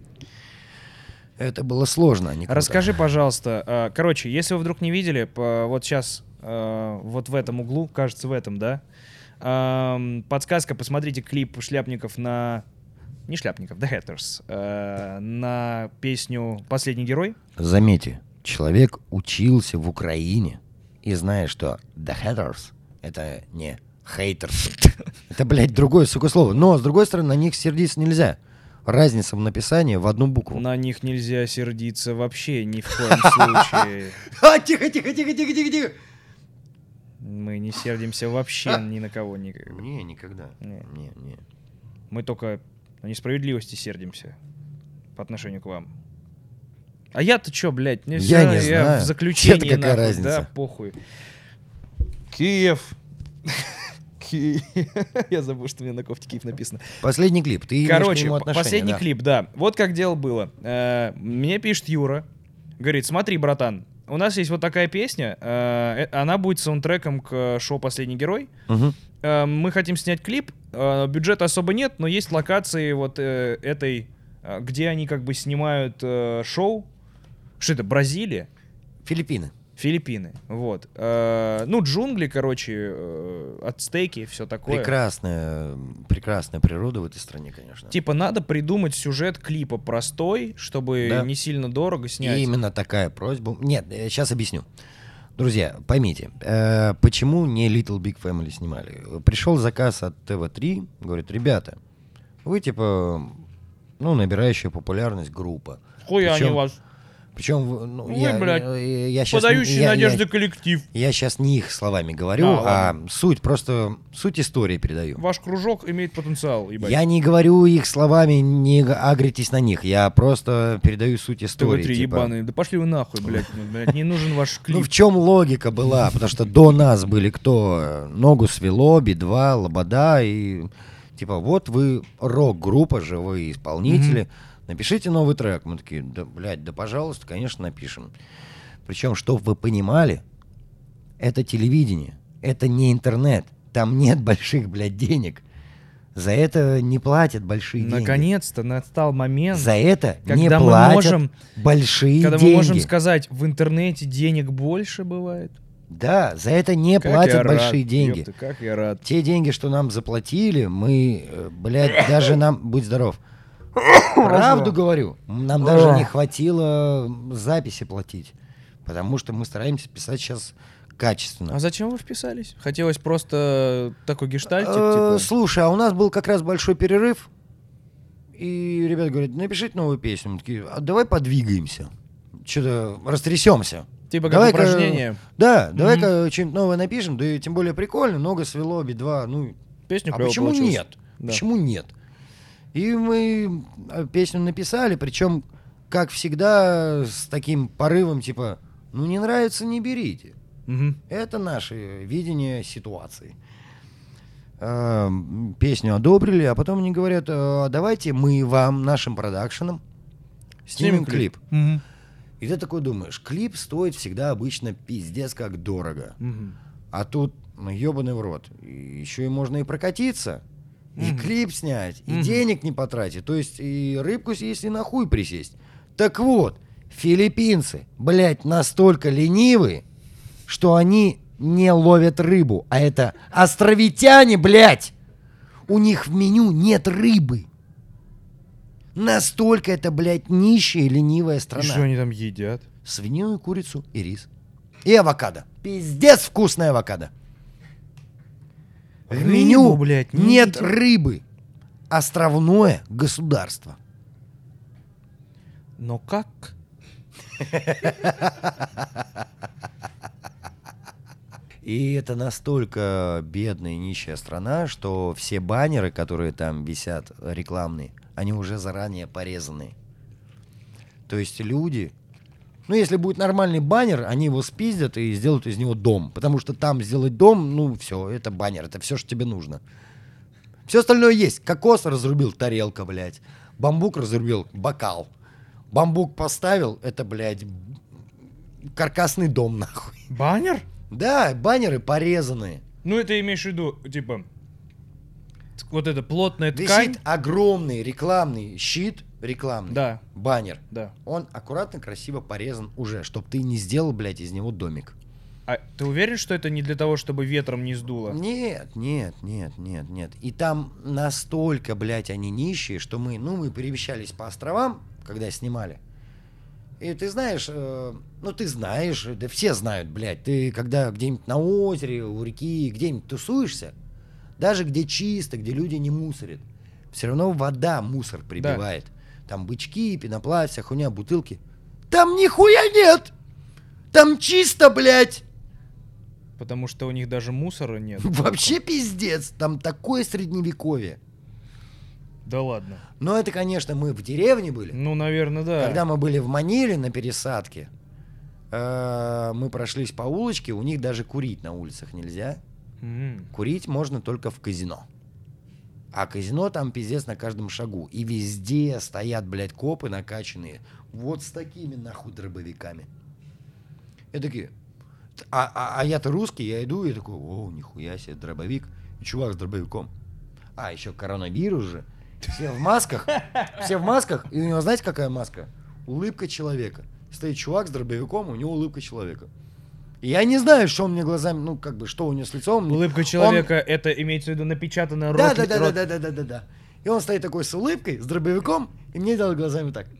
это было сложно, а не круто. Расскажи, пожалуйста, э, короче, если вы вдруг не видели, по- вот сейчас, э, вот в этом углу, кажется, в этом, да, эм, подсказка, посмотрите клип Шляпников на... Не Шляпников, The Hatters, э, на песню «Последний герой». Заметьте, человек учился в Украине и знает, что The Hatters — это не haters. Это, блядь, другое, сука, слово. Но, с другой стороны, на них сердиться нельзя. Разница в написании в одну букву. На них нельзя сердиться вообще ни в коем случае. А, тихо, тихо, тихо, тихо, тихо, тихо. Мы не сердимся вообще ни на кого никогда. Не, никогда. Не. Не, не. Мы только на несправедливости сердимся по отношению к вам. А я-то чё, блядь? Мне Я всё, не знаю. в заключении, Тебе-то какая нахуй, разница? Да, похуй. Киев. Киев. Я забыл, что у меня на кофте Киев написано. Последний клип. Ты имеешь к Короче, нему п- отношение, последний да? клип, да. Вот как дело было. Э, Мне пишет Юра. Говорит, смотри, братан, у нас есть вот такая песня. э, э, Она будет саундтреком к шоу «Последний герой». Мгм. Э, Мы хотим снять клип. э, Бюджета особо нет, но есть локации вот э, этой, э, где они как бы снимают э, шоу. Что это, Бразилия? Филиппины. Филиппины, вот. Э, ну, джунгли, короче, э, ацтеки, все такое. Прекрасная, прекрасная природа в этой стране, конечно. Типа надо придумать сюжет клипа простой, чтобы Да. не сильно дорого снять. И именно такая просьба. Нет, сейчас объясню. Друзья, поймите, э, почему не Little Big Family снимали? Пришел заказ от тэ вэ три, говорит, ребята, вы типа, ну, набирающая популярность группа. Хуя они Причем- вас. Причем, вы, ну, Вы, я, блядь, я, я щас, Подающий я, надежды я, коллектив. я сейчас не их словами говорю, А, а, суть, просто суть истории передаю. Ваш кружок имеет потенциал, ебать. Я не говорю их словами, не агритесь на них, я просто передаю суть истории. тэ вэ три типа. ебаные. Да пошли вы нахуй, блядь. Ну, блядь, не нужен ваш клип. Ну в чем логика была? Потому что до нас были кто? Ногу свело, Би два, Лобода и типа вот вы рок-группа, живые исполнители, напишите новый трек. Мы такие, да, блядь, да пожалуйста, конечно, напишем. Причем, чтобы вы понимали, это телевидение, это не интернет, там нет больших, блядь, денег. За это не платят большие деньги. Наконец-то настал момент, За это когда не мы платят можем- большие когда деньги. мы можем сказать, в интернете денег больше бывает. Да, за это не Как платят я большие рад, деньги. ёпта, как я рад. Те деньги, что нам заплатили, мы, э, блядь, даже нам, будь здоров, Правду говорю. Нам даже не хватило записи платить. Потому что мы стараемся писать сейчас качественно. А зачем вы вписались? Хотелось просто такой гештальтик, Э, типа... Слушай, а у нас был как раз большой перерыв. И ребята говорят, напишите новую песню. Мы такие, а давай подвигаемся. Что-то растрясемся. Типа как Давай-ка- упражнение. Да, давай-ка что-нибудь новое напишем. Да и тем более прикольно, много свело, би два. Ну, Песню а клёво почему получилось. нет? Да. Почему нет? И мы э, песню написали, причем, как всегда, с таким порывом, типа, ну не нравится, не берите. Мгм. Это наше видение ситуации. Э, м, Песню одобрили, а потом они говорят, «А давайте мы вам, нашим продакшеном, снимем клип. Мгм. И ты такой думаешь, клип стоит всегда обычно пиздец как дорого. Мгм. А тут, ну, ебаный в рот. Еще и можно и прокатиться, и Мгм. клип снять, и Мгм. денег не потратить. То есть и рыбку съесть, и на хуй присесть. Так вот, филиппинцы, блядь, настолько ленивые, что они не ловят рыбу. А это островитяне, блядь! У них в меню нет рыбы. Настолько это, блядь, нищая и ленивая И страна. что они там едят? Свинину, курицу и рис. И авокадо. Пиздец вкусная авокадо. В Рыбу, меню блядь, не нет едите? рыбы. Островное государство. Но как? И это настолько бедная и нищая страна, что все баннеры, которые там висят, рекламные, они уже заранее порезаны. То есть люди... Ну, если будет нормальный баннер, они его спиздят и сделают из него дом. Потому что там сделать дом, ну, все, это баннер, это все, что тебе нужно. Все остальное есть. Кокос разрубил, тарелка, блядь. Бамбук разрубил, бокал. Бамбук поставил, это, блядь, каркасный дом, нахуй. Баннер? Да, баннеры порезанные. Ну, это имеешь в виду, типа, вот эта плотная ткань. Висит огромный рекламный щит, рекламный, Да. баннер. Да. Он аккуратно, красиво порезан уже, чтобы ты не сделал, блядь, из него домик. А ты уверен, что это не для того, чтобы ветром не сдуло? Нет, нет, нет, нет, нет. И там настолько, блядь, они нищие, что мы, ну, мы перемещались по островам, когда снимали. И ты знаешь, э, ну ты знаешь, да все знают, блядь, ты когда где-нибудь на озере, у реки, где-нибудь тусуешься, даже где чисто, где люди не мусорят, все равно вода мусор прибивает. Там бычки, пенопласт, вся хуйня, бутылки. Там нихуя нет! Там чисто, блядь! Потому что у них даже мусора нет. Вообще пиздец, там такое средневековье. Да ладно. Но это, конечно, мы в деревне были. Ну, наверное, да. Когда мы были в Маниле на пересадке, э, мы прошлись по улочке, у них даже курить на улицах нельзя. М. Курить можно только в казино. А казино там пиздец на каждом шагу. И везде стоят, блядь, копы накачанные. Вот с такими, нахуй, дробовиками. И такие... А, а, а я-то русский, я иду и такой, о, нихуя себе, дробовик. И чувак с дробовиком. А, еще коронавирус же. Все в масках. Все в масках. И у него, знаете, какая маска? Улыбка человека. Стоит чувак с дробовиком, у него улыбка человека. И я не знаю, что он мне глазами, ну, как бы, что у него с лицом. Улыбка человека, это имеется в виду напечатанная Да, рот. да, да, да, рот- да, да, да, да, да. И он стоит такой с улыбкой, с дробовиком, и мне делает глазами так.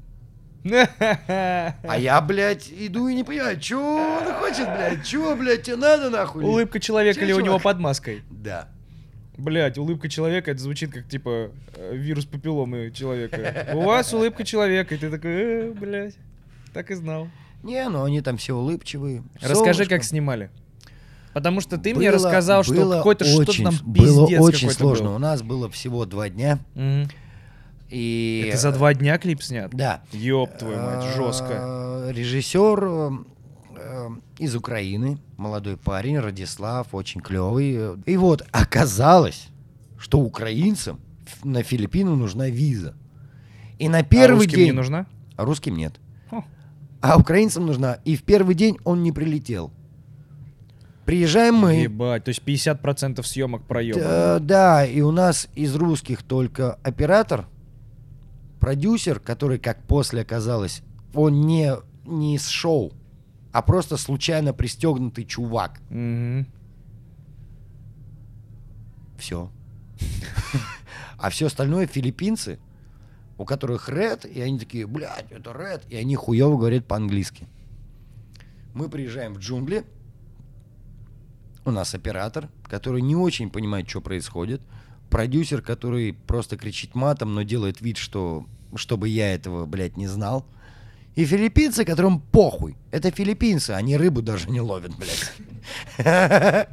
А я, блядь, иду и не понимаю, чё он хочет, блядь, чё, блядь, тебе надо, нахуй? Улыбка человека Чё, или у него чувак? под маской? Да. Блять, улыбка человека, это звучит как, типа, э, вирус папилломы человека. У вас улыбка человека, и ты такой, э, блядь, так и знал. Не, ну они там все улыбчивые. Расскажи, солнышко. как снимали. Потому что ты мне Было- рассказал, что было какой-то что-то очень- там Было пиздец очень какой-то сложно. был. У нас было всего два дня. Мгм. И... Это за два дня клип снят? Да. Ёб твою мать, жестко. Э, Режиссер э, э, из Украины, молодой парень, Радислав, очень клевый. И вот оказалось, что украинцам ф- на Филиппины нужна виза. И на А первый русским день... не нужна? А русским нет. Хм. А украинцам нужна. И в первый день он не прилетел. Приезжаем мы. Ебать, то есть пятьдесят процентов съемок проебано. Да, да, и у нас из русских только оператор, продюсер, который, как после оказалось, он не, не из шоу, а просто случайно пристегнутый чувак. Мгм. Все. А все остальное филиппинцы. у которых рэд, и они такие, блядь, это рэд, и они хуёво говорят по-английски. Мы приезжаем в джунгли, у нас оператор, который не очень понимает, что происходит, продюсер, который просто кричит матом, но делает вид, что чтобы я этого, блядь, не знал, и филиппинцы, которым похуй. Это филиппинцы, они рыбу даже не ловят, блядь.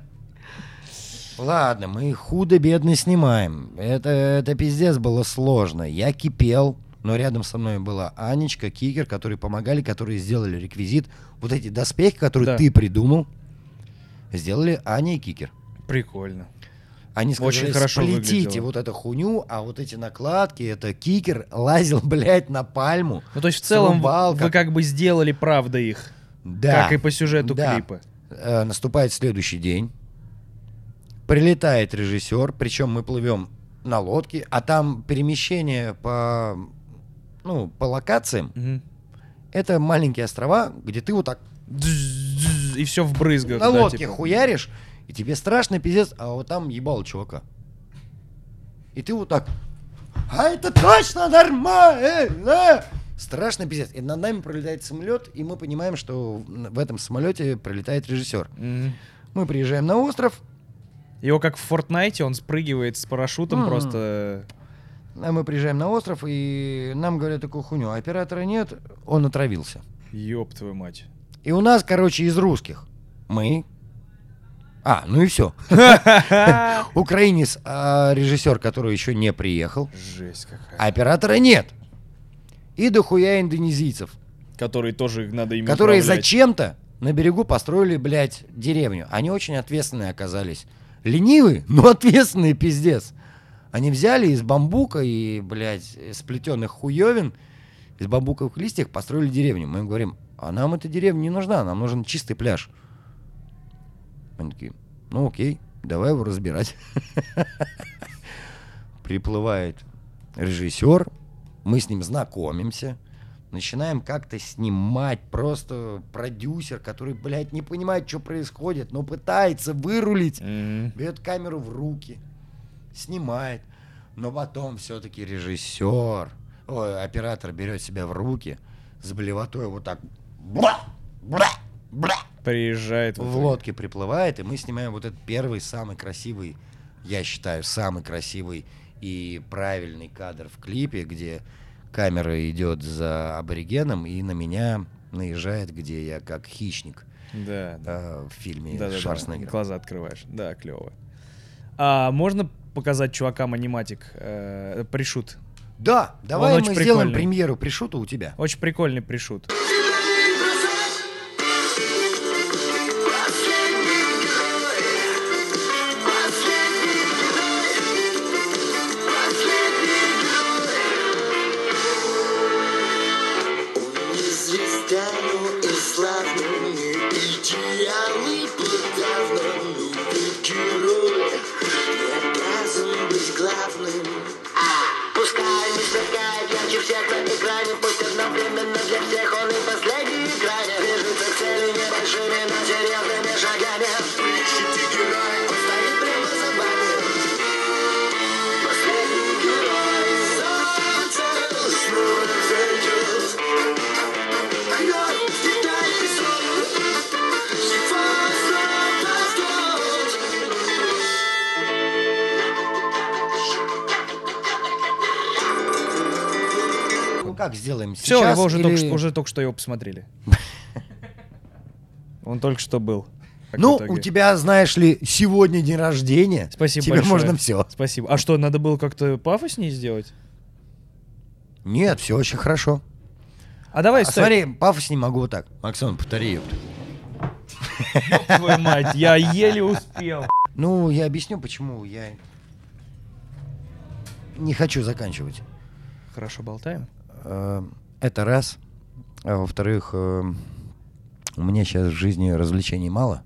Ладно, мы худо-бедно снимаем. Это, это пиздец было сложно. Я кипел, но рядом со мной была Анечка, Кикер, которые помогали, которые сделали реквизит. Вот эти доспехи, которые да. ты придумал, сделали Аня и Кикер. Прикольно. Они сказали, очень хорошо сплетите выглядело. вот эту хуйню, а вот эти накладки, это Кикер лазил, блядь, на пальму. Ну, то есть в целом срубал, вы как... как бы сделали правда их. Да. Как и по сюжету да. клипа. Э, наступает следующий день. Прилетает режиссер, причем мы плывем на лодке, а там перемещение по, ну, по локациям. Угу. Это маленькие острова, где ты вот так и все вбрызгают. на да, лодке типа. хуяришь, и тебе страшно, пиздец, а вот там ебало чувака. И ты вот так, а это точно нормально! Страшно, пиздец. И над нами пролетает самолет, и мы понимаем, что в этом самолете прилетает режиссер. Mm-hmm. Мы приезжаем на остров. Его как в Фортнайте, он спрыгивает с парашютом mm-hmm. просто... А мы приезжаем на остров, и нам говорят такую хуйню. Оператора нет, он отравился. Ёб твою мать. И у нас, короче, из русских мы... А, ну и все. Украинец, режиссер, который еще не приехал. Жесть какая. А оператора нет. И дохуя индонезийцев. Которые тоже надо им Которые управлять. зачем-то на берегу построили, блядь, деревню. Они очень ответственные оказались. Ленивые, но ответственные, пиздец. Они взяли из бамбука и, блядь, сплетенных хуевин, из бамбуковых листьев построили деревню. Мы им говорим, а нам эта деревня не нужна, нам нужен чистый пляж. Они такие, ну окей, давай его разбирать. Приплывает режиссер, мы с ним знакомимся, начинаем как-то снимать, просто продюсер, который, блядь, не понимает, что происходит, но пытается вырулить, mm-hmm. берет камеру в руки, снимает, но потом все-таки режиссер, ой, оператор берет себя в руки, с блевотой вот так, бла, бла, бла, приезжает в лодке приплывает, и мы снимаем вот этот первый, самый красивый, я считаю, самый красивый и правильный кадр в клипе, где камера идет за аборигеном и на меня наезжает, где я как хищник да, да. Э, в фильме да, Шварценеггера. Да, глаза открываешь, да, клево. А можно показать чувакам аниматик, э, пришут? Да, давай Он мы очень сделаем прикольный. премьеру пришута у тебя. Очень прикольный пришут. Пускай не сверкает ярче всех на экране, пусть одновременно для всех он и последний экране. Движется к цели небольшими, но серьезными шагами. Ищите героя, он стоит прямо за вами. Последний герой, солнце снова зайдет. Лед, деталь, песок, его снова ждет. Как сделаем сейчас? Все, его уже, или... только, что, уже только что его посмотрели. Он только что был. Ну, у тебя, знаешь ли, сегодня день рождения. Спасибо тебе большое. можно все. Спасибо. А что, надо было как-то пафоснее сделать? Нет, все очень хорошо. А давай, а смотри, пафоснее могу вот так. Максон, повтори ее. Твою мать, я еле успел. Ну, я объясню, почему я не хочу заканчивать. Хорошо болтаем. Это раз. А во-вторых, у меня сейчас в жизни развлечений мало.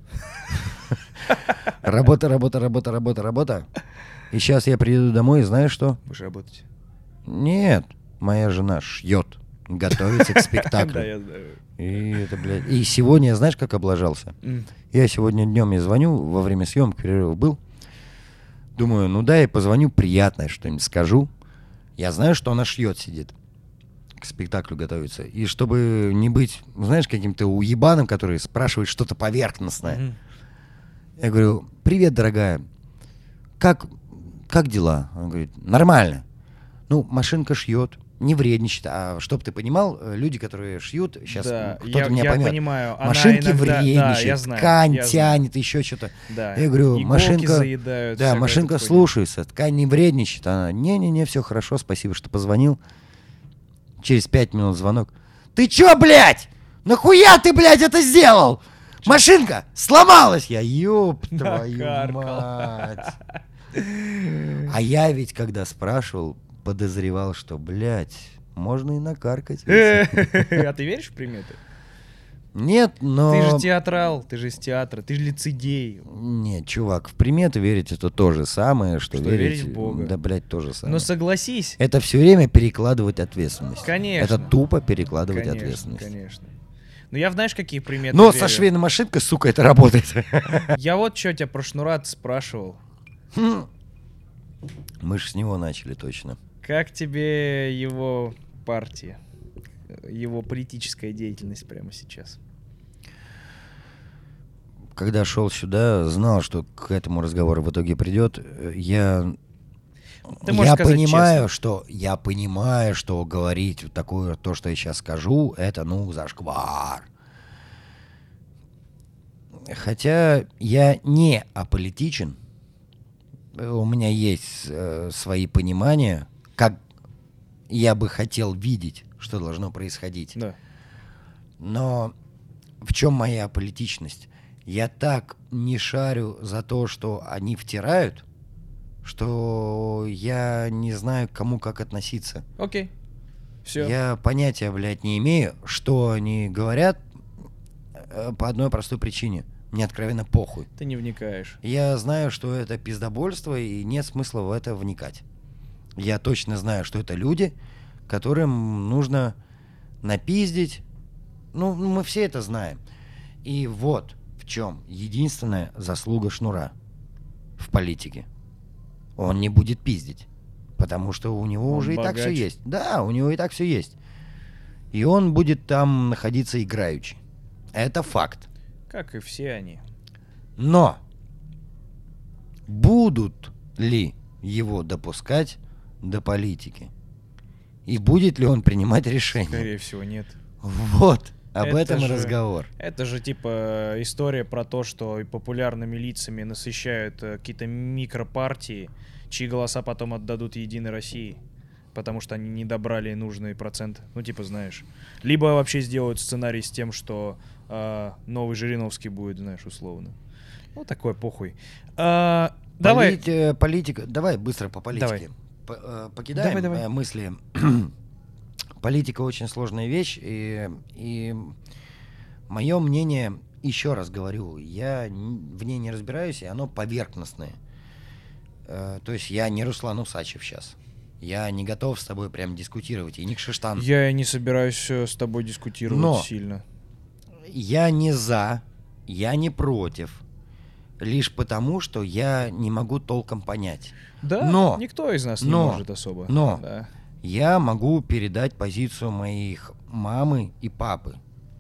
Работа, работа, работа, работа, работа. И сейчас я приеду домой, и знаешь что? Будешь работать? Нет, моя жена шьет, готовится к спектаклю. Да, я знаю. И это, блядь. И сегодня, знаешь, как облажался? Я сегодня днем я звоню, во время съемки перерыва был. Думаю, ну да, я позвоню, приятное что-нибудь скажу. Я знаю, что она шьет, сидит. К спектаклю готовится. И чтобы не быть, знаешь, каким-то уебаном, который спрашивает что-то поверхностное. Мгм. Я говорю: привет, дорогая. Как, как дела? Она говорит: нормально. Ну, машинка шьет, не вредничает. А чтоб ты понимал, люди, которые шьют, сейчас Да, кто-то я, меня я поймет. понимаю. Она Машинки иногда- вредничают, да, я знаю, ткань я знаю. тянет, еще что-то. Да. Я говорю: Иголки машинка, заедают, да, всякая машинка эта хуйня. слушается, ткань не вредничает. Она: не-не-не, все хорошо, спасибо, что позвонил. Через пять минут звонок. Ты чё, блядь? Нахуя ты, блядь, это сделал? Машинка сломалась. Я: ёб твою Накаркал. мать. А я ведь, когда спрашивал, подозревал, что, блядь, можно и накаркать. А ты веришь в приметы? Нет, но... Ты же театрал, ты же из театра, ты же лицедей. Нет, чувак, в приметы верить — это то же самое, что, Что верить... верить в Бога. Да, блядь, то же самое. Но согласись. Это все время перекладывать ответственность. Конечно. Это тупо перекладывать Конечно, ответственность. конечно. Ну я, знаешь, какие приметы Но верю? со швейной машинкой, сука, это работает. Я вот что тебя про Шнура спрашивал. Мы же с него начали точно. Как тебе его партия? Его политическая деятельность прямо сейчас? Когда шел сюда, знал, что к этому разговору в итоге придет. Я, Ты можешь я сказать понимаю, честно. что я понимаю, что говорить вот такое, то, что я сейчас скажу, это, ну, зашквар. Хотя я не аполитичен. У меня есть э, свои понимания, как я бы хотел видеть, что должно происходить. Да. Но в чем моя аполитичность? Я так не шарю за то, что они втирают, что я не знаю, к кому как относиться. Окей. Все. Я понятия, блядь, не имею, что они говорят, э, по одной простой причине. Мне откровенно похуй. Ты не вникаешь. Я знаю, что это пиздобольство, и нет смысла в это вникать. Я точно знаю, что это люди, которым нужно напиздить. Ну, мы все это знаем. И вот в чем единственная заслуга Шнура в политике. Он не будет пиздить, потому что у него Он уже и так все богач. есть. Да, у него и так все есть. И он будет там находиться играючи. Это факт. Как и все они. Но будут ли его допускать до политики? И будет ли он принимать решения? Скорее всего, нет. Вот, об Это этом и же- разговор. Это же типа история про то, что и популярными лицами насыщают э, какие-то микропартии, чьи голоса потом отдадут Единой России, потому что они не добрали нужный процент. Ну, типа, знаешь. Либо вообще сделают сценарий с тем, что э, новый Жириновский будет, знаешь, условно. Ну, такое похуй. А, давай. Полит- э, политика. Давай быстро по политике. Давай. П- э, покидаем Давай, давай. э, мысли. Политика очень сложная вещь, и, и мое мнение, еще раз говорю, я н- в ней не разбираюсь, и оно поверхностное. Э, то есть я не Руслан Усачев сейчас. Я не готов с тобой прям дискутировать, и Ник Шиштан. Я и не собираюсь э, с тобой дискутировать Но. сильно. Я не за, я не против. Лишь потому, что я не могу толком понять. Да, Но. никто из нас не Но. может особо. Но. Да. Я могу передать позицию моих мамы и папы.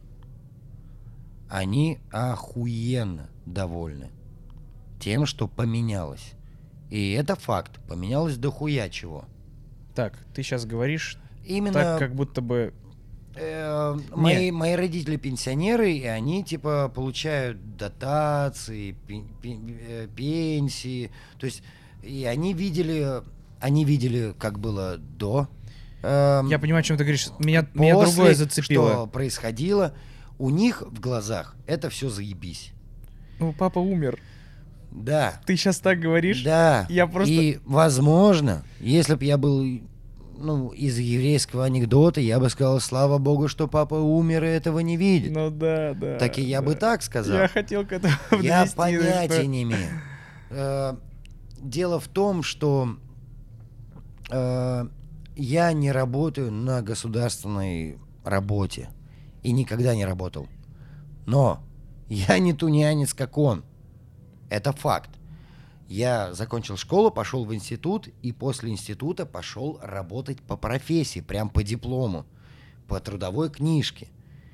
Они охуенно довольны тем, что поменялось. И это факт. Поменялось дохуя чего. Так, ты сейчас говоришь Именно так, как будто бы... э, мои, мои родители пенсионеры, и они типа получают дотации, пен- пен- э, пенсии. То есть и они видели, они видели, как было до. эм, Я понимаю, о чем ты говоришь. Меня, меня после, другое зацепило. что происходило. У них в глазах это все заебись. Ну, папа умер. Да. Ты сейчас так говоришь? Да. Я просто- И, возможно, если бы я был, ну, из еврейского анекдота, я бы сказал: слава богу, что папа умер и этого не видит. Ну да, да. так и я да. бы так сказал. Я хотел к этому Я подвести, понятия что- не имею. Э, Дело в том, что э, я не работаю на государственной работе и никогда не работал. Но я не тунеянец, как он. Это факт. Я закончил школу, пошел в институт, и после института пошел работать по профессии, прям по диплому, по трудовой книжке.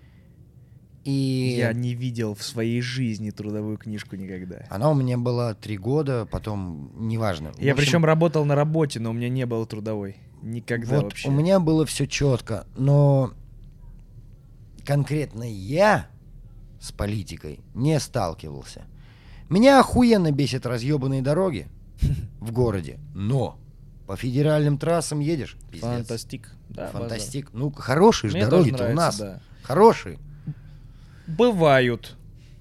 И Я не видел в своей жизни трудовую книжку никогда. она у меня была три года, потом, неважно. В Я общем, причем работал на работе, но у меня не было трудовой. Никогда вот вообще. у меня было все четко, но конкретно я с политикой не сталкивался. Меня охуенно бесят разъебанные дороги в городе, но по федеральным трассам едешь, пиздец. Фантастик. Да, Фантастик. Ну, хорошие же Мне дороги-то тоже у нас. нравится, Хорошие. базар. Бывают.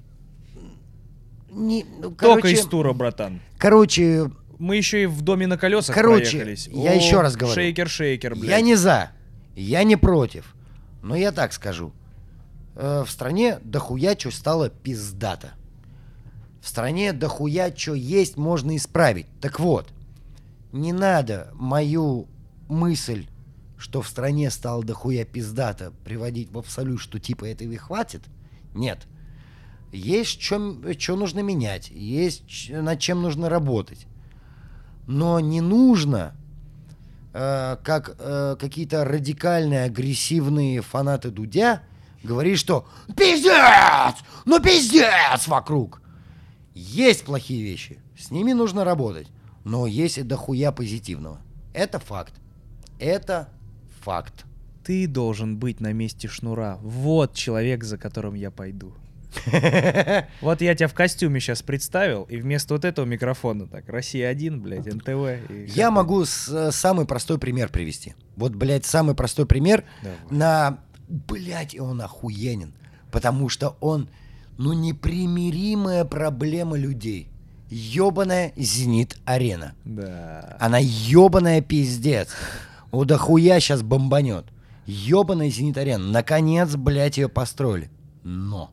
Не, ну, Только короче, из тура, братан. короче, Мы еще и в доме на колесах Короче, проехались. я О, еще раз говорю. Шейкер-шейкер, блядь. я не за, я не против. Но я так скажу. Э, в стране дохуя чё стало пиздато. В стране дохуя чё есть, можно исправить. Так вот, не надо мою мысль, что в стране стало дохуя пиздато, приводить в абсолют, что типа этого и хватит. Нет. Есть что нужно менять, есть ч- над чем нужно работать. Но не нужно, э, как э, какие-то радикальные, агрессивные фанаты Дудя, говорить, что пиздец, ну пиздец вокруг. Есть плохие вещи, с ними нужно работать, но есть и дохуя позитивного. Это факт. Это факт. Ты должен быть на месте Шнура. Вот человек, за которым я пойду. Вот я тебя в костюме сейчас представил, и вместо вот этого микрофона так, Россия один, блядь, эн тэ вэ. и Я всякое. могу с- э, самый простой пример привести. Вот, блядь, самый простой пример Давай. на... Блядь, и он охуенен. Потому что он, ну, непримиримая проблема людей. Ёбаная Зенит-арена. Да. Она ёбаная пиздец. У дохуя сейчас бомбанет. Ёбаная Зенит-арена. Наконец, блядь, ее построили. Но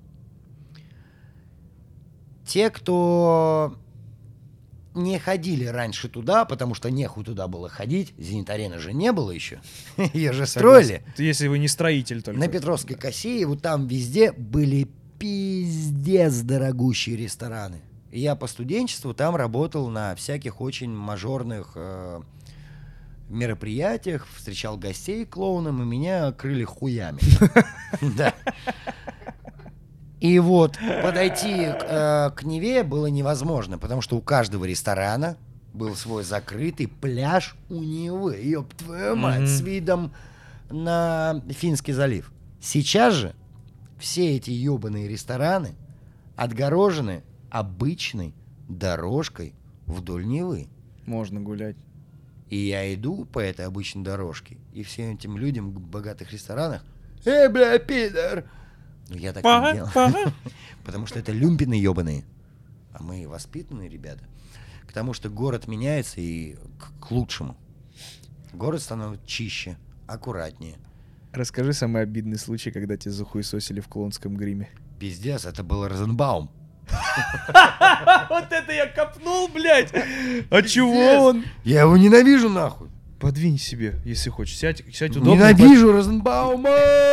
те, кто не ходили раньше туда, потому что нехуй туда было ходить, Зенит-арены же не было еще. Ее же строили. Согласен. Если вы не строитель только. На Петровской косе, и вот там везде были пиздец дорогущие рестораны. И я по студенчеству там работал на всяких очень мажорных э, мероприятиях, встречал гостей клоуном, и меня крыли хуями. Да. И вот подойти э, к Неве было невозможно, потому что у каждого ресторана был свой закрытый пляж у Невы. Ёб твою мать, Мгм. с видом на Финский залив. Сейчас же все эти ёбаные рестораны отгорожены обычной дорожкой вдоль Невы. Можно гулять. И я иду по этой обычной дорожке, и всем этим людям в богатых ресторанах: «Эй, бля, пидор!» Ну, я так не делал. Потому что это люмпины ебаные. А мы воспитанные ребята. К тому, что город меняется и к, к лучшему. Город становится чище, аккуратнее. Расскажи самый обидный случай, когда тебя захуесосили в клоунском гриме. Пиздец, это был Розенбаум. Вот это я копнул, блядь! А чего он? Я его ненавижу нахуй. Подвинь себе, если хочешь. Сядь, сядь удобно. Ненавижу Розенбаума!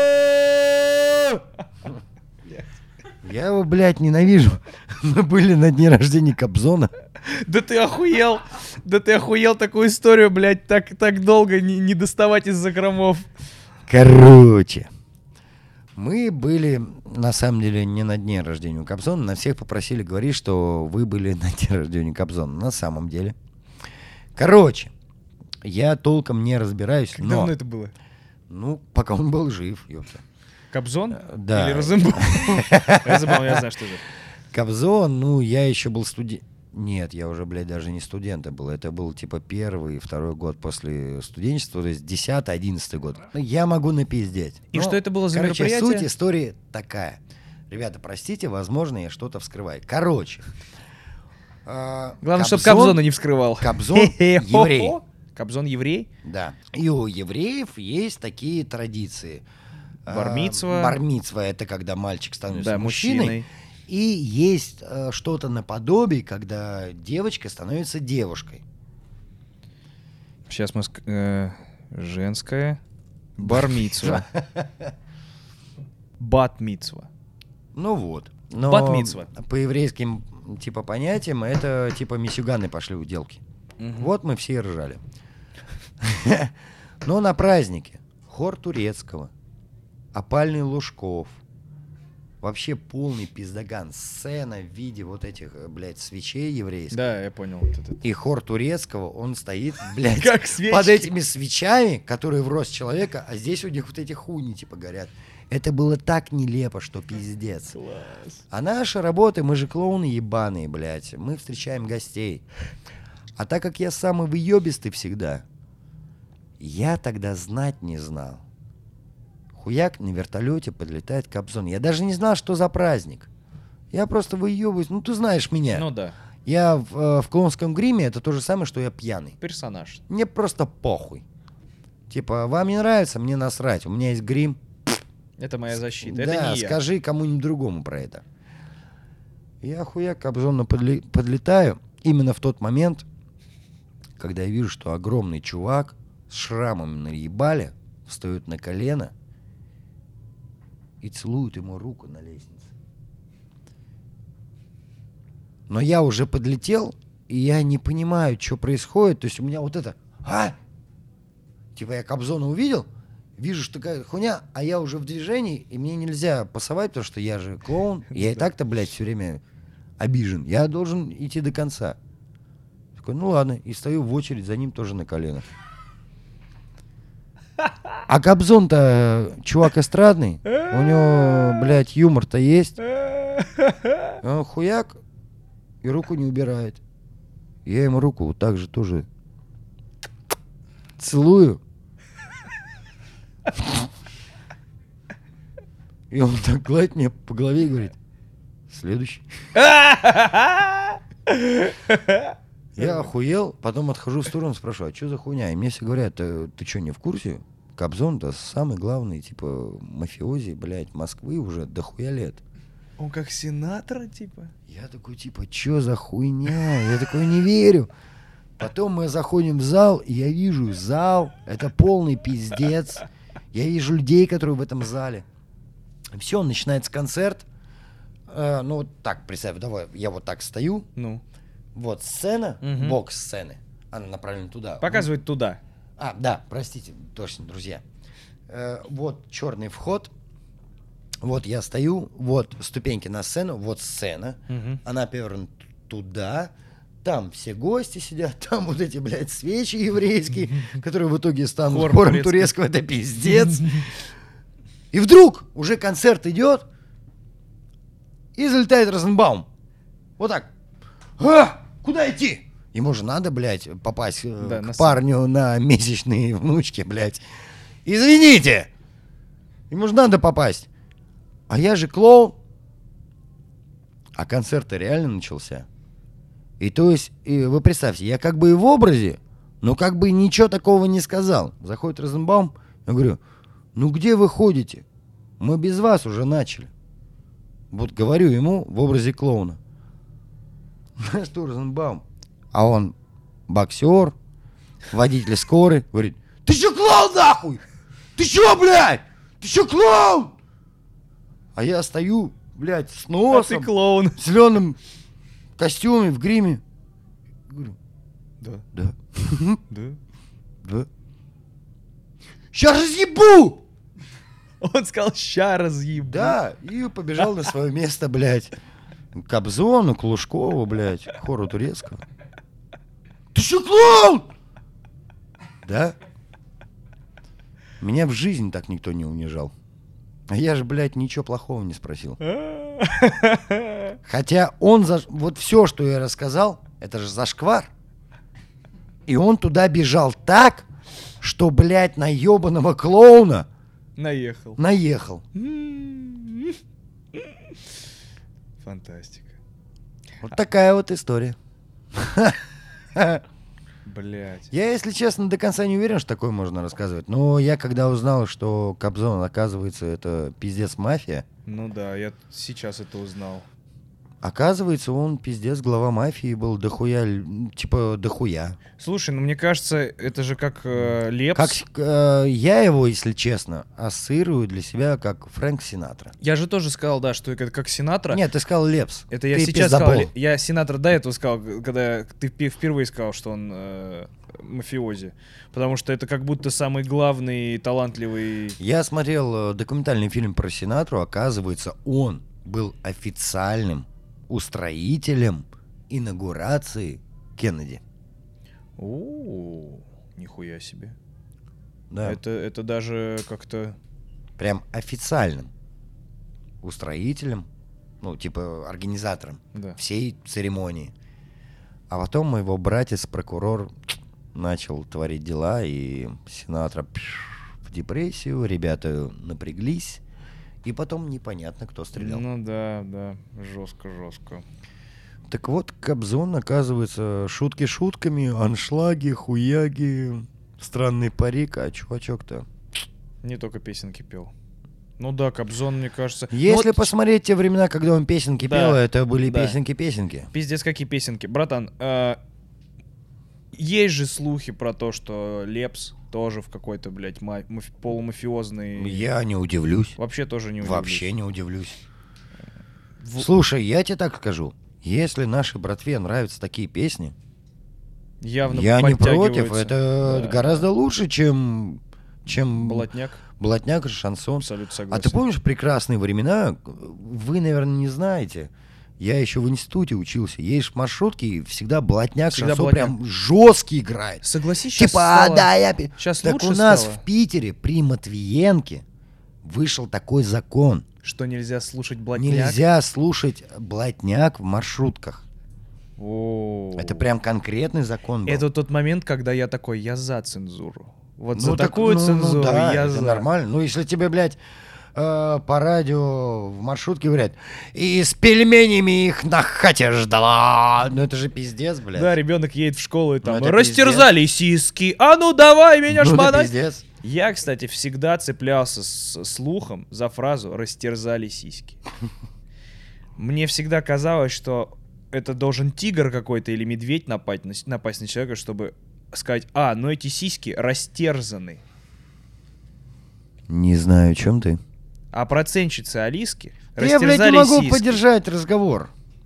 Я его, блядь, ненавижу. Мы были на дне рождения Кобзона. Да ты охуел! Да ты охуел такую историю, блядь, так, так долго не, не доставать из закромов. Короче, мы были, на самом деле, не на дне рождения у Кобзона. На всех попросили говорить, что вы были на дне рождения Кобзона. На самом деле. Короче, я толком не разбираюсь, Как но... давно это было? Ну, пока он был жив, ёпта. Кобзон? Да. Или Розенбаум? Розенбаум, я знаю, что это. Кобзон, ну, я еще был студент. Нет, я уже, блядь, даже не студент был. Это был, типа, первый и второй год после студенчества, то есть десятый, одиннадцатый год. Ну, я могу напиздеть. И Но, что это было за короче, мероприятие? суть истории такая. Ребята, простите, возможно, я что-то вскрываю. Короче. э, Главное, чтобы Кобзон- Кобзона не вскрывал. Кобзон еврей. Кобзон еврей? Да. И у евреев есть такие традиции. Э, Бар-мицва. Бар-мицва — это когда мальчик становится Да, мужчиной. мужчиной. И есть э, что-то наподобие, когда девочка становится девушкой. Сейчас мы... ск- э, женская. Бар-мицва. Бат-мицва. Ну вот. Но Бат-мицва. по еврейским типа, понятием, это, типа, мисюганы пошли уделки. Мгм. Вот мы все и ржали. Но на празднике хор Турецкого, опальный Лужков, вообще полный пиздаган, сцена в виде вот этих, э, блядь, свечей еврейских. Да, я понял. Вот этот. И хор Турецкого, он стоит, блядь, Как свечки. под этими свечами, которые в рост человека, а здесь у них вот эти хуйни, типа, горят. Это было так нелепо, что пиздец. Класс. А наша работа, мы же клоуны ебаные, блядь. Мы встречаем гостей. А так как я самый выебистый всегда, я тогда знать не знал. Хуяк на вертолете подлетает Кобзон. Я даже не знал, что за праздник. Я просто выебываюсь. Ну, ты знаешь меня. Ну да, Я в, э, в клоунском гриме, это то же самое, что я пьяный. персонаж. Мне просто похуй. Типа, вам не нравится, мне насрать. У меня есть грим. Это моя защита. Да, Это не я. скажи кому-нибудь другому про это. Я хуяк к Кобзону подле- подлетаю именно в тот момент, когда я вижу, что огромный чувак с шрамами на ебале встает на колено и целует ему руку на лестнице. Но я уже подлетел, и я не понимаю, что происходит. То есть у меня вот это... А? Типа я Кобзона увидел, вижу, что такая хуйня, а я уже в движении, и мне нельзя пасовать, потому что я же клоун. Я и так-то, блядь, все время обижен. Я должен идти до конца. Такой, ну ладно, и стою в очередь за ним тоже на коленах. А Кобзон-то чувак эстрадный, у него, блядь, юмор-то есть. Он хуяк и руку не убирает. Я ему руку вот так же тоже целую. И он так гладит мне по голове и говорит: следующий. Я охуел, потом отхожу в сторону, спрашиваю, а что за хуйня? И мне все говорят, ты, ты что, не в курсе? Кобзон-то самый главный, типа, мафиози, блядь, Москвы уже дохуя лет. Он как Синатра, типа? Я такой, типа, что за хуйня? Я такой, не верю. Потом мы заходим в зал, и я вижу зал, это полный пиздец. Я вижу людей, которые в этом зале. Все, начинается концерт. Э, ну, вот так, представь, давай, я вот так стою. Ну. Вот сцена, Мгм. бокс сцены. Она направлена туда. Показывает туда. А, да, простите, точно, друзья. Э, вот черный вход. Вот я стою, вот ступеньки на сцену, вот сцена. Мгм. Она повернута туда. Там все гости сидят, там вот эти, блядь, свечи еврейские, которые в итоге станут Хор хором турецкий. турецкого. Это пиздец. И вдруг уже концерт идет, и залетает Розенбаум. Вот так. А, куда идти? Ему же надо, блядь, попасть э, Да, к на парню на месячные внучки, блядь. Извините! Ему же надо попасть. А я же клоун. А концерт-то реально начался. И то есть, и вы представьте, я как бы и в образе, но как бы ничего такого не сказал. Заходит Розенбаум, я говорю, ну где вы ходите? Мы без вас уже начали. Вот говорю ему в образе клоуна. Знаешь что, Розенбаум? А он боксер, водитель скорой, говорит, ты че клоун нахуй? Ты че, блядь? Ты че клоун? А я стою, блядь, с А ты носом, клоун. в зеленом костюме, в гриме. Говорю, Да, да, да. да. Сейчас разъебу! Он сказал, ща разъебу. Да, и побежал на свое место, блядь. К Кобзону, к Лужкову, блядь, к хору турецкого. Ты что, клоун? Да. Меня в жизни так никто не унижал. А я же, блядь, ничего плохого не спросил. Хотя он, за... вот все, что я рассказал, это же зашквар. И он туда бежал так, что, блядь, на ебаного клоуна Наехал. наехал. Фантастика. Вот такая вот история. Блять. Я, если честно, до конца не уверен, что такое можно рассказывать. Но я, когда узнал, что Кобзон, оказывается, это пиздец мафия, Ну да, я сейчас это узнал. Оказывается, он пиздец, глава мафии был дохуя, л- типа дохуя. Слушай, ну мне кажется, это же как э, Лепс. Как, с- э, я его, если честно, ассоциирую для себя как Фрэнк Синатра. Я же тоже сказал, да, что это как Синатра. Нет, ты сказал Лепс. Это я Ты сейчас пиздобол. сказал. Я Синатра до этого сказал, когда ты впе- впервые сказал, что он э, мафиози. Потому что это как будто самый главный, талантливый... Я смотрел э, документальный фильм про Синатру. Оказывается, он был официальным устроителем инаугурации Кеннеди. О, нихуя себе. Да. Это, это даже как-то... Прям официальным устроителем, ну, типа организатором Да. всей церемонии. А потом его братец-прокурор начал творить дела, и Синатра пш, в депрессию, ребята напряглись, и потом непонятно, кто стрелял. Ну да, да, жестко-жестко. Так вот, Кобзон, оказывается, шутки шутками, аншлаги, хуяги, странный парик, а чувачок-то... Не только песенки пел. Ну да, Кобзон, мне кажется... Ну Если вот посмотреть те времена, когда он песенки Да, пел, это были да. песенки-песенки. Пиздец, какие песенки. Братан, э, есть же слухи про то, что Лепс тоже в какой-то, блядь, ма- мафи- полумафиозный... Я не удивлюсь. Вообще тоже не удивлюсь. Вообще не удивлюсь. В- Слушай, я тебе так скажу. Если нашей братве нравятся такие песни, Явно я не против. подтягиваются. Это Да. гораздо лучше, чем, чем Блатняк, блатняк и шансон. абсолютно А согласен. ты помнишь прекрасные времена? Вы, наверное, не знаете. Я еще в институте учился. Едешь в маршрутке, и всегда блатняк, Всегда шансон блатняк. прям жесткий играет. Согласись, сейчас Типа, а, стало... да, я... пи- Сейчас Так лучше у нас стало, в Питере при Матвиенке вышел такой закон. что нельзя слушать блатняк. Нельзя слушать блатняк в маршрутках. О. Это прям конкретный закон был. Это тот момент, когда я такой, я за цензуру. Вот Ну, за так, такую ну, ну цензуру да, я это за. нормально. Ну, если тебе, блядь, э, по радио в маршрутке говорят, и с пельменями их на хате ждала. Ну, это же пиздец, блядь. Да, ребенок едет в школу и там это растерзали сиськи. А ну давай меня Ну, это шмонать. пиздец. Я, кстати, всегда цеплялся с слухом за фразу «растерзали сиськи». Мне всегда казалось, что это должен тигр какой-то или медведь напасть на, с- напасть на человека, чтобы сказать, а, ну эти сиськи растерзаны. Не знаю, о чем ты. А процентщицы Алиски Да я, блядь, не растерзали могу сиськи. поддержать разговор.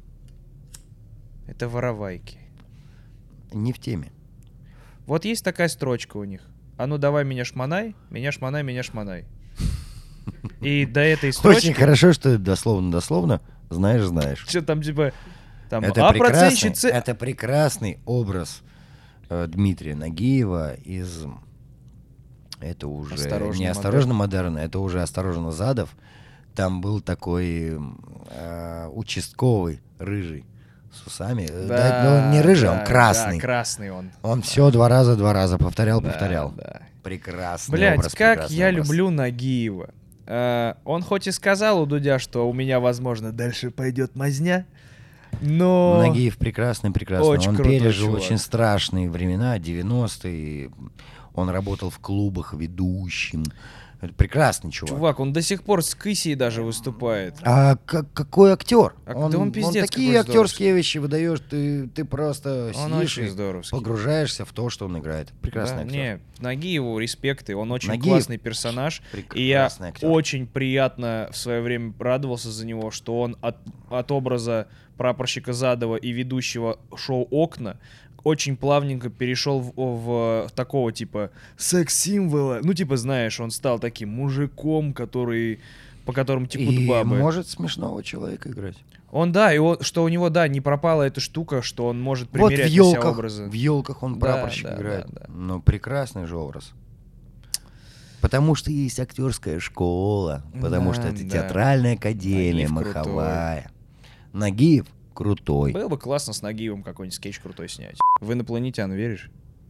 Это воровайки. Не в теме. Вот есть такая строчка у них. А ну давай меня шмонай, меня шмонай, меня шмонай. И до этой строчки... Очень хорошо, что дословно-дословно знаешь-знаешь. Что там типа... Там, Это а прекрасный, процентщицы... это прекрасный образ э, Дмитрия Нагиева из... Это уже «Осторожно, не «Осторожно, модерн», это уже «Осторожно, Задов». Там был такой э, участковый, рыжий, с усами. Э, да, ну, не рыжий, да, он красный. Да, красный он. Он все два раза, два раза повторял, Да, повторял. да. Прекрасный Блядь, образ, как прекрасный я образ. люблю Нагиева. Э, он хоть и сказал у Дудя, что у меня, возможно, дальше пойдет мазня, но... Нагиев прекрасный, прекрасный. Очень Он крутой пережил чувак. очень страшные времена, девяностые. Он работал в клубах ведущим. Это прекрасный чувак. Чувак, он до сих пор с Кысией даже выступает. А как, какой актер? А да он пиздец такие какой актерские вещи выдаешь, ты, ты просто Он сидишь очень и здоровский. погружаешься в то, что он играет. Прекрасный Да, актер. не, Нагиеву респекты, он очень Нагиев классный персонаж. И я прекрасный актер. очень приятно в свое время радовался за него, что он от, от образа прапорщика Задова и ведущего шоу «Окна» очень плавненько перешел в, в такого типа секс-символа. Ну, типа, знаешь, он стал таким мужиком, который, по которому текут И бабы. может смешного человека играть. Он, да, и он, что у него, да, не пропала эта штука, что он может Вот в примерять на себя елках, образы. в елках он Да, прапорщик да, играет. да, да. Ну, прекрасный же образ. Потому что есть актерская школа, потому Да, что это да. театральная академия, Нагиев крутой. маховая. Нагиев крутой. Было бы классно с Нагиевым какой-нибудь скетч крутой снять. В инопланетян веришь?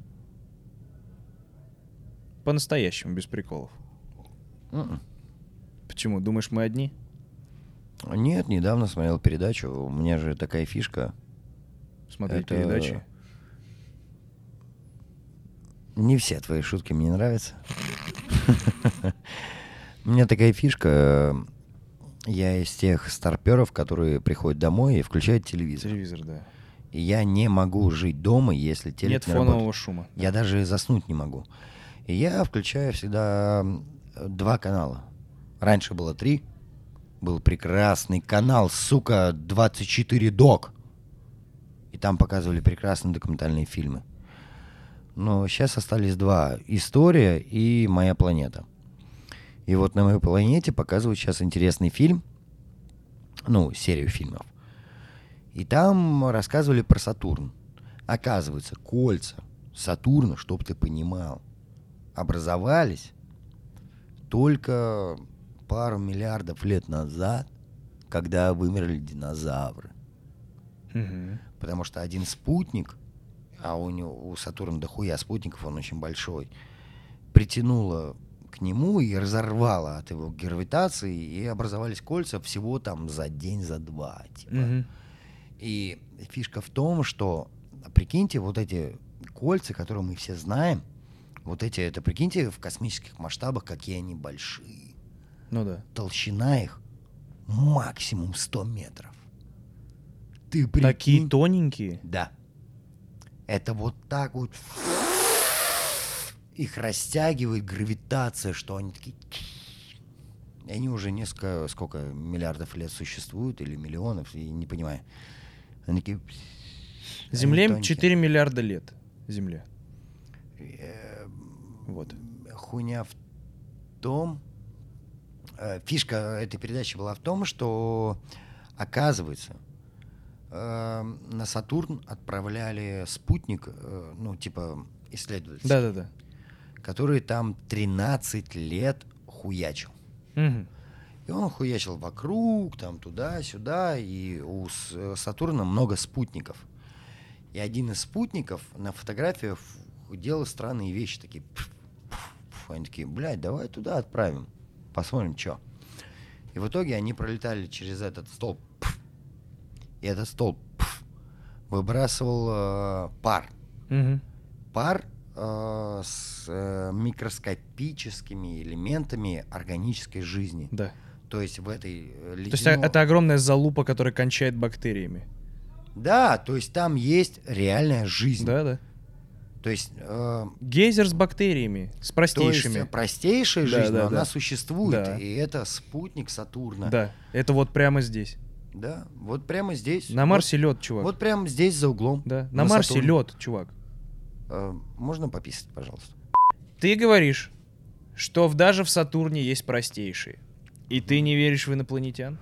По-настоящему, без приколов. М-м. Почему? Думаешь, мы одни? Нет, недавно смотрел передачу. У меня же такая фишка. Смотреть Это- передачи? Не все твои шутки мне нравятся. У меня такая фишка. я из тех старперов, которые приходят домой и включают телевизор. Телевизор, да. И я не могу жить дома, если телек Нет не фонового работает. шума. Я даже заснуть не могу. И я включаю всегда два канала. Раньше было три. Был прекрасный канал, сука, двадцать четыре док. И там показывали прекрасные документальные фильмы. Но сейчас остались два. История и Моя планета. И вот на Моей планете показывают сейчас интересный фильм. Ну, серию фильмов. И там рассказывали про Сатурн. Оказывается, кольца Сатурна, чтоб ты понимал, образовались только пару миллиардов лет назад, когда вымерли динозавры. Мгм. Потому что один спутник, а у, него, у Сатурна дохуя спутников, он очень большой, притянуло к нему и разорвало от его гравитации, и образовались кольца всего там за день, за два. Типа. Мгм. И фишка в том, что, прикиньте, вот эти кольца, которые мы все знаем, вот эти, это, прикиньте, в космических масштабах, какие они большие. Ну да. Толщина их максимум сто метров. Ты прикинь? Такие тоненькие. Да. Это вот так вот их растягивает гравитация, что они такие... И они уже несколько, сколько, миллиардов лет существуют, или миллионов, я не понимаю. Они такие... Земле тоненькие. четыре миллиарда лет. Земле. Э, Вот. Хуйня в том... э, Фишка этой передачи была в том, что, оказывается, э, на Сатурн отправляли спутник, э, ну, типа, исследователь, Да-да-да. который там тринадцать лет хуячил. Мгм. И он хуячил вокруг, там, туда-сюда, и у С- Сатурна много спутников. И один из спутников на фотографиях делал странные вещи, такие... пф, пф, пф. Они такие, блядь, давай туда отправим, посмотрим, что. И в итоге они пролетали через этот столб. пф, И этот столб пф, выбрасывал э, пар. Мгм. Пар э, с э, микроскопическими элементами органической жизни. Да. То есть в этой э, То есть ледяном- а- это огромная залупа, которая кончает бактериями. Да, то есть там есть реальная жизнь. Да-да. То есть, э, Гейзер с бактериями, с то есть простейшими. э, простейшая Да, жизнь, да, но да. она существует. Да. И это спутник Сатурна. Да, это вот прямо здесь. Да, вот прямо здесь. На Вот- Марсе лед, чувак. Вот прямо здесь за углом. Да, на Марсе Сатурне. лед, чувак. Э, можно пописать, пожалуйста? Ты говоришь, что в- даже в Сатурне есть простейшие. И ты не веришь в инопланетян?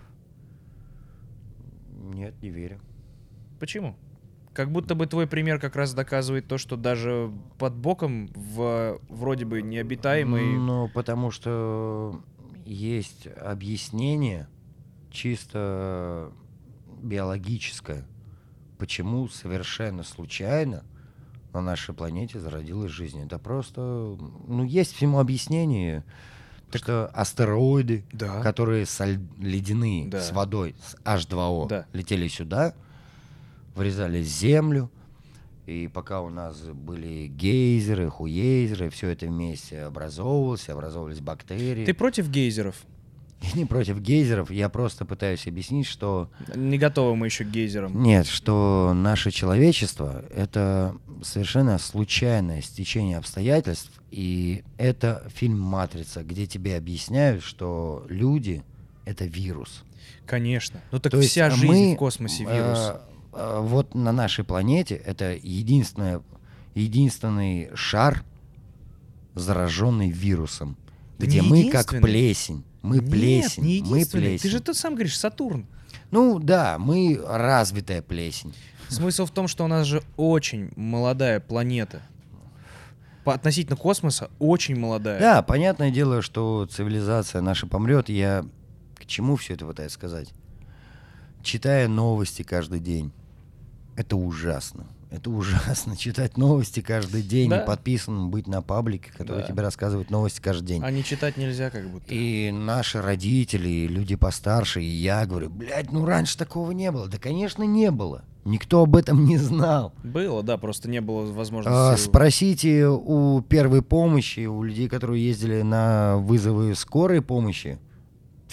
Нет, не верю. Почему? Как будто бы твой пример как раз доказывает то, что даже под боком в вроде бы необитаемый... Ну, потому что есть объяснение чисто биологическое, почему совершенно случайно на нашей планете зародилась жизнь. Это просто... Ну, есть всему объяснение. Так что астероиды, Да. которые соль- ледяные, Да. с водой, с эйч два о, Да. летели сюда, врезались в землю, и пока у нас были гейзеры, хуейзеры, все это вместе образовывалось, образовывались бактерии. Ты против гейзеров? Я не против гейзеров, я просто пытаюсь объяснить, что... Не готовы мы еще к гейзерам. Нет, что наше человечество — это совершенно случайное стечение обстоятельств, и это фильм «Матрица», где тебе объясняют, что люди — это вирус. Конечно. Ну так То есть вся жизнь мы, в космосе э, вирус. э, вот на нашей планете это единственное, единственный шар, зараженный вирусом, где Не мы как единственный. плесень. Мы Нет, плесень. не мы единственный. плесень. Ты же тут сам говоришь, Сатурн. Ну да, мы развитая плесень. Смысл в том, что у нас же очень молодая планета. По относительно космоса очень молодая. Да, понятное дело, что цивилизация наша помрет. Я к чему все это пытаюсь сказать? Читая новости каждый день, это ужасно. Это ужасно, читать новости каждый день Да. и подписанным быть на паблике, который Да. тебе рассказывает новости каждый день. А не читать нельзя как будто. И наши родители, и люди постарше, и я говорю, блядь, ну раньше такого не было. Да, конечно, не было. Никто об этом не знал. Было, да, просто не было А, возможности... спросите у первой помощи, у людей, которые ездили на вызовы скорой помощи,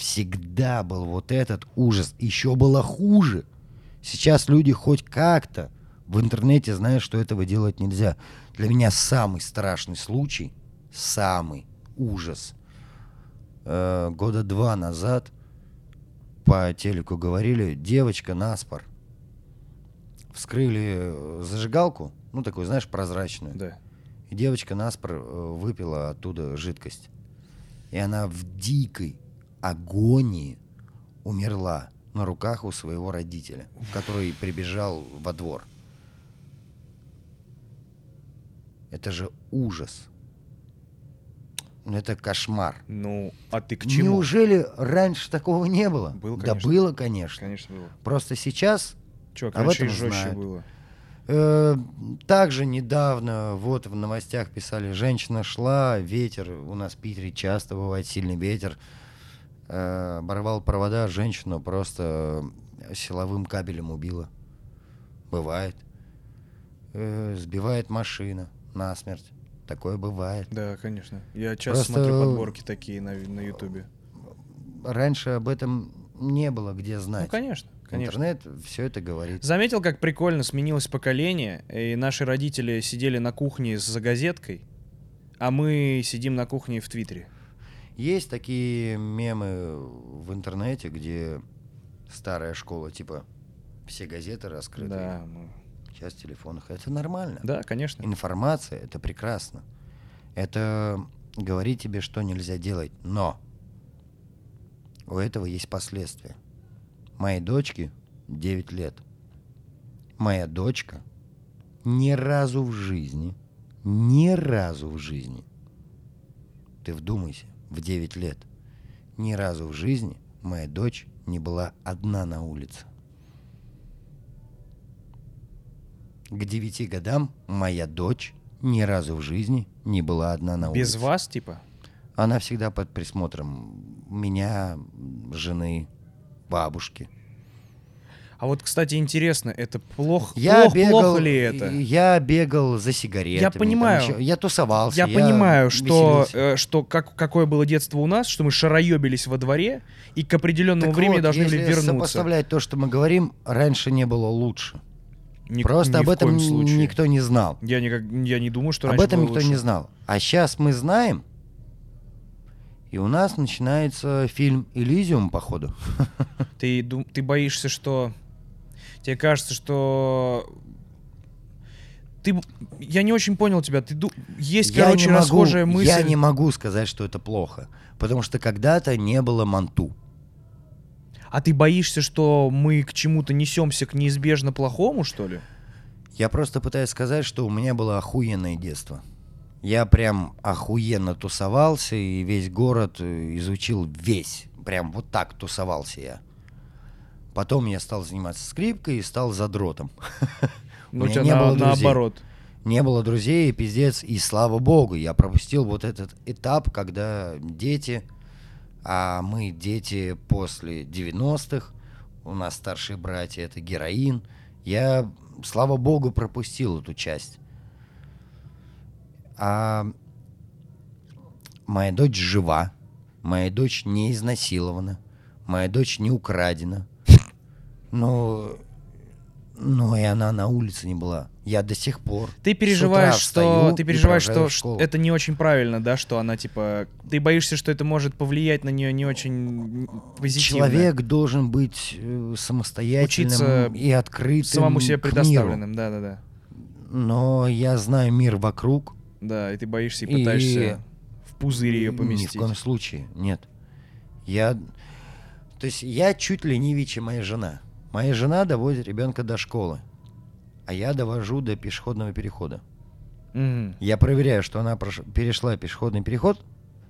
всегда был вот этот ужас. Еще было хуже. Сейчас люди хоть как-то в интернете знают, что этого делать нельзя. Для меня самый страшный случай, самый ужас. Э, года два назад по телеку говорили, девочка наспор. Вскрыли зажигалку, ну такую, знаешь, прозрачную. Да. И девочка наспор э, выпила оттуда жидкость. И она в дикой агонии умерла на руках у своего родителя, который прибежал во двор. Это же ужас. Это кошмар. Ну, а ты к чему? Неужели раньше такого не было? Было, да конечно. было, конечно. Конечно, было. Просто сейчас Чувак, об раньше и этом жестче знают. было. Э, также недавно вот в новостях писали, женщина шла, ветер, у нас в Питере часто бывает сильный ветер, э, оборвал провода, женщину просто силовым кабелем убила. Бывает. Э, сбивает машина насмерть. Такое бывает. Да, конечно. Я часто Просто- смотрю подборки такие на на Ютубе. Раньше об этом не было где знать. Ну, конечно, конечно. Интернет все это говорит. Заметил, как прикольно сменилось поколение, и наши родители сидели на кухне за газеткой, а мы сидим на кухне в Твиттере. Есть такие мемы в интернете, где старая школа, типа, все газеты раскрыты, Да, ну, сейчас в телефонах. Это нормально. да, конечно. Информация — это прекрасно. Это говорит тебе, что нельзя делать. Но у этого есть последствия. Моей дочке девять лет. Моя дочка ни разу в жизни, ни разу в жизни, ты вдумайся, в девять лет, ни разу в жизни моя дочь не была одна на улице. К девяти годам моя дочь ни разу в жизни не была одна на улице. Без вас, типа? Она всегда под присмотром меня, жены, бабушки. А вот, кстати, интересно, это плохо, Я плохо, бегал, плохо ли это? Я бегал за сигаретами. Я понимаю. там еще- я тусовался. Я понимаю, что, веселился. э, что как, какое было детство у нас, что мы шароебились во дворе, и к определенному Так времени вот, должны были если вернуться. сопоставлять то, что мы говорим, раньше не было лучше. Ни- Просто ни об в этом коем случае. никто не знал. Я, никак, я не думаю, что Об раньше этом было никто лучше. не знал. А сейчас мы знаем, и у нас начинается фильм «Элизиум», походу. Ты, дум- ты боишься, что... Тебе кажется, что... Ты... б- Я не очень понял тебя. Ты ду- Есть, Я короче, не могу- расхожая мысль... Я не могу сказать, что это плохо. Потому что когда-то не было манту. А ты боишься, что мы к чему-то несемся к неизбежно плохому, что ли? Я просто пытаюсь сказать, что у меня было охуенное детство. Я прям охуенно тусовался, и весь город э, изучил весь. Прям вот так тусовался я. Потом я стал заниматься скрипкой и стал задротом. Ну, У у меня тебя не на- было друзей. наоборот. Не было друзей, и пиздец, и слава богу, я пропустил вот этот этап, когда дети, а мы дети после девяностых, у нас старшие братья, это героин. Я, слава богу, пропустил эту часть. А моя дочь жива, моя дочь не изнасилована, моя дочь не украдена. Но, но и она на улице не была. Я до сих пор. Ты с переживаешь, утра что встаю ты и переживаешь, провожаю что в школу. ш- это не очень правильно, да, что она типа. Ты боишься, что это может повлиять на нее не очень позитивно. Человек должен быть э, самостоятельным Учиться и открытым самому себе к миру. предоставленным, да, да, да. Но я знаю мир вокруг. Да, и ты боишься и И- пытаешься в пузырь ее Ни поместить. в коем случае, нет. Я, то есть я чуть ленивее, чем моя жена. Моя жена доводит ребенка до школы, а я довожу до пешеходного перехода. Мгм. Я проверяю, что она прош- перешла пешеходный переход,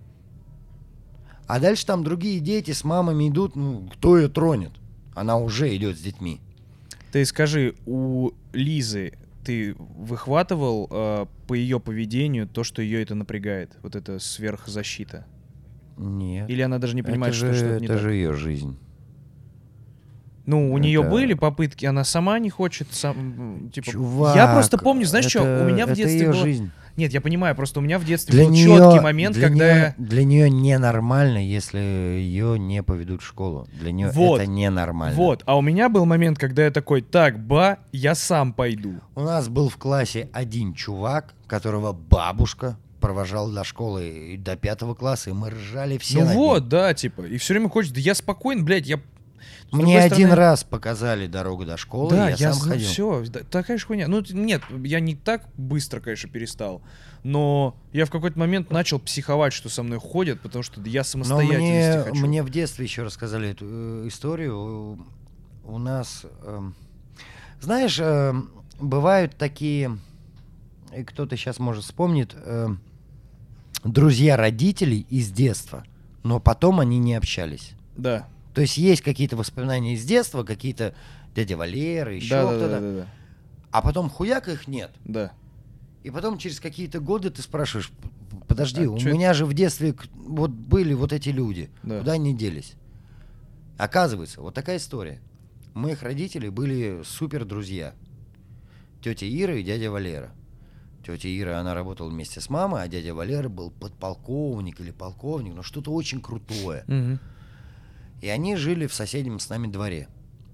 а дальше там другие дети с мамами идут, ну, кто ее тронет? Она уже идет с детьми. Ты скажи, у Лизы ты выхватывал э, по ее поведению то, что ее это напрягает, вот эта сверхзащита? Нет. Или она даже не понимает, это что же, что-то не это так? же ее жизнь. Ну, у нее это- были попытки, она сама не хочет, сам, м, типа. Чувак, я просто помню, знаешь что, это- у меня в это детстве ее было. жизнь. Нет, я понимаю, просто у меня в детстве Для был неё- четкий момент, для когда неё- я... Для нее ненормально, если ее не поведут в школу. Для нее Вот, это ненормально. Вот, а у меня был момент, когда я такой, так, ба, я сам пойду. У нас был в классе один чувак, которого бабушка провожала до школы и до пятого класса, и мы ржали все ну над вот, ним. да, типа, и все время хочется, да я спокоен, блядь, я... С Мне другой один стороны- раз показали дорогу до школы, Да, я, я сам ходил. все, такая же хуйня. Ну, т- нет, я не так быстро, конечно, перестал, но я в какой-то момент начал психовать, что со мной ходят, потому что я Но самостоятельности мне, хочу. мне в детстве еще рассказали эту э, историю. У нас, эм, знаешь, эм, бывают такие, и кто-то сейчас может вспомнит, эм, друзья родителей из детства, но потом они не общались. Да. То есть есть какие-то воспоминания из детства, какие-то дядя Валера, еще Да, да, кто-то, да, да, да, а потом хуяк их нет. да. И потом через какие-то годы ты спрашиваешь, «П- подожди, А у чё меня же в детстве к- вот были вот эти люди, Да. куда они делись? Оказывается, вот такая история. У моих родителей были супер друзья. Тетя Ира и дядя Валера. Тетя Ира, она работала вместе с мамой, а дядя Валера был подполковник или полковник, ну что-то очень крутое. Мгм. И они жили в соседнем с нами дворе.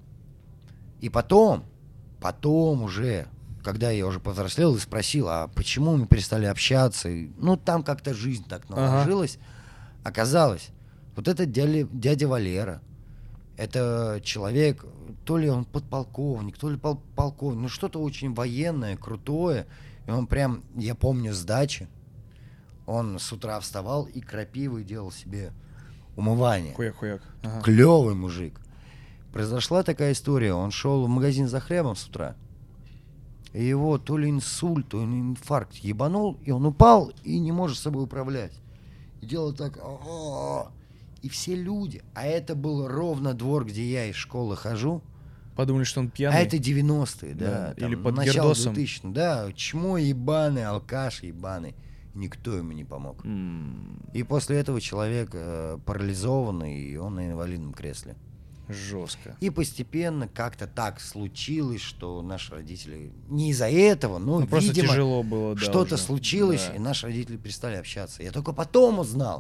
И потом, потом уже, когда я уже повзрослел и спросил, а почему мы перестали общаться, и, ну там как-то жизнь так Ага. наложилась, оказалось, вот этот дядя, дядя Валера, это человек, то ли он подполковник, то ли пол- полковник, ну что-то очень военное, крутое, и он прям, я помню, с дачи, он с утра вставал и крапивой делал себе умывание. Хуяк-хуяк. Ага. Клевый мужик. Произошла такая история. Он шел в магазин за хлебом с утра. И его то ли инсульт, то ли инфаркт ебанул, и он упал и не может с собой управлять. И делал так. «А-а-а». И все люди, а это был ровно двор, где я из школы хожу. Подумали, что он пьяный. А это девяностые, да. Да, там, или под начало гердосом. двухтысячных. Да, чмо ебаный, алкаш ебаный. Никто ему не помог. М, И после этого человек э, парализованный, и он на инвалидном кресле. Жестко. И постепенно как-то так случилось, что наши родители не из-за этого, но, Ну, просто видимо, тяжело было, да, что-то уже. случилось, Да. и наши родители перестали общаться. Я только потом узнал.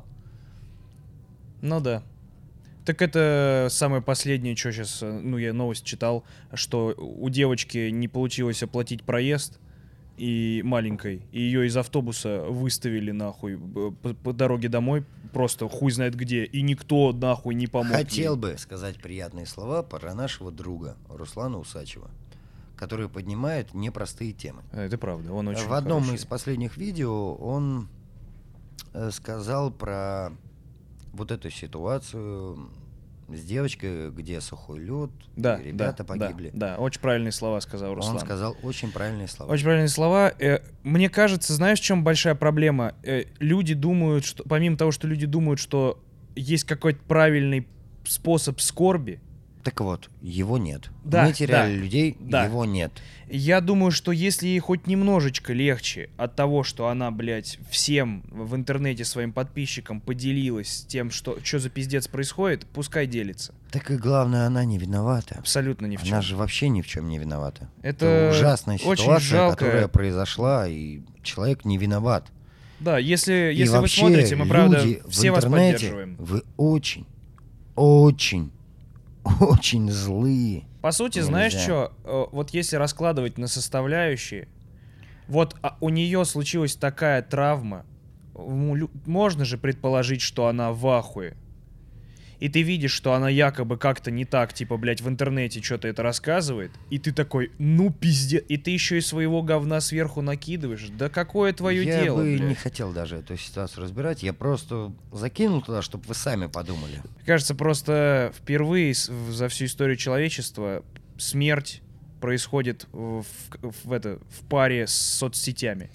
Ну да. Так это самое последнее, что сейчас, ну, я новость читал, что у девочки не получилось оплатить проезд, и маленькой, и ее из автобуса выставили нахуй б- по, по дороге домой, просто хуй знает где, и никто нахуй не помог Хотел ей. бы сказать приятные слова про нашего друга Руслана Усачева, который поднимает непростые темы. А, Это правда, он очень В одном хороший. из последних видео он э, сказал про вот эту ситуацию с девочкой, где сухой лед, Да, и ребята да, погибли. Да, да, очень правильные слова сказал Руслан. Он сказал очень правильные слова. Очень правильные слова. Э, Мне кажется, знаешь, в чем большая проблема? Э, Люди думают, что помимо того, что люди думают, что есть какой-то правильный способ скорби, Так вот, его нет. Да, Мы теряли да, людей, да. его нет. я думаю, что если ей хоть немножечко легче от того, что она, блядь, всем в интернете своим подписчикам поделилась тем, что, что за пиздец происходит, пускай делится. Так и главное, она не виновата. Абсолютно ни в чем. Она же вообще ни в чем не виновата. Это ужасная очень ситуация, жалко. которая произошла, и человек не виноват. Да, если, И если вы вообще, смотрите, мы, правда, люди в все вас интернете, поддерживаем. вы очень, очень, очень злые. По сути, Нельзя. знаешь что, вот если раскладывать на составляющие, вот а, у нее случилась такая травма, м, лю- можно же предположить, что она в ахуе. И ты видишь, что она якобы как-то не так, типа, блядь, в интернете что-то это рассказывает, и ты такой, ну пиздец, и ты еще и своего говна сверху накидываешь. Да какое твое я дело, бы блядь? не хотел даже эту ситуацию разбирать. Я просто закинул туда, чтобы вы сами подумали. Кажется, просто впервые с- в- за всю историю человечества смерть происходит в, в это, в паре с соцсетями.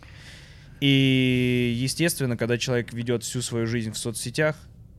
И, естественно, когда человек ведет всю свою жизнь в соцсетях,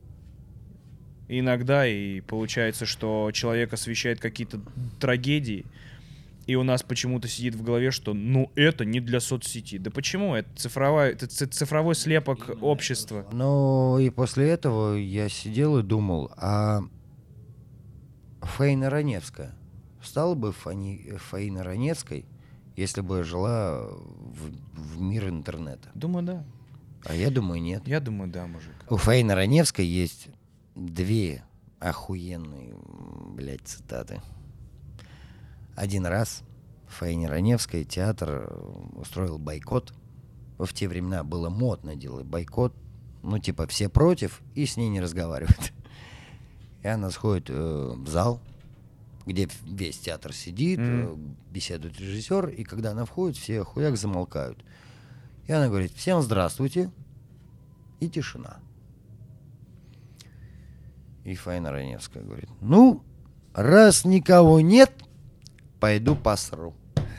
иногда и получается, что человек освещает какие-то трагедии, и у нас почему-то сидит в голове, что ну это не для соцсети. Да почему? Это, цифровая, это ци- цифровой слепок общества. Ну и после этого я сидел и думал, а Фаина Раневская стала бы Фани... Фаиной Раневской, если бы жила в, в мир интернета. Думаю, да. А я думаю, нет. Я думаю, да, мужик. У Фаины Раневской есть две охуенные, блядь, цитаты. Один раз Фаине Раневской театр устроил бойкот. В те времена было модно делать бойкот. Ну, типа, все против, и с ней не разговаривают. И она сходит э, в зал, где весь театр сидит, mm. э, беседует режиссер, и когда она входит, все хуяк замолкают. И она говорит: всем здравствуйте, и тишина. И Фаина Раневская говорит: ну, раз никого нет, пойду посру.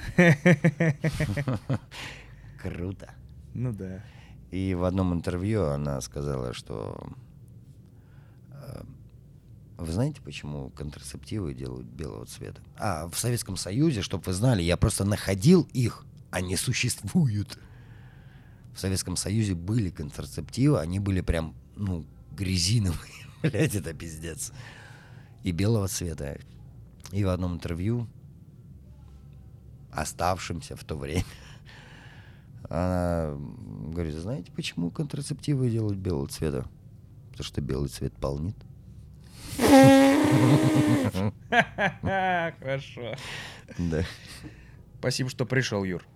Круто. Ну да. И в одном интервью она сказала, что э, вы знаете, почему контрацептивы делают белого цвета? А, в Советском Союзе, чтобы вы знали, я просто находил их, они существуют. В Советском Союзе были контрацептивы, они были прям, ну, грязиновые. Блять, это пиздец. И белого цвета. И в одном интервью, оставшемся в то время, она говорит: знаете, почему контрацептивы делают белого цвета? Потому что белый цвет полнит. Хорошо. Да. Спасибо, что пришел, Юр.